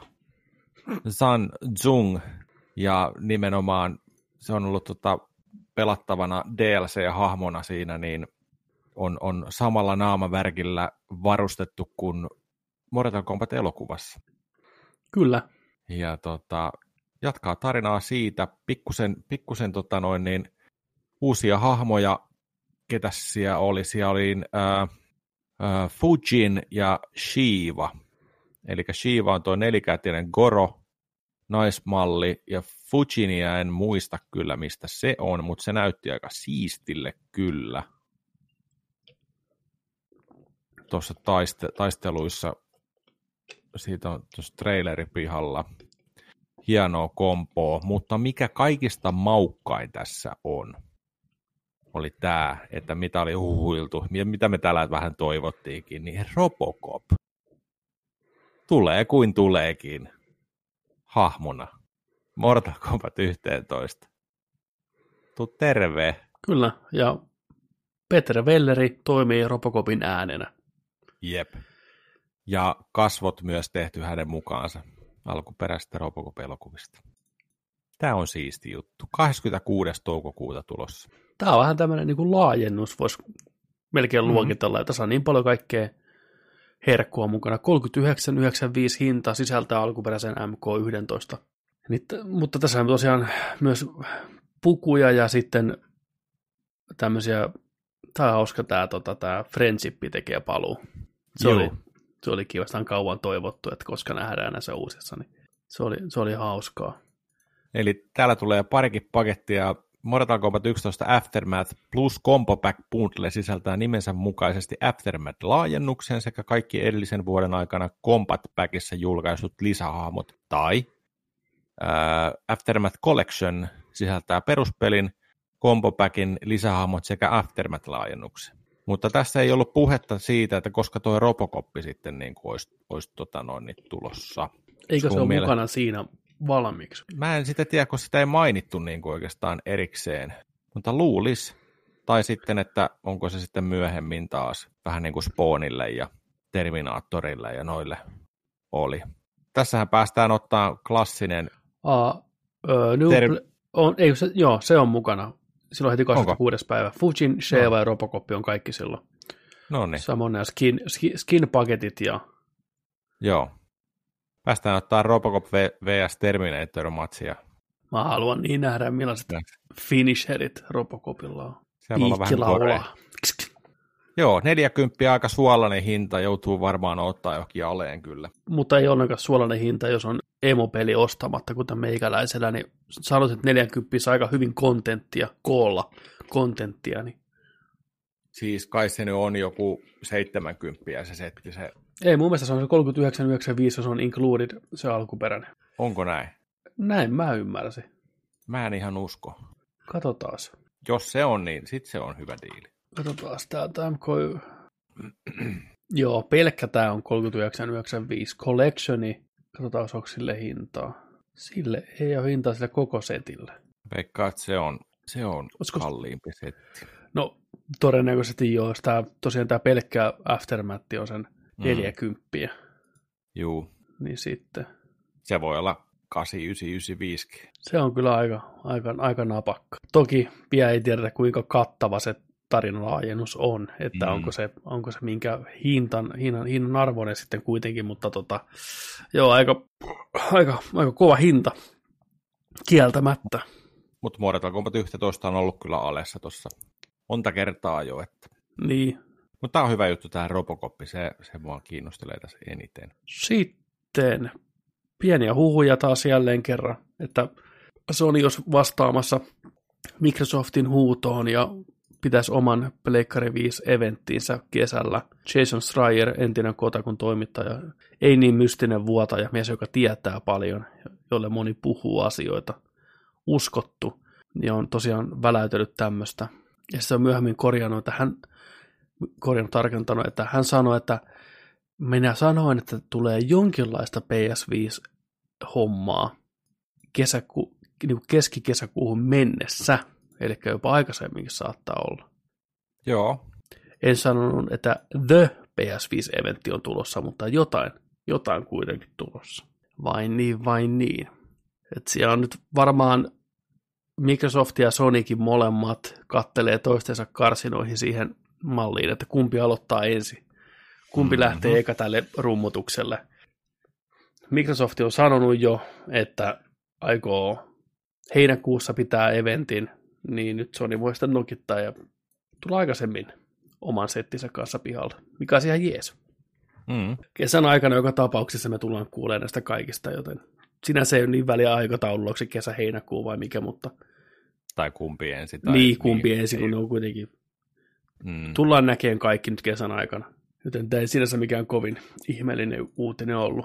San Tsung, ja nimenomaan se on ollut tota pelattavana D L C-hahmona siinä, niin on, on samalla naamavärkillä varustettu kuin Mortal Kombat-elokuvassa. Kyllä. Ja tota, jatkaa tarinaa siitä, pikkusen, pikkusen tota noin, niin, uusia hahmoja, ketä siellä oli. Siellä oli ää, ää, Fujin ja Shiva. Eli Shiva on tuo nelikätinen Goro, naismalli, ja Fujinia en muista kyllä, mistä se on, mutta se näytti aika siistille kyllä. Tuossa taiste, taisteluissa, siitä on tuossa traileripihalla, hienoa kompoa, mutta mikä kaikista maukkain tässä on, oli tämä, että mitä oli huhuiltu, ja mitä me täällä vähän toivottiinkin, niin Robocop tulee kuin tuleekin hahmona Mortal Kombat yksitoista. Tuu terve. Kyllä, ja Peter Velleri toimii Robocopin äänenä. Jep. Ja kasvot myös tehty hänen mukaansa alkuperäistä Robocop-elokuvista. Tämä on siisti juttu. kahdeskymmeneskuudes toukokuuta tulossa. Tämä on vähän tämmöinen niin kuin laajennus, voisi melkein Mm-hmm. luokitella. Ja tässä on niin paljon kaikkea herkkua mukana. kolmekymmentäyhdeksän pilkku yhdeksänkymmentäviisi hinta sisältää alkuperäisen M K yksitoista. Niitä, mutta tässä on tosiaan myös pukuja ja sitten tämmöisiä, tämä on hauska tämä, tota, tämä Friendship tekee paluu. Se Joo. oli, se oli kiva, sitä on kauan toivottu, että koska nähdään näissä uusissa, niin se oli, se oli hauskaa. Eli täällä tulee parikin pakettia. Mortal Kombat yksitoista Aftermath plus Combo Pack Bundle sisältää nimensä mukaisesti Aftermath-laajennuksen sekä kaikki edellisen vuoden aikana Combat Packissa julkaisut lisähahmot. Tai ää, Aftermath Collection sisältää peruspelin, Combo Packin lisähahmot sekä Aftermath-laajennuksen. Mutta tässä ei ollut puhetta siitä, että koska tuo Robocop sitten niin kuin olisi, olisi tota noin, niin tulossa. Eikö Koska se ole miele... mukana siinä valmiiksi? Mä en sitä tiedä, kun sitä ei mainittu niin kuin oikeastaan erikseen, mutta luulis. Tai sitten, että onko se sitten myöhemmin taas vähän niin kuin Spawnille ja Terminaattorille ja noille oli. Tässähän päästään ottaa klassinen... Aa, öö, New Ter... Pl- on, ei, se, joo, se on mukana. Silloin heti kaksikymmentäkuudes päivä. Fujin, Sheva no. ja Robocop on kaikki silloin. No niin. Samoin nämä skin, skin, skin-paketit ja... Joo. Päästään ottaa Robocop versus Terminator-matsia. Mä haluan niin nähdä, millaiset no. finisherit Robocopilla on. Piikkilaulaa. Joo, neljäkymppiä aika suolainen hinta, joutuu varmaan ottaa johonkin aleen kyllä. Mutta ei ollenkaan suolainen hinta, jos on emopeli ostamatta, kuten meikäläisellä, niin sanoisin, että neljäkymppiä saa aika hyvin kontenttia, koolla kontenttia. Niin. Siis kai se nyt on joku seitsemänkymppiä se setti se. Ei, mun mielestä se on se kolmekymmentäyhdeksän yhdeksänkymmentäviisi, se on included, se alkuperäinen. Onko näin? Näin mä ymmärsin. Mä en ihan usko. Katsotaas. Jos se on, niin sit se on hyvä diili. Katsotaan täältä M K Y. Joo, pelkkä tää on kolmekymmentäyhdeksän yhdeksänkymmentäviisi. Collectioni. Katsotaan, onko sille hintaa. Sille ei ole hintaa sille koko setille. Veikkaa, että se on, se on Olisiko... kalliimpi setti. No, todennäköisesti joo. Tää, tosiaan tämä pelkkä Aftermath on sen mm. neljäkymppiä. Juu. Niin sitten. Se voi olla kahdeksan yhdeksän yhdeksänkymmentäviisi. Se on kyllä aika, aika, aika napakka. Toki vielä ei tiedetä, kuinka kattava se tarinalaajennus on, että mm. onko, se, onko se minkä hintan, hinnan, hinnan arvoinen sitten kuitenkin, mutta tota, joo, aika, aika, aika kova hinta kieltämättä. Mutta Mortal Kombat yksitoista on ollut kyllä alessa tuossa monta kertaa jo. Että. Niin. Mutta tämä on hyvä juttu, tämä Robocop, se, se mua kiinnostelee tässä eniten. Sitten pieniä huhuja taas jälleen kerran, että Sony olisi vastaamassa Microsoftin huutoon ja pitäisi oman Pleikkari viisi eventtiinsä kesällä. Jason Schreier, entinen Kotakun toimittaja, ei niin mystinen vuotaja, mies, joka tietää paljon, jolle moni puhuu asioita, uskottu, niin on tosiaan väläytellyt tämmöistä. Ja se on myöhemmin korjannut, että hän, korjannut tarkentanut, että hän sanoi, että minä sanoin, että tulee jonkinlaista P S viisi-hommaa kesäku, niin keskikesäkuuhun mennessä. Eli jopa aikaisemminkin saattaa olla. Joo. En sanonut, että The P S viisi-eventti on tulossa, mutta jotain, jotain kuitenkin tulossa. Vain niin, vain niin. Että siellä on nyt varmaan Microsoft ja Sonykin molemmat kattelee toistensa karsinoihin siihen malliin, että kumpi aloittaa ensin. Kumpi mm-hmm. lähtee eka tälle rummutukselle. Microsoft on sanonut jo, että aikoo heinäkuussa pitää eventin, niin nyt Sony voi sitten nokittaa ja tulla aikaisemmin oman settinsä kanssa pihalle, mikä on ihan jees. Mm. Kesän aikana joka tapauksessa me tullaan kuulemaan näistä kaikista, joten sinänsä ei ole niin väliä aikataululla, onko se kesä, heinäkuu vai mikä, mutta... Tai kumpi ensin. Tai niin, kumpi niin, ensin, ei. kun ne on kuitenkin... Mm. Tullaan näkemään kaikki nyt kesän aikana, joten tämä ei sinänsä mikään kovin ihmeellinen uutinen ollut.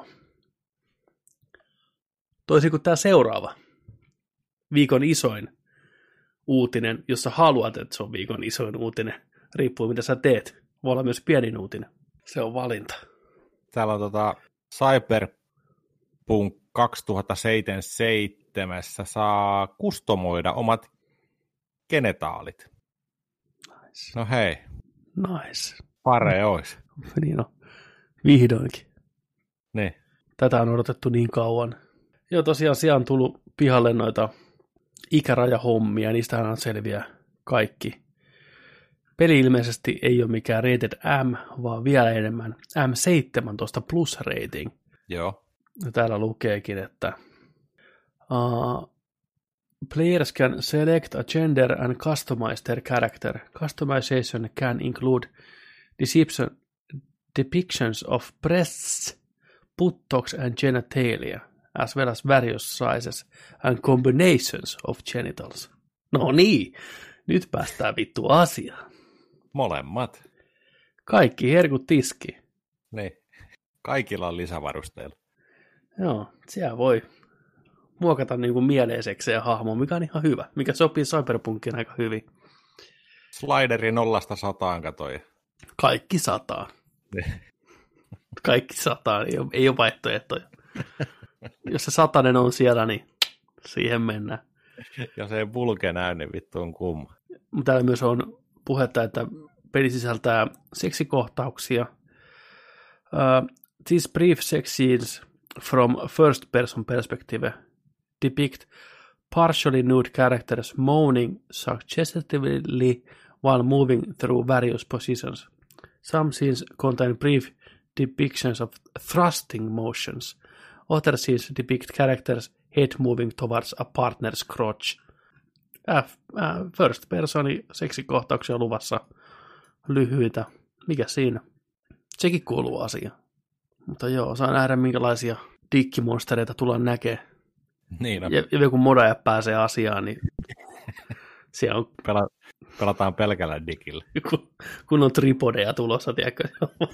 Toisin kuin tämä seuraava, viikon isoin uutinen, jos sä haluat, että se on viikon isoin uutinen, riippuu mitä sä teet. Voi olla myös pienin uutinen. Se on valinta. Täällä on tota Cyberpunk kaksituhattaseitsemänkymmentäseitsemän saa kustomoida omat genetaalit. Nice. No hei. Nice. Pare ois. Niin on. Vihdoinkin. Niin. Tätä on odotettu niin kauan. Joo, tosiaan siellä on tullut pihalle noita ikärajahommia, niistähän on selviä kaikki. Peli ilmeisesti ei ole mikään rated M, vaan vielä enemmän M seitsemäntoista plus rating. Joo. Ja täällä lukeekin, että uh, players can select a gender and customize their character. Customization can include deception, depictions of breasts, buttocks and genitalia, as well as various sizes and combinations of genitals. No niin, nyt päästään vittu asiaan. Molemmat. Kaikki herkut tiski. Niin. Kaikilla on lisävarusteilla. Joo, siellä voi muokata niin kuin mieleisekseen hahmo, mikä on ihan hyvä, mikä sopii Cyberpunkiin aika hyvin. Slideri nollasta sataan katoi. Kaikki sataa. Kaikki sataa, ei ole, ei ole vaihtoehtoja. Jos se satanen on siellä, niin siihen mennään. Jos ei pulke näy, niin vittu on kumma. Täällä myös on puhetta, että peli sisältää seksikohtauksia. Uh, these brief sex scenes from first person perspective depict partially nude characters moaning suggestively while moving through various positions. Some scenes contain brief depictions of thrusting motions. Other scenes depict characters head moving towards a partner's crotch. F, äh, first personi seksikohtauksia luvassa lyhyitä. Mikä siinä? Sekin kuuluu asiaan. Mutta joo, saa nähdä minkälaisia dikkimonstereita tullaan näkemään. Niin on. Ja, ja kun modaja pääsee asiaan, niin siellä on... Pela, pelataan pelkällä dikillä. Kun, kun on tripodeja tulossa, tiedätkö?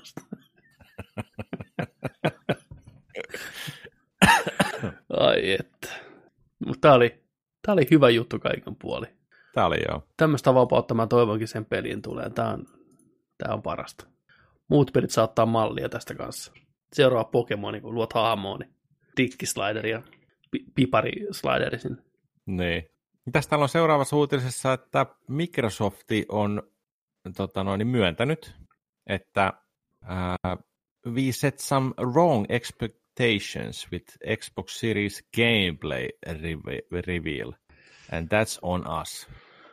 Ai että. Mutta tää oli, tää oli hyvä juttu kaiken puoli. Tää oli joo. Tämmöistä vapautta mä toivonkin sen pelin tulee. Tää on, tää on parasta. Muut pelit saattaa mallia tästä kanssa. Seuraava Pokemoni, kun luot hahmoa, niin dikkislideri ja pi- piparislideri sinne. Niin. Mitäs täällä on seuraavassa uutisessa, että Microsofti on tota noin, myöntänyt, että uh, we set some wrong expectations with Xbox Series gameplay re- reveal, and that's on us.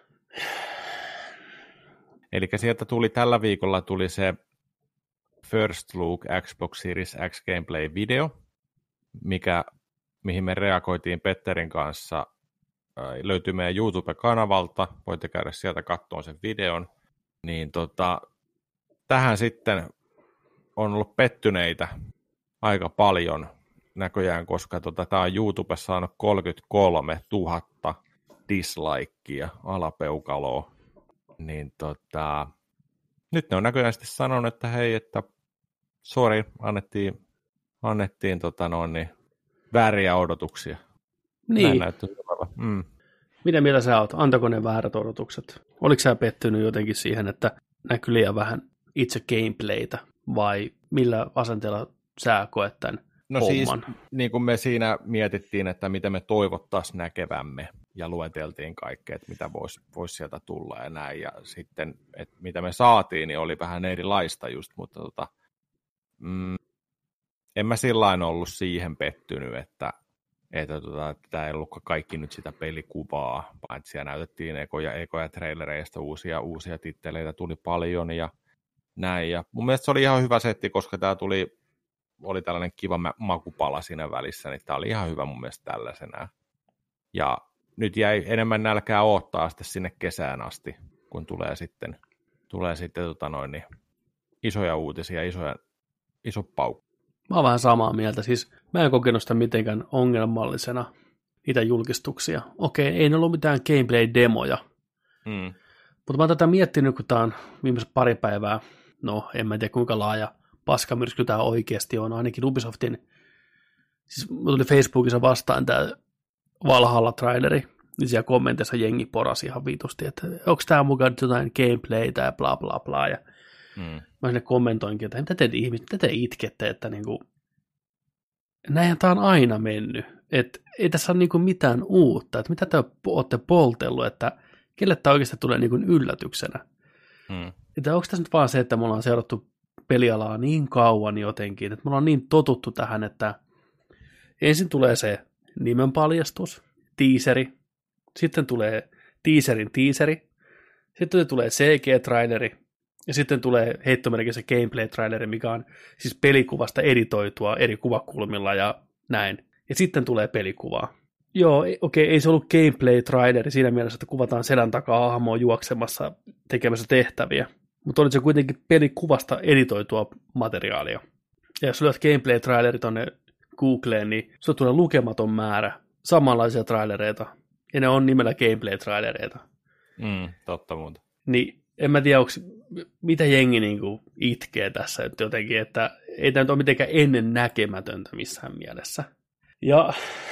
Eli sieltä tuli tällä viikolla tuli se First Look Xbox Series X gameplay-video, mikä, mihin me reagoitiin Petterin kanssa. Löytyy meidän YouTube-kanavalta, voitte käydä sieltä katsomaan sen videon. Niin tota, tähän sitten on ollut pettyneitä aika paljon näköjään, koska tota, tämä on YouTubessa saanut kolmekymmentäkolmetuhatta dislikea alapeukaloa. Niin tota, nyt ne on näköjään sitten sanonut, että hei, että sori, annettiin, annettiin tota noin, niin, vääriä odotuksia. Niin. Mm. Mitä mieltä sä oot? Antako ne väärät odotukset? Oliko sä pettynyt jotenkin siihen, että näkyy liian vähän itse gameplaytä, vai millä asenteella sä koet tämän no homman? Siis, niin kuin me siinä mietittiin, että mitä me toivottaisiin näkevämme, ja lueteltiin kaikkea, että mitä voisi vois sieltä tulla ja näin, ja sitten, että mitä me saatiin, niin oli vähän erilaista just, mutta tota, mm, en mä sillain ollut siihen pettynyt, että että tota, tämä ei ollutkaan kaikki nyt sitä pelikuvaa, vaan että siellä näytettiin ekoja, ekoja trailereista uusia, uusia titteleitä tuli paljon ja näin. Ja mun mielestä se oli ihan hyvä setti, koska tämä tuli, oli tällainen kiva makupala siinä välissä, niin tämä oli ihan hyvä mun mielestä tällaisena. Ja nyt jäi enemmän nälkää odottaa sitten sinne kesään asti, kun tulee sitten, tulee sitten tota noin, niin isoja uutisia, isoja, iso paukku. Mä oon vähän samaa mieltä. Siis mä en kokenut sitä mitenkään ongelmallisena, niitä julkistuksia. Okei, ei ne ollut mitään gameplay-demoja. Mm. Mutta mä oon tätä miettinyt, kun tää on viimeiset pari päivää, no en mä tiedä kuinka laaja paskamyrsky tää oikeasti on, ainakin Ubisoftin, siis mä tuli Facebookissa vastaan tää Valhalla-traileri, niin siellä kommenteissa jengi porasi ihan vitusti, että onko tää mukaan jotain gameplaytä ja bla bla bla, ja Mm. mä sinne kommentoinkin, että mitä te ihmiset, mitä te itkette, että niinku, näinhän tää on aina mennyt, että ei tässä ole niinku mitään uutta, että mitä te olette poltellut, että kelle tämä oikeasti tulee niinku yllätyksenä. Mm. Että onko tässä nyt vaan se, että me ollaan seurattu pelialaa niin kauan jotenkin, että me ollaan niin totuttu tähän, että ensin tulee se nimenpaljastus, teaseri, sitten tulee teaserin teaseri, sitten tulee C G-traileri, ja sitten tulee heittomerkin se gameplay-traileri, mikä on siis pelikuvasta editoitua eri kuvakulmilla ja näin. Ja sitten tulee pelikuvaa. Joo, okei, okay, ei se ollut gameplay-traileri siinä mielessä, että kuvataan selän takaa hahmoa juoksemassa tekemässä tehtäviä. Mutta oli se kuitenkin pelikuvasta editoitua materiaalia. Ja jos lyöt gameplay-traileri tonne Googleen, niin se tulee lukematon määrä samanlaisia trailereita. Ja ne on nimellä gameplay-trailereita. Mm, totta muuta. Niin en mä tiedä, onko, mitä jengi niinku itkee tässä että jotenkin, että ei tämä nyt ole mitenkään ennen näkemätöntä missään mielessä. Ja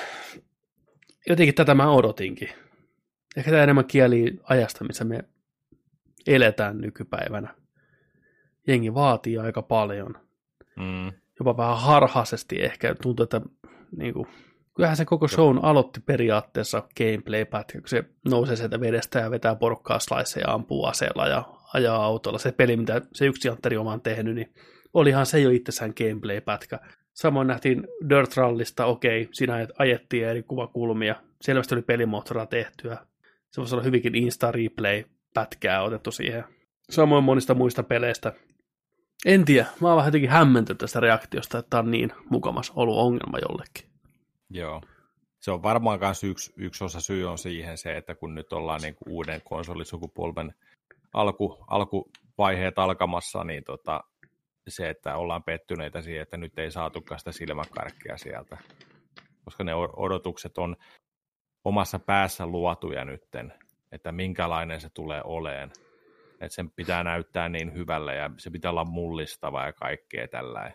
jotenkin tätä mä odotinkin. Ehkä tämä enemmän kieli ajasta, missä me eletään nykypäivänä. jengi vaatii aika paljon. Mm. Jopa vähän harhaisesti ehkä tuntuu, että niin kuin, kyllähän se koko shown aloitti periaatteessa gameplay-pätkä, kun se nousee sieltä vedestä ja vetää porukkaa sliceja ja ampuu aseella ja ajaa autolla. Se peli, mitä se yksi jantteri on tehnyt, niin olihan se jo itsessään gameplay-pätkä. Samoin nähtiin Dirt Rallista, okei, siinä ajettiin eri kuvakulmia. Selvästi oli pelimoottorilla tehtyä. Se voisi olla hyvinkin Insta-replay-pätkää otettu siihen. Samoin monista muista peleistä. En tiedä, mä oon vähän jotenkin hämmentynyt tästä reaktiosta, että tää on niin mukamas ollut ongelma jollekin. Joo. Se on varmaan myös yksi, yksi osa syy on siihen se, että kun nyt ollaan niin kuin uuden konsolisukupolven alku, alkuvaiheet alkamassa, niin tota, se, että ollaan pettyneitä siihen, että nyt ei saatukaan sitä silmäkarkkia sieltä. Koska ne odotukset on omassa päässä luotuja nytten, että minkälainen se tulee oleen. Että sen pitää näyttää niin hyvälle ja se pitää olla mullistava ja kaikkea tällainen.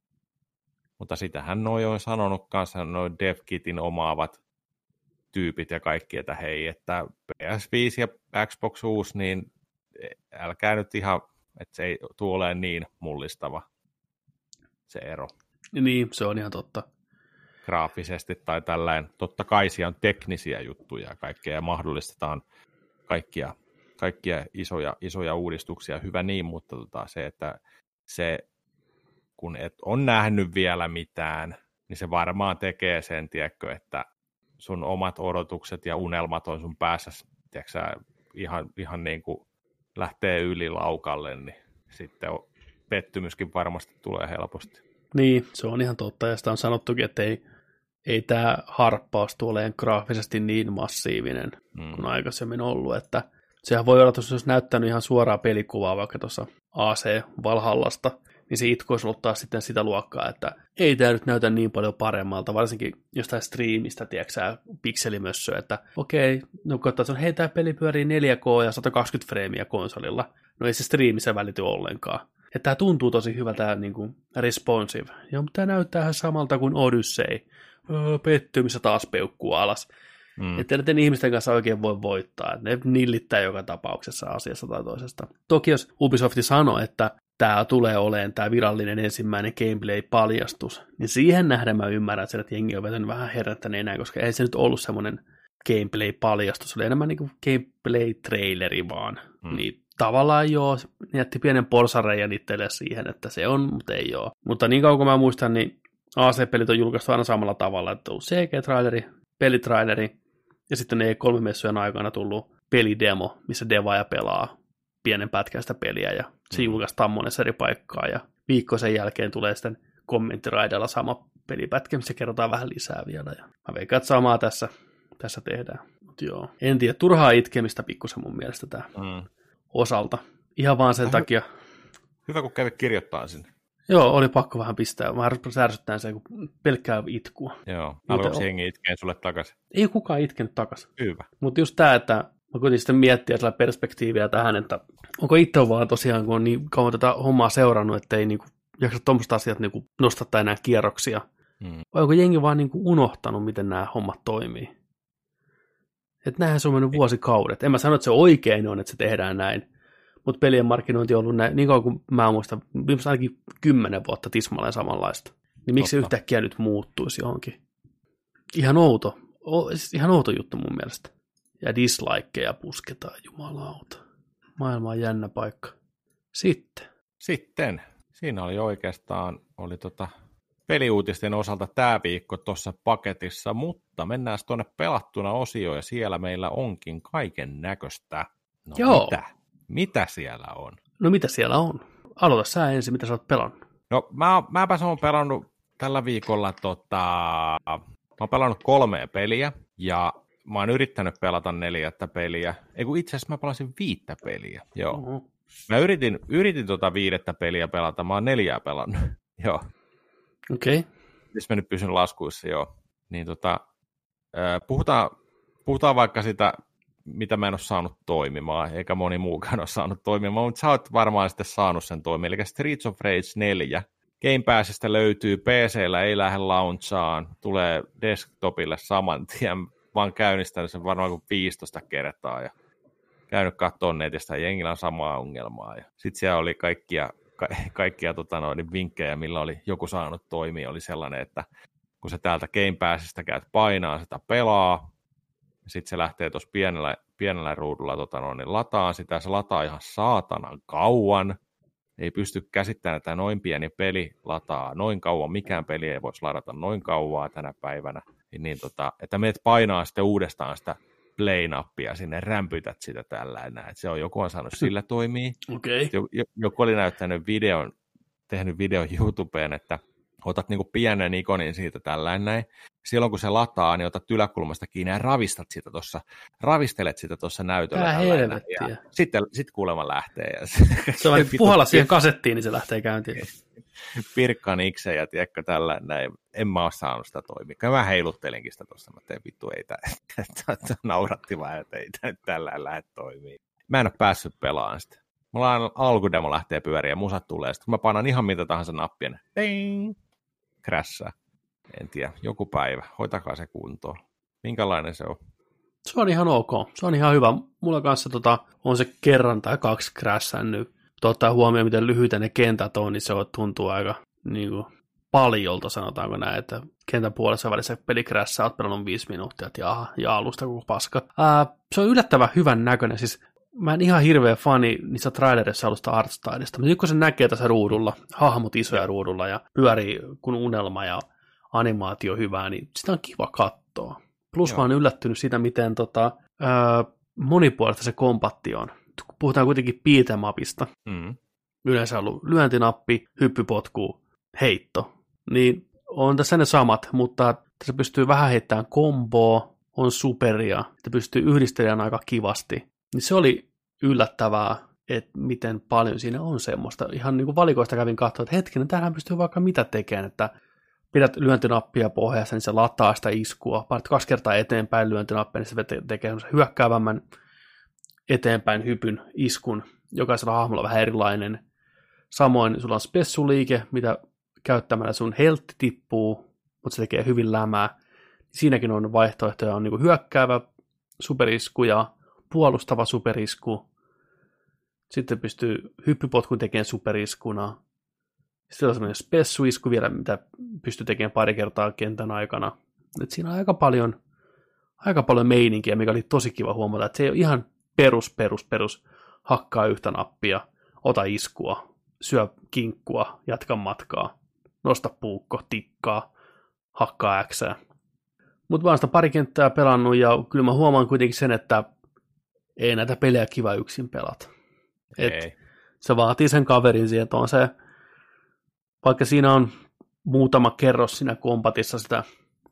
Mutta sitähän noi on sanonut kanssa, noi DevKitin omaavat tyypit ja kaikki, että hei, että P S viisi ja Xbox uusi, niin älkää nyt ihan, että se ei tule olemaan niin mullistava se ero. Niin, se on ihan totta. Graafisesti tai tällainen. Totta kai siellä on teknisiä juttuja ja kaikkea ja mahdollistetaan kaikkia, kaikkia isoja, isoja uudistuksia. Hyvä niin, mutta tota, se, että se, kun et on nähnyt vielä mitään, niin se varmaan tekee sen, tiedätkö, että sun omat odotukset ja unelmat on sun päässä, tiedätkö, ihan, ihan niin kuin lähtee yli laukalle, niin sitten pettymyskin varmasti tulee helposti. Niin, se on ihan totta, ja sitä on sanottukin, että ei, ei tämä harppaus tule olemaan graafisesti niin massiivinen mm. kuin aikaisemmin ollut, että sehän voi olla, että jos olisi näyttänyt ihan suoraa pelikuvaa vaikka tuossa A C Valhallasta, niin se itku olisi ollut taas sitten sitä luokkaa, että ei tämä nyt näytä niin paljon paremmalta, varsinkin jostain striimistä, tiedätkö pikselimössöä, että okei, no katsotaan, että hei, tämä peli pyörii neljä K ja sata kaksikymmentä freimiä konsolilla, no ei se striimissä välity ollenkaan. Että tämä tuntuu tosi hyvältä niin kuin responsive. Joo, mutta tämä näyttää ihan samalta kuin Odyssey. Öö, pettymys taas peukkuu alas. Mm. Että näiden ihmisten kanssa oikein voi voittaa. Ne nillittää joka tapauksessa asiassa tai toisesta. Toki jos Ubisoft sanoo, että tämä tulee olemaan tämä virallinen ensimmäinen gameplay-paljastus, niin siihen nähden mä ymmärrän sen, että jengi on vetänyt vähän herättäneenä, koska ei se nyt ollut semmoinen gameplay-paljastus. Se oli enemmän niin kuin gameplay-traileri vaan. Mm. Niin tavallaan joo, jätti pienen porsareijan itselle siihen, että se on, mutta ei ole. Mutta niin kauan kuin mä muistan, niin A C-pelit on julkaistu aina samalla tavalla, että on C G-traileri, pelitraileri, ja sitten E kolme-messujen aikana tullut pelidemo, missä devaaja pelaa pienen pätkäistä peliä, ja se mm. julkaistaan monessa eri paikkaa, ja viikko sen jälkeen tulee sitten kommenttiraidalla sama pelipätkä, missä kerrotaan vähän lisää vielä, ja mä veikkaan, että samaa tässä, tässä tehdään. Mut joo, en tiedä, turhaa itkemistä pikkusen mun mielestä tämä. Mm. osalta. Ihan vaan sen Hy- takia. Hyvä, kun kävit kirjoittaa sinne. Joo, oli pakko vähän pistää. Mä särsyttään se, kun pelkkää itkua. Joo, alkoiko jengi itkeen sulle takaisin? Ei kukaan itkenyt takaisin. Hyvä. Mutta just tämä, että mä kuitenkin sitten miettiä tällä perspektiiviä tähän, että onko itse vaan tosiaan, kun on niin kauan tätä hommaa seurannut, että ei niinku jaksa tuommoista asiat niinku nostattaa enää kierroksia. Hmm. Vai onko jengi vaan niinku unohtanut, miten nämä hommat toimii? Että näinhän se on mennyt vuosikaudet. En mä sano, että se oikein on, että se tehdään näin. Mutta pelien markkinointi on ollut näin, niin kauan kuin mä muistan, viimeistä ainakin kymmenen vuotta tismalleen samanlaista. Niin miksi Totta. se yhtäkkiä nyt muuttuisi johonkin? Ihan outo. O, siis ihan outo juttu mun mielestä. Ja dislikeja pusketaan, jumalauta. Maailma on jännä paikka. Sitten. Sitten. Siinä oli oikeastaan oli tota peliuutisten osalta tämä viikko tuossa paketissa, mutta mennään tuonne pelattuna osioon ja siellä meillä onkin kaiken näköistä. No Joo. Mitä? Mitä siellä on? No mitä siellä on? Aloita sä ensin, mitä sä oot pelannut. No mä, mäpä oon pelannut tällä viikolla, tota, mä oon pelannut kolmea peliä ja mä oon yrittänyt pelata neljättä peliä. Ei kun itse asiassa mä pelasin viittä peliä. Joo. Uh-huh. Mä yritin, yritin tota viidettä peliä pelata, mä oon neljää pelannut. Joo. Okei. Okay. Jos mä nyt pysyn laskuissa, joo. Niin tota, puhutaan, puhutaan vaikka sitä, mitä mä en ole saanut toimimaan, eikä moni muukaan ole saanut toimimaan, mutta sä oot varmaan sitten saanut sen toimimaan. Eli Streets of Rage neljä. Game Passista löytyy, P C:llä ei lähde launchaan, tulee desktopille saman tien. Mä oon käynnistänyt sen varmaan kuin viisitoista kertaa ja käynyt katsomaan netistä, ja jengillä on samaa ongelmaa. Sitten siellä oli kaikkia, ka- kaikkia tota, noin, vinkkejä, millä oli joku saanut toimia, oli sellainen, että kun sä täältä Game Passista käyt painaa, sitä pelaa, sitten se lähtee tuossa pienellä, pienellä ruudulla tota, noin, lataan sitä, se lataa ihan saatanan kauan, ei pysty käsittämään, että noin pieni peli lataa noin kauan, mikään peli ei voisi ladata noin kauan tänä päivänä, niin, tota, että meet painaa sitten uudestaan sitä play-nappia, sinne rämpytät sitä tällainen, että se on joku on saanut sillä toimii. Okay. Joku oli näyttänyt videon, tehnyt videon YouTubeen, että otat niinku pienen ikonin siitä tällainen näin. Silloin kun se lataa, niin otat yläkulmasta kiinni ja ravistat sitä tuossa, ravistelet sitä tuossa näytöllä. Tää helvettiä. Sitten sit kuulemma lähtee. Ja se on puhalla siihen kasettiin, niin se lähtee käyntiin. Pirkkaan ikse ja tiedätkö tällainen näin. En mä ole saanut sitä toimia. Kyllä mä heiluttelinkin sitä tuossa, mä tein vittu ei tää. Nauratti vaan, että ei tää nyt tällä lähde toimii. Mä en ole päässyt pelaamaan sitä. Mulla on alkudemo lähtee pyöriä ja musat tulee. Sitten kun mä painan ihan mitä tahansa nappia, niin krässää. En tiedä, joku päivä. Hoitakaa se kuntoon. Minkälainen se on? Se on ihan ok. Se on ihan hyvä. Mulla kanssa tota, on se kerran tai kaksi krässännyt. Ottaa huomioon, miten lyhyitä ne kentät on, niin se on, tuntuu aika niin kuin, paljolta, sanotaanko näin, että kentän puolessa välissä peli krässää, oot pelannut viisi minuuttia, että jaha, ja alusta koko paska. Ää, se on yllättävän hyvän näköinen. Siis mä en ihan hirveä fani niistä trailerissa alusta artstylista, mutta nyt kun se näkee tässä ruudulla, hahmot isoja ruudulla ja pyörii kun unelma ja animaatio hyvää, niin sitä on kiva katsoa. Plus Joo. mä oon yllättynyt siitä, miten tota, ää, monipuolista se kompatti on. Puhutaan kuitenkin beat'em-upista. Mm. Yleensä on ollut lyöntinappi, hyppypotku, heitto. Niin on tässä ne samat, mutta tässä pystyy vähän heittämään komboa, on superia, että pystyy yhdistelemään aika kivasti. Niin se oli yllättävää, että miten paljon siinä on semmoista. Ihan niin kuin valikoista kävin katsoa, että hetkinen, tämähän pystyy vaikka mitä tekemään, että pidät lyöntinappia pohjassa, niin se lataa sitä iskua. Painat kaksi kertaa eteenpäin lyöntinappia, niin se tekee hyökkäävämmän eteenpäin hypyn iskun. Jokaisella hahmolla on vähän erilainen. Samoin sulla on spessuliike, mitä käyttämällä sun heltti tippuu, mutta se tekee hyvin lämää. Siinäkin on vaihtoehtoja, on niin kuin hyökkäävä superisku ja puolustava superisku. Sitten pystyy hyppypotkun tekemään superiskuna. Sitten on semmoinen spessuisku vielä, mitä pystyy tekemään pari kertaa kentän aikana. Et siinä on aika paljon, aika paljon meininkiä, mikä oli tosi kiva huomata, että se ei ole ihan perus, perus, perus, hakkaa yhtä nappia, ota iskua, syö kinkkua, jatka matkaa, nosta puukko, tikkaa, hakkaa äksää. Mutta mä oon sitä pari kenttää pelannut ja kyllä mä huomaan kuitenkin sen, että ei näitä pelejä kiva yksin pelata. Et se vaatii sen kaverin siihen, että on se, vaikka siinä on muutama kerros siinä kompatissa sitä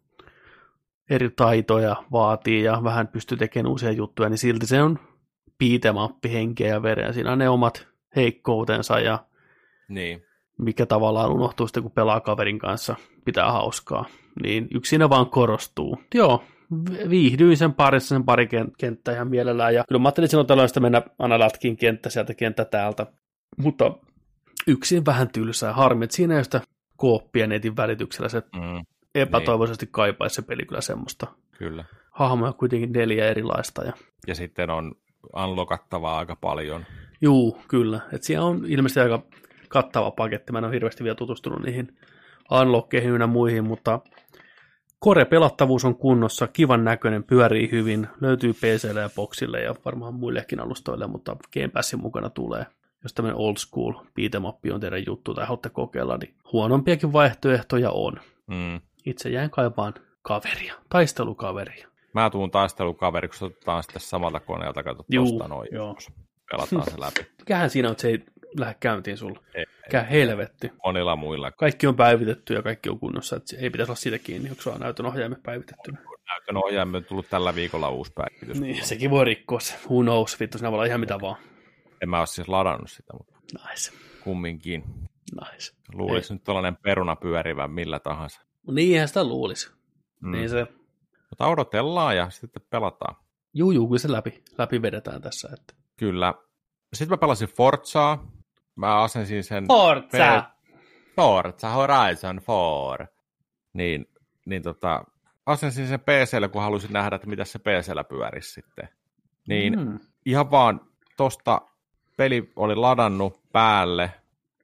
eri taitoja vaatii ja vähän pystyy tekemään uusia juttuja, niin silti se on beat'em-up henkeä ja vereä. Siinä on ne omat heikkoutensa ja niin. Mikä tavallaan unohtuu sitten, kun pelaa kaverin kanssa, pitää hauskaa. Niin yksinä vaan korostuu. Joo, viihdyin sen parissa, sen pari kenttää ihan mielellään. Ja kyllä mä ajattelin silloin tällaista mennä aina lätkin kenttä sieltä, kenttä täältä. Mutta yksin vähän tylsää. Harmi, että siinä ei ole sitä kooppia netin välityksellä. Se mm, epätoivoisesti niin. Kaipaisi se peli kyllä semmoista. Kyllä. Hahmoja kuitenkin neljä erilaista. Ja, ja sitten on unlockattavaa aika paljon. Juu, kyllä. Et siellä on ilmeisesti aika kattava paketti. Mä en ole hirveästi vielä tutustunut niihin unlockkeihin ja muihin, mutta core-pelattavuus on kunnossa, kivan näköinen, pyörii hyvin, löytyy P C:lle ja Boxille ja varmaan muillekin alustoille, mutta Game Passin mukana tulee. Jos tämmöinen old school beat'em-up on teidän juttu tai haluatte kokeilla, niin huonompiakin vaihtoehtoja on. Mm. Itse jäin kaipaan kaveria, taistelukaveria. Mä tuun taistelukaveriksi, kun otetaan sitten samalta koneelta, kato tuosta noin, pelataan se läpi. Mikähän siinä on, että se ei lähde käyntiin sulla? Mikä helvetti. Monilla muilla. Kaikki on päivitetty ja kaikki on kunnossa, että ei pitäisi olla siitä kiinni, onko sulla näytön ohjaimet päivitettynä? Näytön ohjaimet on tullut tällä viikolla uusi päivitys. Niin, sekin voi rikkoa se. Who knows, vittu, sinä voi olla ihan mitä vaan. En mä ole siis ladannut sitä, mutta nice. Kumminkin. Nice. Luulisi nyt tällainen peruna pyörivä millä tahansa. Niinhän sitä luulisi. Mm. Niin se. Mutta odotellaan ja sitten pelataan. Juu, juu, kyllä se läpi, läpi vedetään tässä. Että. Kyllä. Sitten mä pelasin Forzaa. Mä asensin sen... Forza! P- Forza Horizon neljä. Niin, niin tota, asensin sen P C:lle, kun halusin nähdä, että mitä se P C:llä pyörisi sitten. Niin mm. ihan vaan tosta peli oli ladannut päälle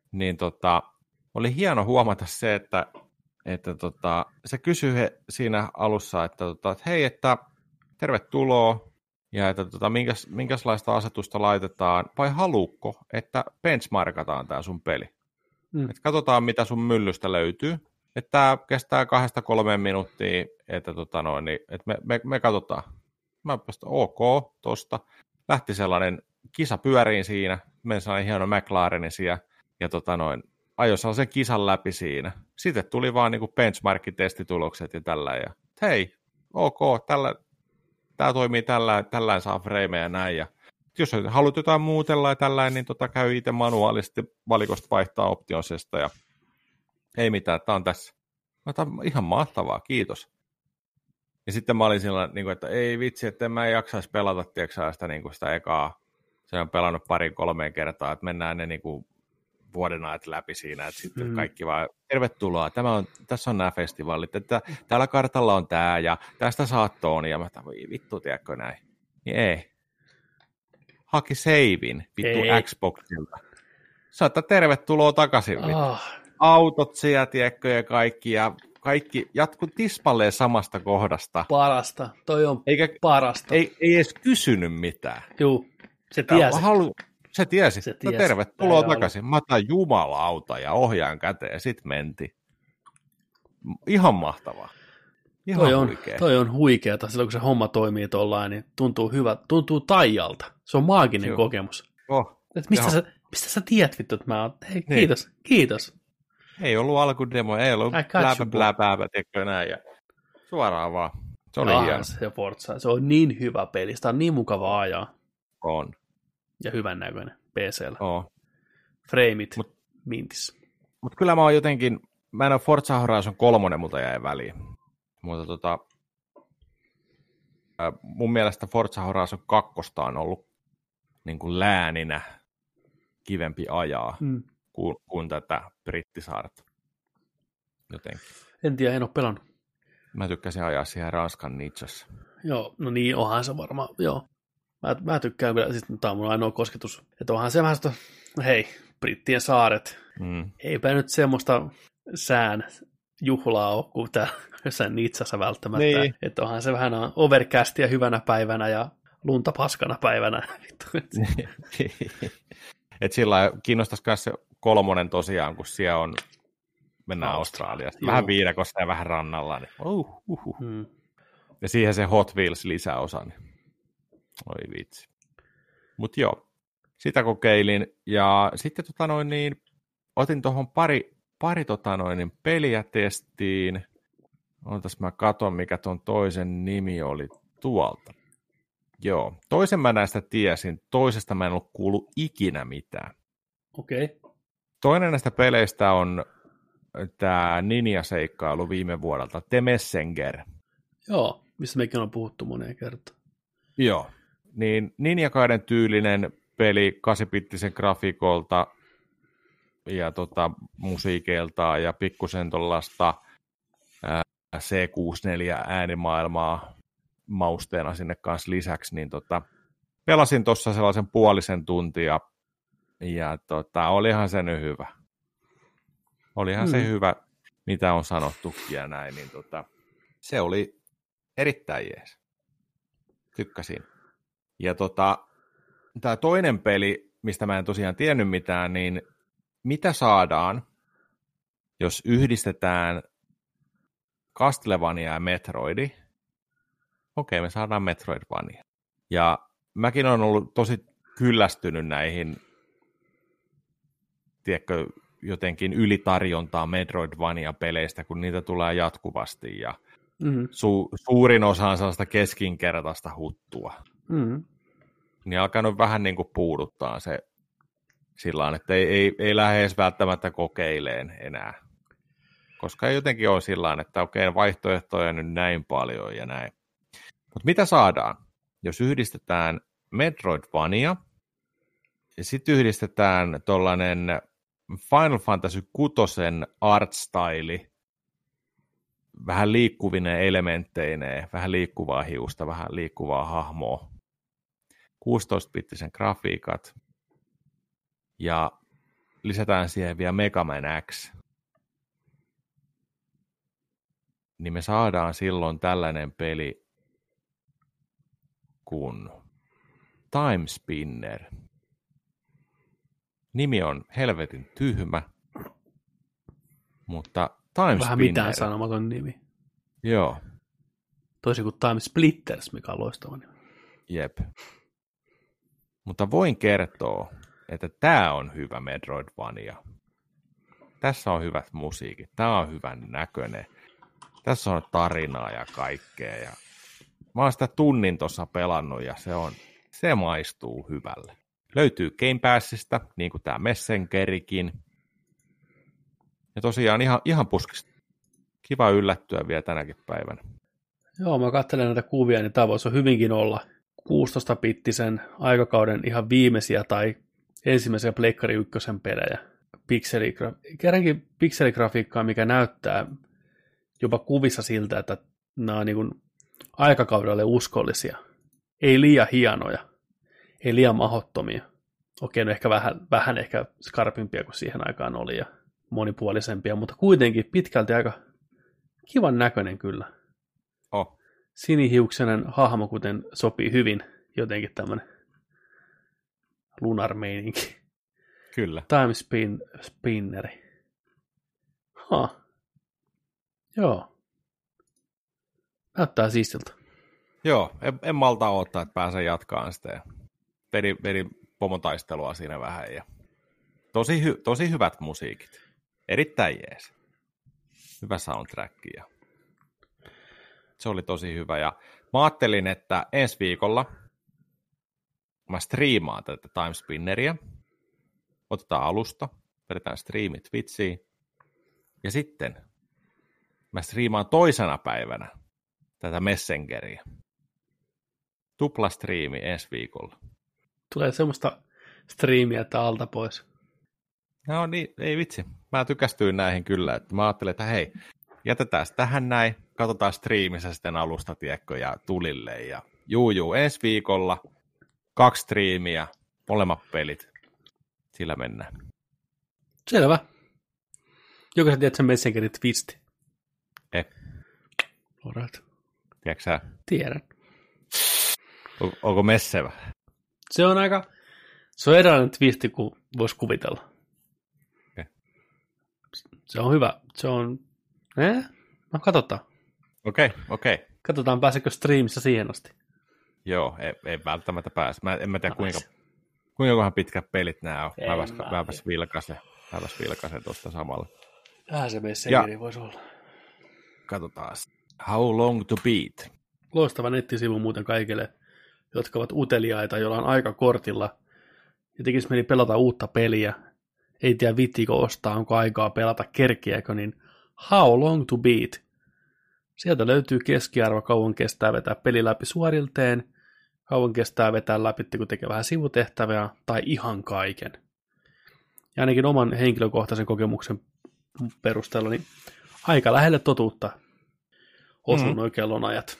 niin tota, oli hieno huomata se, että, että tota, se kysyi he siinä alussa, että, tota, että hei, että tervetuloa, ja että tota, minkäs, minkälaista asetusta laitetaan, vai haluukko, että benchmarkataan tämä sun peli. Mm. Että katsotaan, mitä sun myllystä löytyy. Että tämä kestää kahdesta kolmeen minuuttia, että, tota noin, niin, että me, me, me katsotaan. Mä päästän ok tosta. Lähti sellainen kisa pyöriin siinä, meni sellainen hieno McLarenin siellä, ja tota noin, ajoi sellaisen kisan läpi siinä. Sitten tuli vaan niinku benchmark-testitulokset ja tällä, ja hei, ok, tällä, tämä toimii tällä, tällä saa frameja ja näin, ja jos haluat jotain muutella ja tällä, niin tota käy itse manuaalisesti valikosta vaihtaa optionsesta, ja ei mitään, tämä on tässä. Tämä on ihan mahtavaa, kiitos. Ja sitten mä olin sillä niin että ei vitsi, että en mä jaksaisi pelata tiedätkö, sitä, niin kuin sitä ekaa. Se on pelannut parin kolmeen kertaa, että mennään ne niin kuin vuoden ajat läpi siinä, että sitten mm. kaikki vaan, tervetuloa, tämä on, tässä on nämä festivaalit, että täällä kartalla on tämä, ja tästä saat tuon, ja mä voi vittu, tiedätkö näin. Niin ei. Haki seivin, vittu ei. Xboxilta. Saattaa tervetuloa takaisin, vittu. Oh. Autot siellä, tiedätkö, ja kaikki, ja kaikki jatku tismalleen samasta kohdasta. Parasta, toi on Eikä, parasta. Ei, ei edes kysynyt mitään. Juu, se tiesi. Halu, se tiesi. Se tiesi. No, tervetuloa takaisin. Mä otan jumalauta ja ohjaan käteen ja sit menti. Ihan mahtavaa. Ihan toi on, huikea. Toi on huikeata. Silloin kun se homma toimii tollain, niin tuntuu hyvä, tuntuu taijalta. Se on maaginen Joo. kokemus. Oh. Et mistä, sä, mistä sä tiedät, vittu, että mä oon, hei, niin. kiitos, kiitos. Ei ollut alkudemo, ei ollut blääpä, blääpä, tekkö näin, ja suoraan vaan. Se oli hieno. Se Forza, se on niin hyvä peli, sitä on niin mukava ajaa. On. Ja hyvän näköinen P C:llä. On. Frameit, mut, mintis. Mutta kyllä mä oon jotenkin, mä en ole Forza Horizon kolmonen, mutta jäi väliin. Mutta tota, mun mielestä Forza Horizon kakkosta on ollut niin kuin lääninä kivempi ajaa. Hmm. Kuin, kuin tätä brittisaarta. Jotenkin. En tiedä, en ole pelannut. Mä tykkäsin ajaa siihen Ranskan Nitsassa. Joo, no niin, onhan se varmaan, joo. Mä, mä tykkään kyllä, siis tämä on mun ainoa kosketus, että onhan se vähän sitä, no hei, brittien saaret, mm. eipä nyt semmoista sään juhlaa ole kuin täällä jossain Nitsassa välttämättä. Niin. Että onhan se vähän overcastia hyvänä päivänä ja lunta paskana päivänä. Että sillä kiinnostaisi myös se kolmonen tosiaan, kun siellä on, mennään Australiasta. Vähän Juu. viidakossa ja vähän rannalla. Niin. Uh, uh, uh. Hmm. Ja siihen se Hot Wheels lisäosa. Niin. Oi vitsi. Mutta joo, sitä kokeilin. Ja sitten tota noin, niin, otin tuohon pari, pari tota noin, niin, peliä testiin. Ootas mä katon, mikä ton toisen nimi oli tuolta. Joo, toisen mä näistä tiesin, toisesta mä en ollut kuullut ikinä mitään. Okei. Okay. Toinen näistä peleistä on tämä Ninja-seikkailu viime vuodelta, The Messenger. Joo, missä mekin on puhuttu moneen kertaan. Joo, niin Ninja-kaiden tyylinen peli, kahdeksanbittisen grafiikolta ja tota, musiikeilta ja pikkusen tuollaista C kuusikymmentäneljä äänimaailmaa mausteena sinne kanssa lisäksi, niin tota, pelasin tuossa sellaisen puolisen tuntia, ja tota, olihan se nyt hyvä. Olihan mm. se hyvä, mitä on sanottukin ja näin, niin tota, se oli erittäin jees. Tykkäsin. Ja tota, tämä toinen peli, mistä mä en tosiaan tiennyt mitään, niin mitä saadaan, jos yhdistetään Castlevania ja Metroidi? Okei, me saadaan Metroidvania. Ja mäkin olen ollut tosi kyllästynyt näihin, tiedätkö, jotenkin ylitarjontaa Metroidvania-peleistä, kun niitä tulee jatkuvasti. Ja mm-hmm. su- suurin osa on sellaista keskinkertaista huttua. Mm-hmm. Niin alkanut vähän niin kuin puuduttaa se sillä tavalla, että ei, ei, ei lähde edes välttämättä kokeileen enää. Koska jotenkin on sillä tavalla, että okei, vaihtoehtoja nyt näin paljon ja näin. Mutta mitä saadaan, jos yhdistetään Metroidvania ja sitten yhdistetään tuollainen Final Fantasy kuusi artstyle, vähän liikkuvine elementteineen, vähän liikkuvaa hiusta, vähän liikkuvaa hahmoa, kuusitoista-bittisen grafiikat ja lisätään siihen vielä Mega Man X, niin me saadaan silloin tällainen peli kuin Time Spinner. Nimi on helvetin tyhmä, mutta Time Vähän Spinner. mitään sanomaton nimi. Joo. Toisin kuin Time Splitters, mikä on loistava nimi. Jep. Mutta voin kertoa, että tämä on hyvä Metroidvania. Tässä on hyvät musiikit, tämä on hyvän näköinen. Tässä on tarinaa ja kaikkea. Ja mä oon sitä tunnin tuossa pelannut ja se, on, se maistuu hyvälle. Löytyy Game Passista, niin kuin tämä Messengerikin. Ja tosiaan ihan, ihan puskista. Kiva yllättyä vielä tänäkin päivänä. Joo, mä katselen näitä kuvia, niin tämä voisi hyvinkin olla kuusitoista-bittisen aikakauden ihan viimeisiä tai ensimmäisiä Pleikkari ykkösen pelejä. Pikseligra- Kerrankin pikseligrafiikkaa, mikä näyttää jopa kuvissa siltä, että nämä on niin kuin aikakaudelle uskollisia. Ei liian hienoja, ei liian mahdottomia. Okei, no ehkä vähän, vähän ehkä skarpimpia kuin siihen aikaan oli ja monipuolisempia, mutta kuitenkin pitkälti aika kivan näköinen kyllä. Oh. Sinihiuksenen hahmo, kuten sopii hyvin, jotenkin tämmöinen lunar-meininki. Kyllä. Time spin, Spinneri. Ha. Joo. Näyttää siistiltä. Joo, en, en malta odottaa, että pääsen jatkaan sitä. Ja vedin, vedin pomotaistelua siinä vähän. Ja tosi, hy, tosi hyvät musiikit. Erittäin jees. Hyvä soundtrack. Ja se oli tosi hyvä. Ja mä ajattelin, että ensi viikolla mä striimaan tätä Time Spinneria. Otetaan alusta, vedetään striimit Twitchiin. Ja sitten mä striimaan toisena päivänä tätä Messengeriä. Tupla striimi ensi viikolla. Tulee semmoista striimiä, että alta pois. No niin, ei vitsi. Mä tykästyin näihin kyllä. Että mä ajattelin, että hei, jätetään tähän näin. Katsotaan striimissä sitten alusta, tiekko, ja tulille. Ja juu, juu, ensi viikolla kaksi striimiä, molemmat pelit. Sillä mennään. Selvä. Joko sä tiedät sen Messengerin twisti? Eh. Alright. Tiedätkö sä? Tiedän. On, onko messevä? Se on aika, se on erilainen twisti kuin voisi kuvitella. Okay. Se on hyvä. Se on, eh? No katsotaan. Okei, okay, okei. Okay. Katsotaan pääsekö striimissä siihen asti. Joo, ei, ei välttämättä pääse. Mä en mä tiedä kuinka, kuinka pitkät pelit nämä on. Mäpäs vilkaisen, mäpäs vilkaisen tuosta samalla. Vähän se Messengeri voisi olla. Katsotaan. How long to beat? Loistava nettisivu muuten kaikille, jotka ovat uteliaita, joilla on aika kortilla. Ja tekisi mieli pelata uutta peliä. Ei tiedä vittiikö ostaa, onko aikaa pelata, kerkiäkö, niin How long to beat? Sieltä löytyy keskiarvo, kauan kestää vetää peli läpi suorilteen, kauan kestää vetää läpi, kun tekee vähän sivutehtävää, tai ihan kaiken. Ja ainakin oman henkilökohtaisen kokemuksen perusteella, niin aika lähelle totuutta osun mm. oikein lonajat.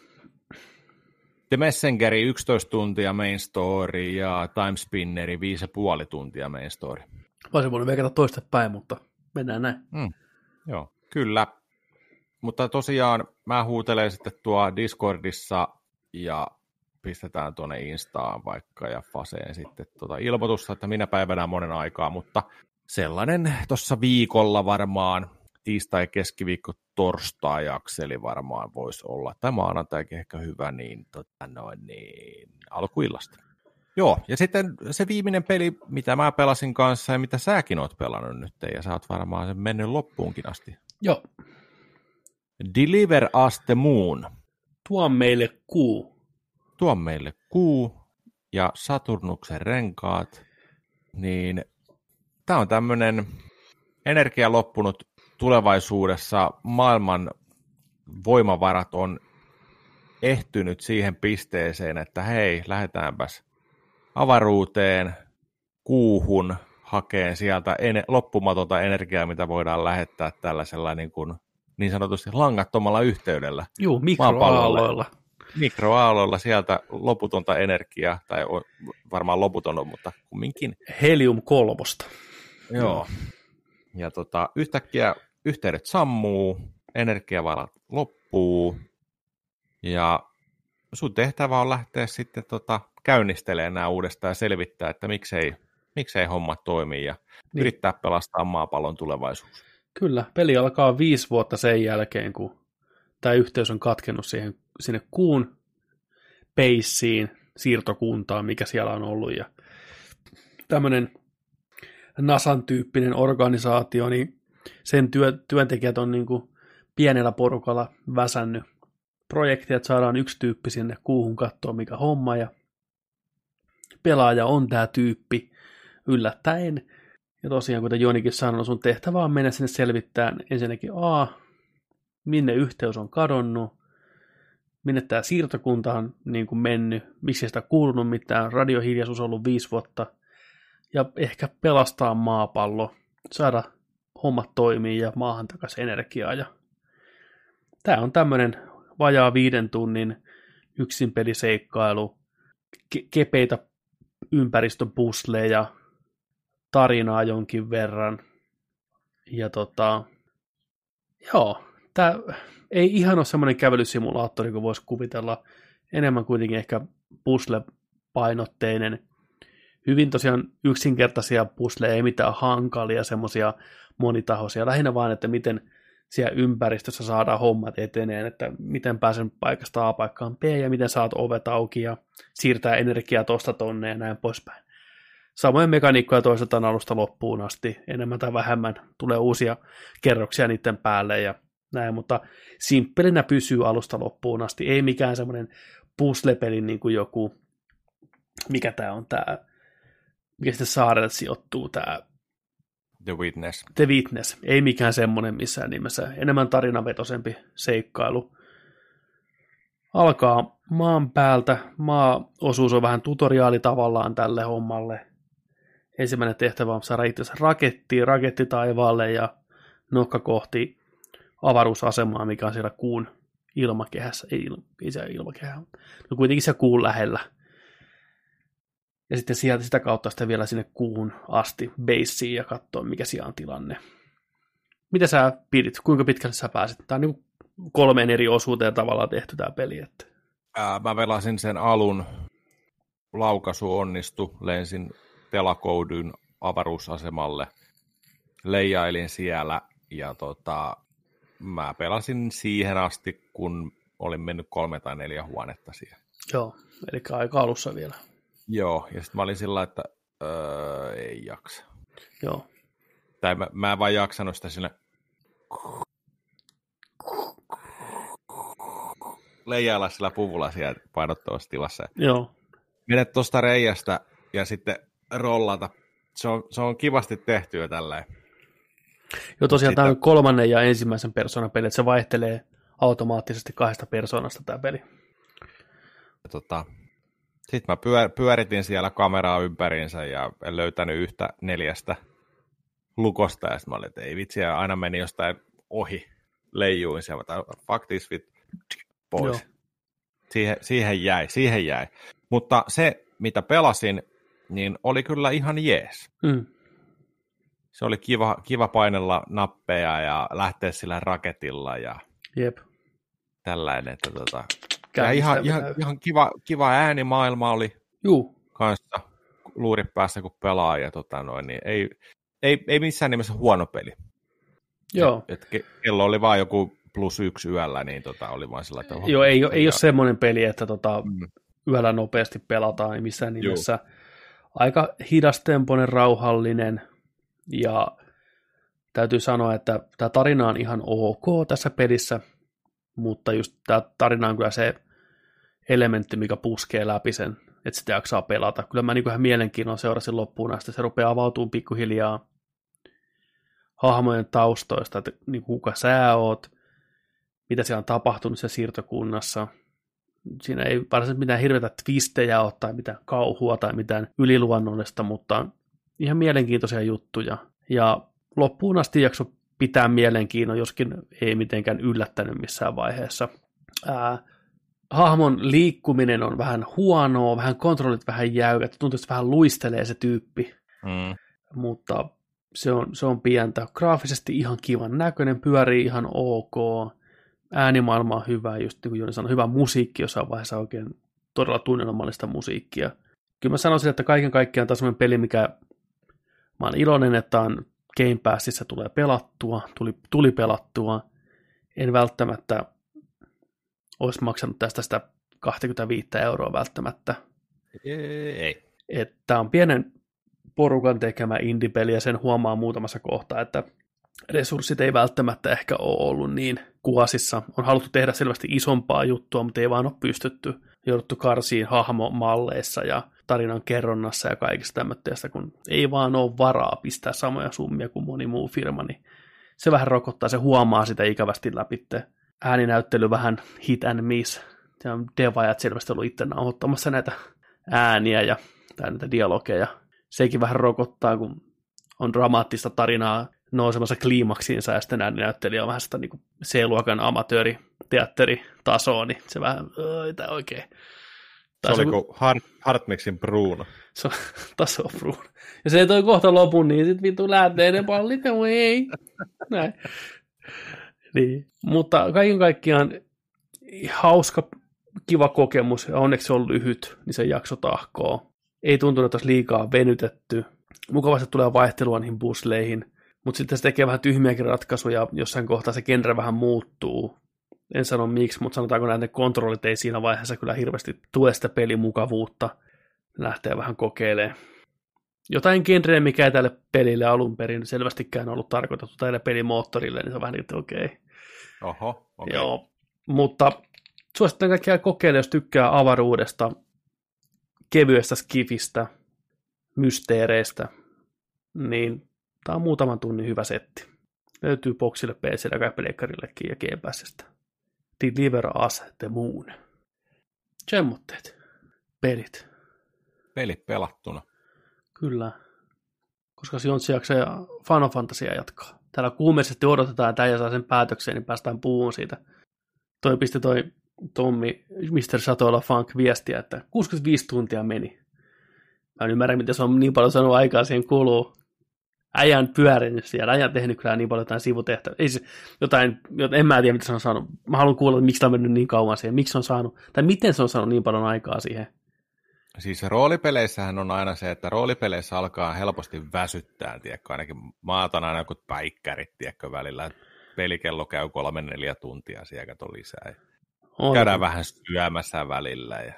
The Messengeri yksitoista tuntia main story ja Time Spinneri viisi ja puoli tuntia main story. Voisin voinut veikata toista päin, mutta mennään näin. Mm. Joo, kyllä. Mutta tosiaan mä huutelen sitten tuo Discordissa ja pistetään tuonne Instaan vaikka ja Faseen sitten tuota ilmoitusta, että minä päivänä monen aikaa, mutta sellainen tuossa viikolla varmaan, tiistai, keskiviikko, torstai akseli varmaan voisi olla, tai maanantaikin ehkä hyvä, niin, tota noin, niin alkuillasta. Joo, ja sitten se viimeinen peli, mitä mä pelasin kanssa ja mitä säkin oot pelannut nyt, ja sä oot varmaan sen mennyt loppuunkin asti. Joo. Deliver Us the Moon. Tuo meille kuu. Tuo meille kuu ja Saturnuksen renkaat. Niin tämä on tämmöinen energia loppunut tulevaisuudessa. Maailman voimavarat on ehtynyt siihen pisteeseen, että hei, lähdetäänpäs avaruuteen, kuuhun, hakeen sieltä en- loppumatonta energiaa, mitä voidaan lähettää tällaisella niin kuin niin sanotusti langattomalla yhteydellä. Juu, mikroaalloilla. Mikroaalloilla sieltä loputonta energiaa, tai varmaan loputon, mutta kumminkin. Helium kolmosta. Joo. Ja tota, yhtäkkiä yhteydet sammuu, energiavarat loppuu, ja sun tehtävä on lähteä sitten tota, käynnistelemään nämä uudestaan ja selvittää, että miksei, miksei homma toimii, ja niin. Yrittää pelastaa maapallon tulevaisuus. Kyllä, peli alkaa viisi vuotta sen jälkeen, kun tämä yhteys on katkennut siihen, sinne kuun peissiin, siirtokuntaan, mikä siellä on ollut, ja tämmöinen NASAn tyyppinen organisaatio, niin sen työ, työntekijät on niin kuin pienellä porukalla väsännyt projektia, että saadaan yksi tyyppi sinne kuuhun katsoa, mikä homma, ja pelaaja on tämä tyyppi yllättäen. Ja tosiaan, kuten Jonikin sanoi, sun tehtävä on mennä sinne selvittämään ensinnäkin A, minne yhteys on kadonnut, minne tämä siirtokunta on niin kuin mennyt, miksi ei sitä kuulunut mitään, radiohiljaisuus on ollut viisi vuotta, ja ehkä pelastaa maapallo, saada hommat toimii ja maahan takaisin energiaa. Ja tämä on tämmöinen vajaa viiden tunnin yksin peliseikkailu, ke- kepeitä ympäristöpusleja, tarinaa jonkin verran. Ja tota, joo, tämä ei ihan ole semmoinen kävelysimulaattori, kun voisi kuvitella. Enemmän kuitenkin ehkä puzzle-painotteinen. Hyvin tosiaan yksinkertaisia pusleja, ei mitään hankalia, semmoisia monitahoisia. Lähinnä vaan, että miten siellä ympäristössä saadaan hommat eteneen, että miten pääsen paikasta A paikkaan B ja miten saat ovet auki ja siirtää energiaa tosta tonne ja näin poispäin. Samoin mekaniikkoja toistetaan alusta loppuun asti, enemmän tai vähemmän tulee uusia kerroksia niiden päälle ja näin, mutta simppelinä pysyy alusta loppuun asti, ei mikään semmoinen puzzle-peli niin kuin joku, mikä tämä on tämä, mikä sitten saarelle sijoittuu tämä The Witness. The Witness, ei mikään semmoinen missään nimessä, enemmän tarinavetoisempi seikkailu. Alkaa maan päältä, maaosuus on vähän tutoriaali tavallaan tälle hommalle. Ensimmäinen tehtävä on saada itse rakettiin, raketti taivaalle ja nokka kohti avaruusasemaa, mikä on siellä kuun ilmakehässä, ei, il, ei se ilmakehä, no kuitenkin se kuun lähellä. Ja sitten sieltä sitä kautta sitten vielä sinne kuun asti baseen ja katsoa, mikä siellä on tilanne. Mitä sä pidit? Kuinka pitkälle sä pääsit? Tämä on niin kolmeen eri osuuteen tavallaan tehty tämä peli. Että... Ää, mä pelasin sen alun, laukaisu onnistui, lensin Telakoudyn avaruusasemalle, leijailin siellä ja tota, mä pelasin siihen asti, kun olin mennyt kolme tai neljä huonetta siihen. Joo, eli aika alussa vielä. Joo, ja sitten mä olin sillä, että öö, ei jaksa. Joo. Tai mä, mä en vaan jaksanut sitä sinne leijailla sillä puvulla siellä painottavassa tilassa. Joo. Menet tuosta reiästä ja sitten rollata. Se on, se on kivasti tehty jo tälleen. Joo, tosiaan Sitä... tämä on kolmannen ja ensimmäisen persoonan peli, että se vaihtelee automaattisesti kahdesta persoonasta tämä peli. Tota, sitten mä pyör, pyöritin siellä kameraa ympäriinsä ja en löytänyt yhtä neljästä lukosta. Ja sitten mä olin, että ei vitsi, ja aina meni jostain ohi, leijuin siellä, tai fuck this fit, pois. Siihen, siihen jäi, siihen jäi. Mutta se, mitä pelasin, niin oli kyllä ihan jees. Mm. Se oli kiva, kiva painella nappeja ja lähteä sillä raketilla ja Jep. tällainen. Että tota, ja ihan, ihan, ihan kiva, kiva äänimaailma oli Juu. kanssa luurit päässä, kun pelaa. Ja tota noin, niin ei, ei, ei missään nimessä huono peli. Joo. Et, et kello oli vaan joku plus yksi yöllä, niin tota, oli vaan sillä tavalla. Joo, ei, ei ole semmoinen peli, että tota, mm. yöllä nopeasti pelataan, ei missään nimessä. Juu. Aika hidastempoinen, rauhallinen, ja täytyy sanoa, että tämä tarina on ihan ok tässä pelissä, mutta just tämä tarina on kyllä se elementti, mikä puskee läpi sen, että sitä jaksaa pelata. Kyllä mä niin ihan mielenkiinnolla seurasin loppuun asti, se rupeaa avautumaan pikkuhiljaa hahmojen taustoista, että niin kuka sä oot, mitä siellä on tapahtunut siellä siirtokunnassa. Siinä ei varsinaisesti mitään hirveätä twistejä ole tai mitään kauhua tai mitään yliluonnollista, mutta ihan mielenkiintoisia juttuja. Ja loppuun asti jakso pitää mielenkiinnon, joskin ei mitenkään yllättänyt missään vaiheessa. Ää, hahmon liikkuminen on vähän huonoa, vähän kontrollit vähän jäykät, tuntuu, että vähän luistelee se tyyppi. Mm. Mutta Se on, se on pientä. Graafisesti ihan kivan näköinen, pyörii ihan ok. Äänimaailma on hyvä, just niin kuin Joni sanoi, hyvä musiikki jossain vaiheessa, oikein todella tunnelmallista musiikkia. Kyllä mä sanoisin, että kaiken kaikkiaan tämä on sellainen peli, mikä mä oon iloinen, että on Game Passissa tulee pelattua, tuli, tuli pelattua. En välttämättä olisi maksanut tästä sitä kaksikymmentäviisi euroa välttämättä. Ei. Että on pienen porukan tekemä indie-peli ja sen huomaa muutamassa kohtaa, että resurssit ei välttämättä ehkä ole ollut niin kuosissa. On haluttu tehdä selvästi isompaa juttua, mutta ei vaan ole pystytty. Jouduttu karsiin hahmomalleissa ja tarinan kerronnassa ja kaikista tämmöistä, kun ei vaan ole varaa pistää samoja summia kuin moni muu firma, niin se vähän rokottaa, se huomaa sitä ikävästi läpi. Ääninäyttely vähän hit and miss. Ja on devaajat selvästi ollut itse nauhoittamassa näitä ääniä ja tai näitä dialogeja. Sekin vähän rokottaa, kun on dramaattista tarinaa nousemassa kliimaksiinsa ja sitten ääninäyttelijä on vähän sitä niin C-luokan amatööriteatteritasoa, niin se vähän, oi, tämä oikein. Se oli kuin Hart, Hartmixin Bruno. Se on taso Bruno. Ja se ei toi kohta lopun, niin sitten vittu lähtee ne pallit, ei. Näin. Niin. Mutta kaiken kaikkiaan hauska, kiva kokemus, ja onneksi se on lyhyt, niin se jakso tahkoo. Ei tuntunut, että olisi liikaa venytetty. Mukavasti tulee vaihtelua niihin busleihin, mutta sitten se tekee vähän tyhmiäkin ratkaisuja, jossain kohtaa se genre vähän muuttuu. En sano miksi, mutta sanotaanko näin, että kontrollit ei siinä vaiheessa kyllä hirveästi tue sitä pelimukavuutta. Lähtee vähän kokeilemaan jotain genreä, mikä ei tälle pelille alun perin selvästikään ollut tarkoitettu tälle pelimoottorille, niin se on vähän niin, että okei. Okay. Oho, okei. Okay. Joo, mutta suosittelen kaikkia kokeilla, jos tykkää avaruudesta, kevyestä skifistä, mysteereistä, niin tämä on muutaman tunnin hyvä setti. Löytyy boksille, P C:lle ja Pleikkarillekin ja Game Passista. Deliver Us the Moon. Semmoitteet. Pelit. Pelit pelattuna. Kyllä. Koska Jontsi jaksaa Final Fantasia jatkaa. Täällä kuumeisesti odotetaan, että äijä saa sen päätökseen, niin päästään puhumaan siitä. Toi pisti toi Tommi, mister Satoilla Funk viestiä, että kuusikymmentäviisi tuntia meni. Mä en ymmärrä, miten se on niin paljon sanonut aikaa siihen kuluu. Äijän pyörinyt siellä, äijän tehnyt kyllä niin paljon jotain sivutehtäviä. Ei se, jotain, en mä tiedä, mitä se on saanut. Mä haluan kuulla, miksi tämä on mennyt niin kauan siihen. Miksi se on saanut, tai miten se on saanut niin paljon aikaa siihen. Siis roolipeleissähän on aina se, että roolipeleissä alkaa helposti väsyttää, tiedätkö, ainakin mä otan aina joku päikkärit, tiedätkö, välillä. Pelikello käy kolme neljä tuntia, siellä kato lisää. On. Käydään vähän syömässä välillä. Ja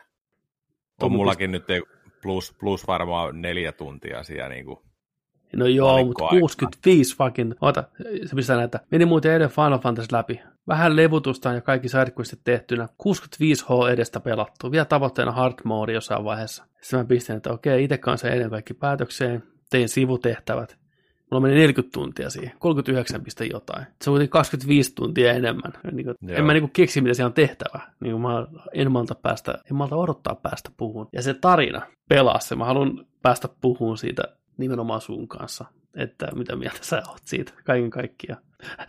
on mullakin nyt plus, plus varmaan neljä tuntia siellä niin kuin. No joo, mutta kuusikymmentäviisi fucking, ota, se pistää näitä. Meni muuten edes Final Fantasy läpi. Vähän levutusta ja kaikki sidequestit tehtynä. kuusikymmentäviisi hertz edestä pelattu. Vielä tavoitteena hard mode jossain vaiheessa. Sitten mä pistin, että okei, itse kanssa ennen kaikki päätökseen. Tein sivutehtävät. Mulla meni neljäkymmentä tuntia siihen. kolmekymmentäyhdeksän piste jotain. Se on kaksikymmentäviisi tuntia enemmän. Niin kuin, en mä niin keksi, mitä siellä on tehtävä. Niin kuin mä en malta päästä, en malta odottaa päästä puhuun. Ja se tarina pelaa se. Mä haluan päästä puhuun siitä nimenomaan sun kanssa, että mitä mieltä sä oot siitä, kaiken kaikkiaan.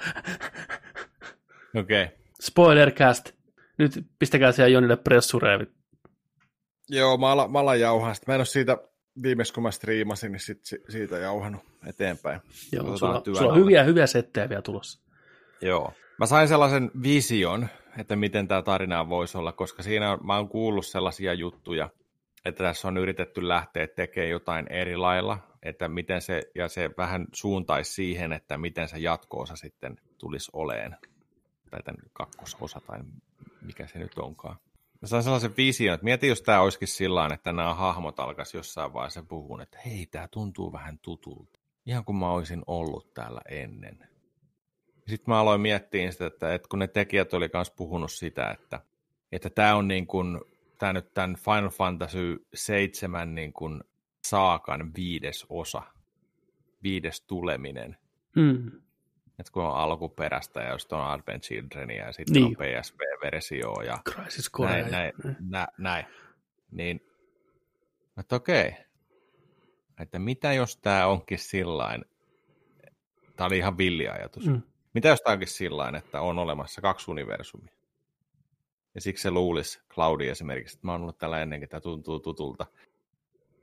Okei. Okay. Spoilercast. Nyt pistäkää siellä Jonille pressureevi. Joo, mä alan, mä alan jauhaa. Mä en ole siitä viimeis, kun mä striimasin, niin sit, siitä jauhanut eteenpäin. Joo, sulla, sulla on hyviä, hyviä settejä vielä tulossa. Joo. Mä sain sellaisen vision, että miten tämä tarina voisi olla, koska siinä on, mä oon kuullut sellaisia juttuja, että tässä on yritetty lähteä tekemään jotain eri lailla, että miten se, ja se vähän suuntaisi siihen, että miten se jatko-osa sitten tulisi oleen, tai tämän kakkososa, tai mikä se nyt onkaan. Mä sain sellaisen vision, että mieti, jos tämä olisikin sillä että nämä hahmot alkaisi jossain vaiheessa puhua, että hei, tämä tuntuu vähän tutulta, ihan kuin mä olisin ollut täällä ennen. Sitten mä aloin miettiä sitä, että, että kun ne tekijät oli myös puhunut sitä, että, että tämä on niin kuin tämä nyt tämän Final Fantasy seitsemän niin kuin saakan viides osa, viides tuleminen. Mm. Että kun on alkuperäistä ja just on Advent Childrenia ja sitten niin on P S P-versio ja Crisis näin, näin, nä, näin. Niin, että okei, että mitä jos tämä onkin sillain, tämä oli ihan villi ajatus, mm. mitä jos tämä onkin sillain, että on olemassa kaksi universumia? Ja siksi se luulisi, Claudia esimerkiksi, että mä oon ollut täällä ennenkin, tämä tuntuu tutulta.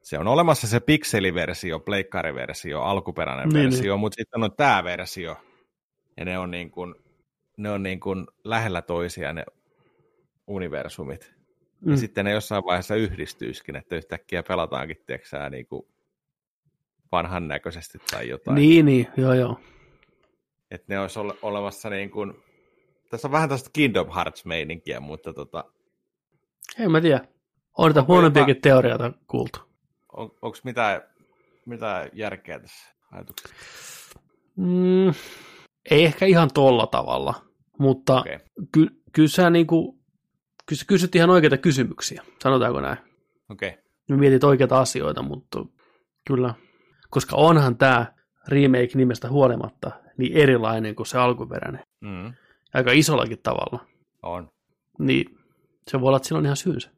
Se on olemassa se pikseliversio, pleikkariversio, alkuperäinen Niin, versio, niin. mutta sitten on tämä versio. Ja ne on, niin kuin, ne on niin kuin lähellä toisiaan ne universumit. Mm. Ja sitten ne jossain vaiheessa yhdistyisikin, että yhtäkkiä pelataankin, tiedätkö niin kuin vanhan näköisesti tai jotain. Niin, niin, joo, joo. Että ne olisi ole, olemassa niin kuin, tässä on vähän tästä Kingdom Hearts-meininkiä, mutta tota... Ei mä tiedä. On niitä huonompiakin jopa... teorioita kuultu. On, onko mitään, mitään järkeä tässä ajatuksessa? Mm, ei ehkä ihan tolla tavalla, mutta okay. ky, kyllä sä niinku, ky, kysyt ihan oikeita kysymyksiä, sanotaanko näin. Okei. Okay. Me mietit oikeita asioita, mutta kyllä, koska onhan tämä remake nimestä huolimatta niin erilainen kuin se alkuperäinen. Mm. Aika isollakin tavalla. On. Niin se voi olla, että sillä on ihan syynsä.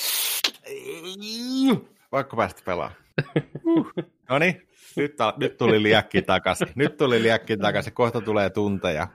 Vaikka päästä pelaamaan. No niin, nyt, nyt tuli liekki takaisin. Nyt tuli liekki takaisin. Kohta tulee tunteja.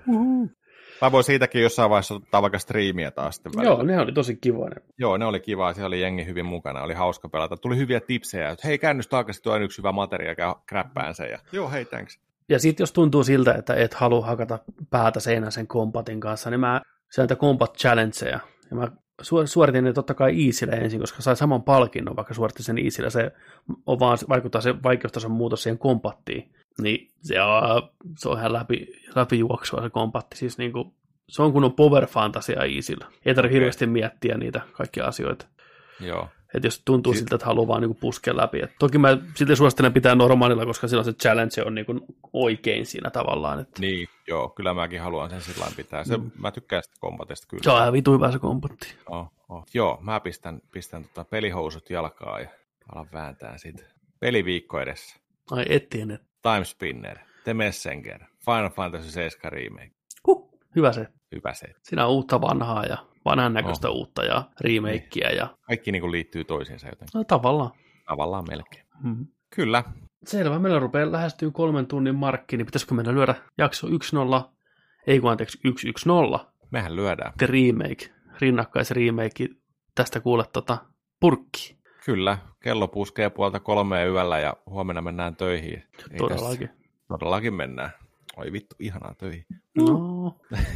Mä voin siitäkin jossain vaiheessa ottaa vaikka striimiä taas sitten välillä. Joo, ne oli tosi kivoja. Joo, ne oli kiva. Siellä oli jengi hyvin mukana. Oli hauska pelata. Tuli hyviä tipsejä. Että hei, käännys takaisin, tuo on yksi hyvä materia, käy kräppään sen. Ja... Joo, hei, thanks. Ja sitten jos tuntuu siltä, että et halua hakata päätä seinään sen kompatin kanssa, niin mä sieltä combat challengeja. Ja mä suoritin ne totta kai easyllä ensin, koska sai saman palkinnon, vaikka suoritin sen easyllä. Se on vaan, vaikuttaa se vaikeustason muutos siihen kompattiin. Niin se on, se on ihan läpi, läpijuoksua se kompatti. Siis niinku, se on kun on power fantasia easyllä. Ei tarvitse okay. hirveästi miettiä niitä kaikkia asioita. Joo. Että jos tuntuu si- siltä, että haluaa vaan niinku puskea läpi. Et toki mä silti suosittelen pitää normaalilla, koska silloin se challenge on niinku oikein siinä tavallaan. Että... Niin, joo, kyllä mäkin haluan sen sillä lailla pitää. Se, mm. Mä tykkään sitä kombatista kyllä. Se on ihan vitu hyvä se kombatti. Oh, oh. Joo, mä pistän, pistän tota pelihousut jalkaan ja alan vääntää siitä. Peliviikko edessä. Ai ettien et. Time Spinner, The Messenger, Final Fantasy seitsemän Remake. Huh, hyvä se. Hyvä se. Siinä on uutta vanhaa ja vanhan näköistä oh. uutta ja remakeä. Ja... Kaikki niin kuin liittyy toisiinsa jotenkin. No tavallaan. Tavallaan melkein. Mm-hmm. Kyllä. Selvä, meillä rupeaa lähestyä kolmen tunnin markki, niin pitäisikö meidän lyödä jakso yksi nolla, ei kun anteeksi yksi yksi nolla. Mehän lyödään. The remake, rinnakkaisremake, tästä kuulet tota purkki. Kyllä, kello puskee puolta kolmeen yöllä ja huomenna mennään töihin. Ei todellakin. Tässä. Todellakin mennään. Oi vittu, ihanaa töihin. No.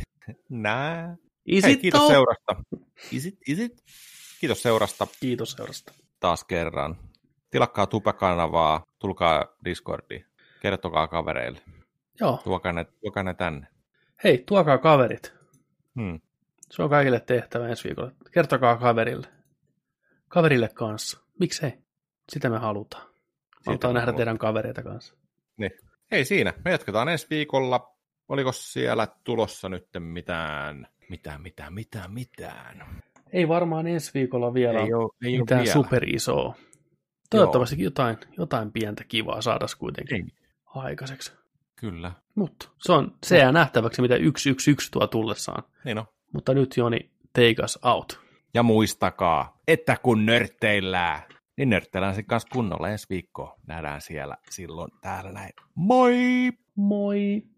Nää. Is Hei, it kiitos though? seurasta. Is it, is it? Kiitos seurasta. Kiitos seurasta. Taas kerran. Tilakkaa Tupe-kanavaa, tulkaa Discordiin, kertokaa kavereille. Joo. Tuokaa ne, tuokaa ne tänne. Hei, tuokaa kaverit. Hmm. Se on kaikille tehtävä ensi viikolla. Kertokaa kaverille. Kaverille kanssa. Miksei? Sitä me halutaan. Halutaan nähdä halutaan. Teidän kavereita kanssa. Niin. Ei siinä. Me jatketaan ensi viikolla. Oliko siellä tulossa nyt mitään, mitään, mitään, mitään, mitään? Ei varmaan ensi viikolla vielä ei ole, ei mitään vielä. superisoa. Toivottavasti jotain, jotain pientä kivaa saada kuitenkin ei. aikaiseksi. Kyllä. Mutta se on se jää nähtäväksi, mitä yksi yksi yksi tuo tullessaan. Niin on. Mutta nyt Joni, take us out. Ja muistakaa, että kun nörtteillään, niin nörtteillään sen kanssa kunnolla ensi viikkoa. Nähdään siellä silloin täällä näin. Moi! Moi!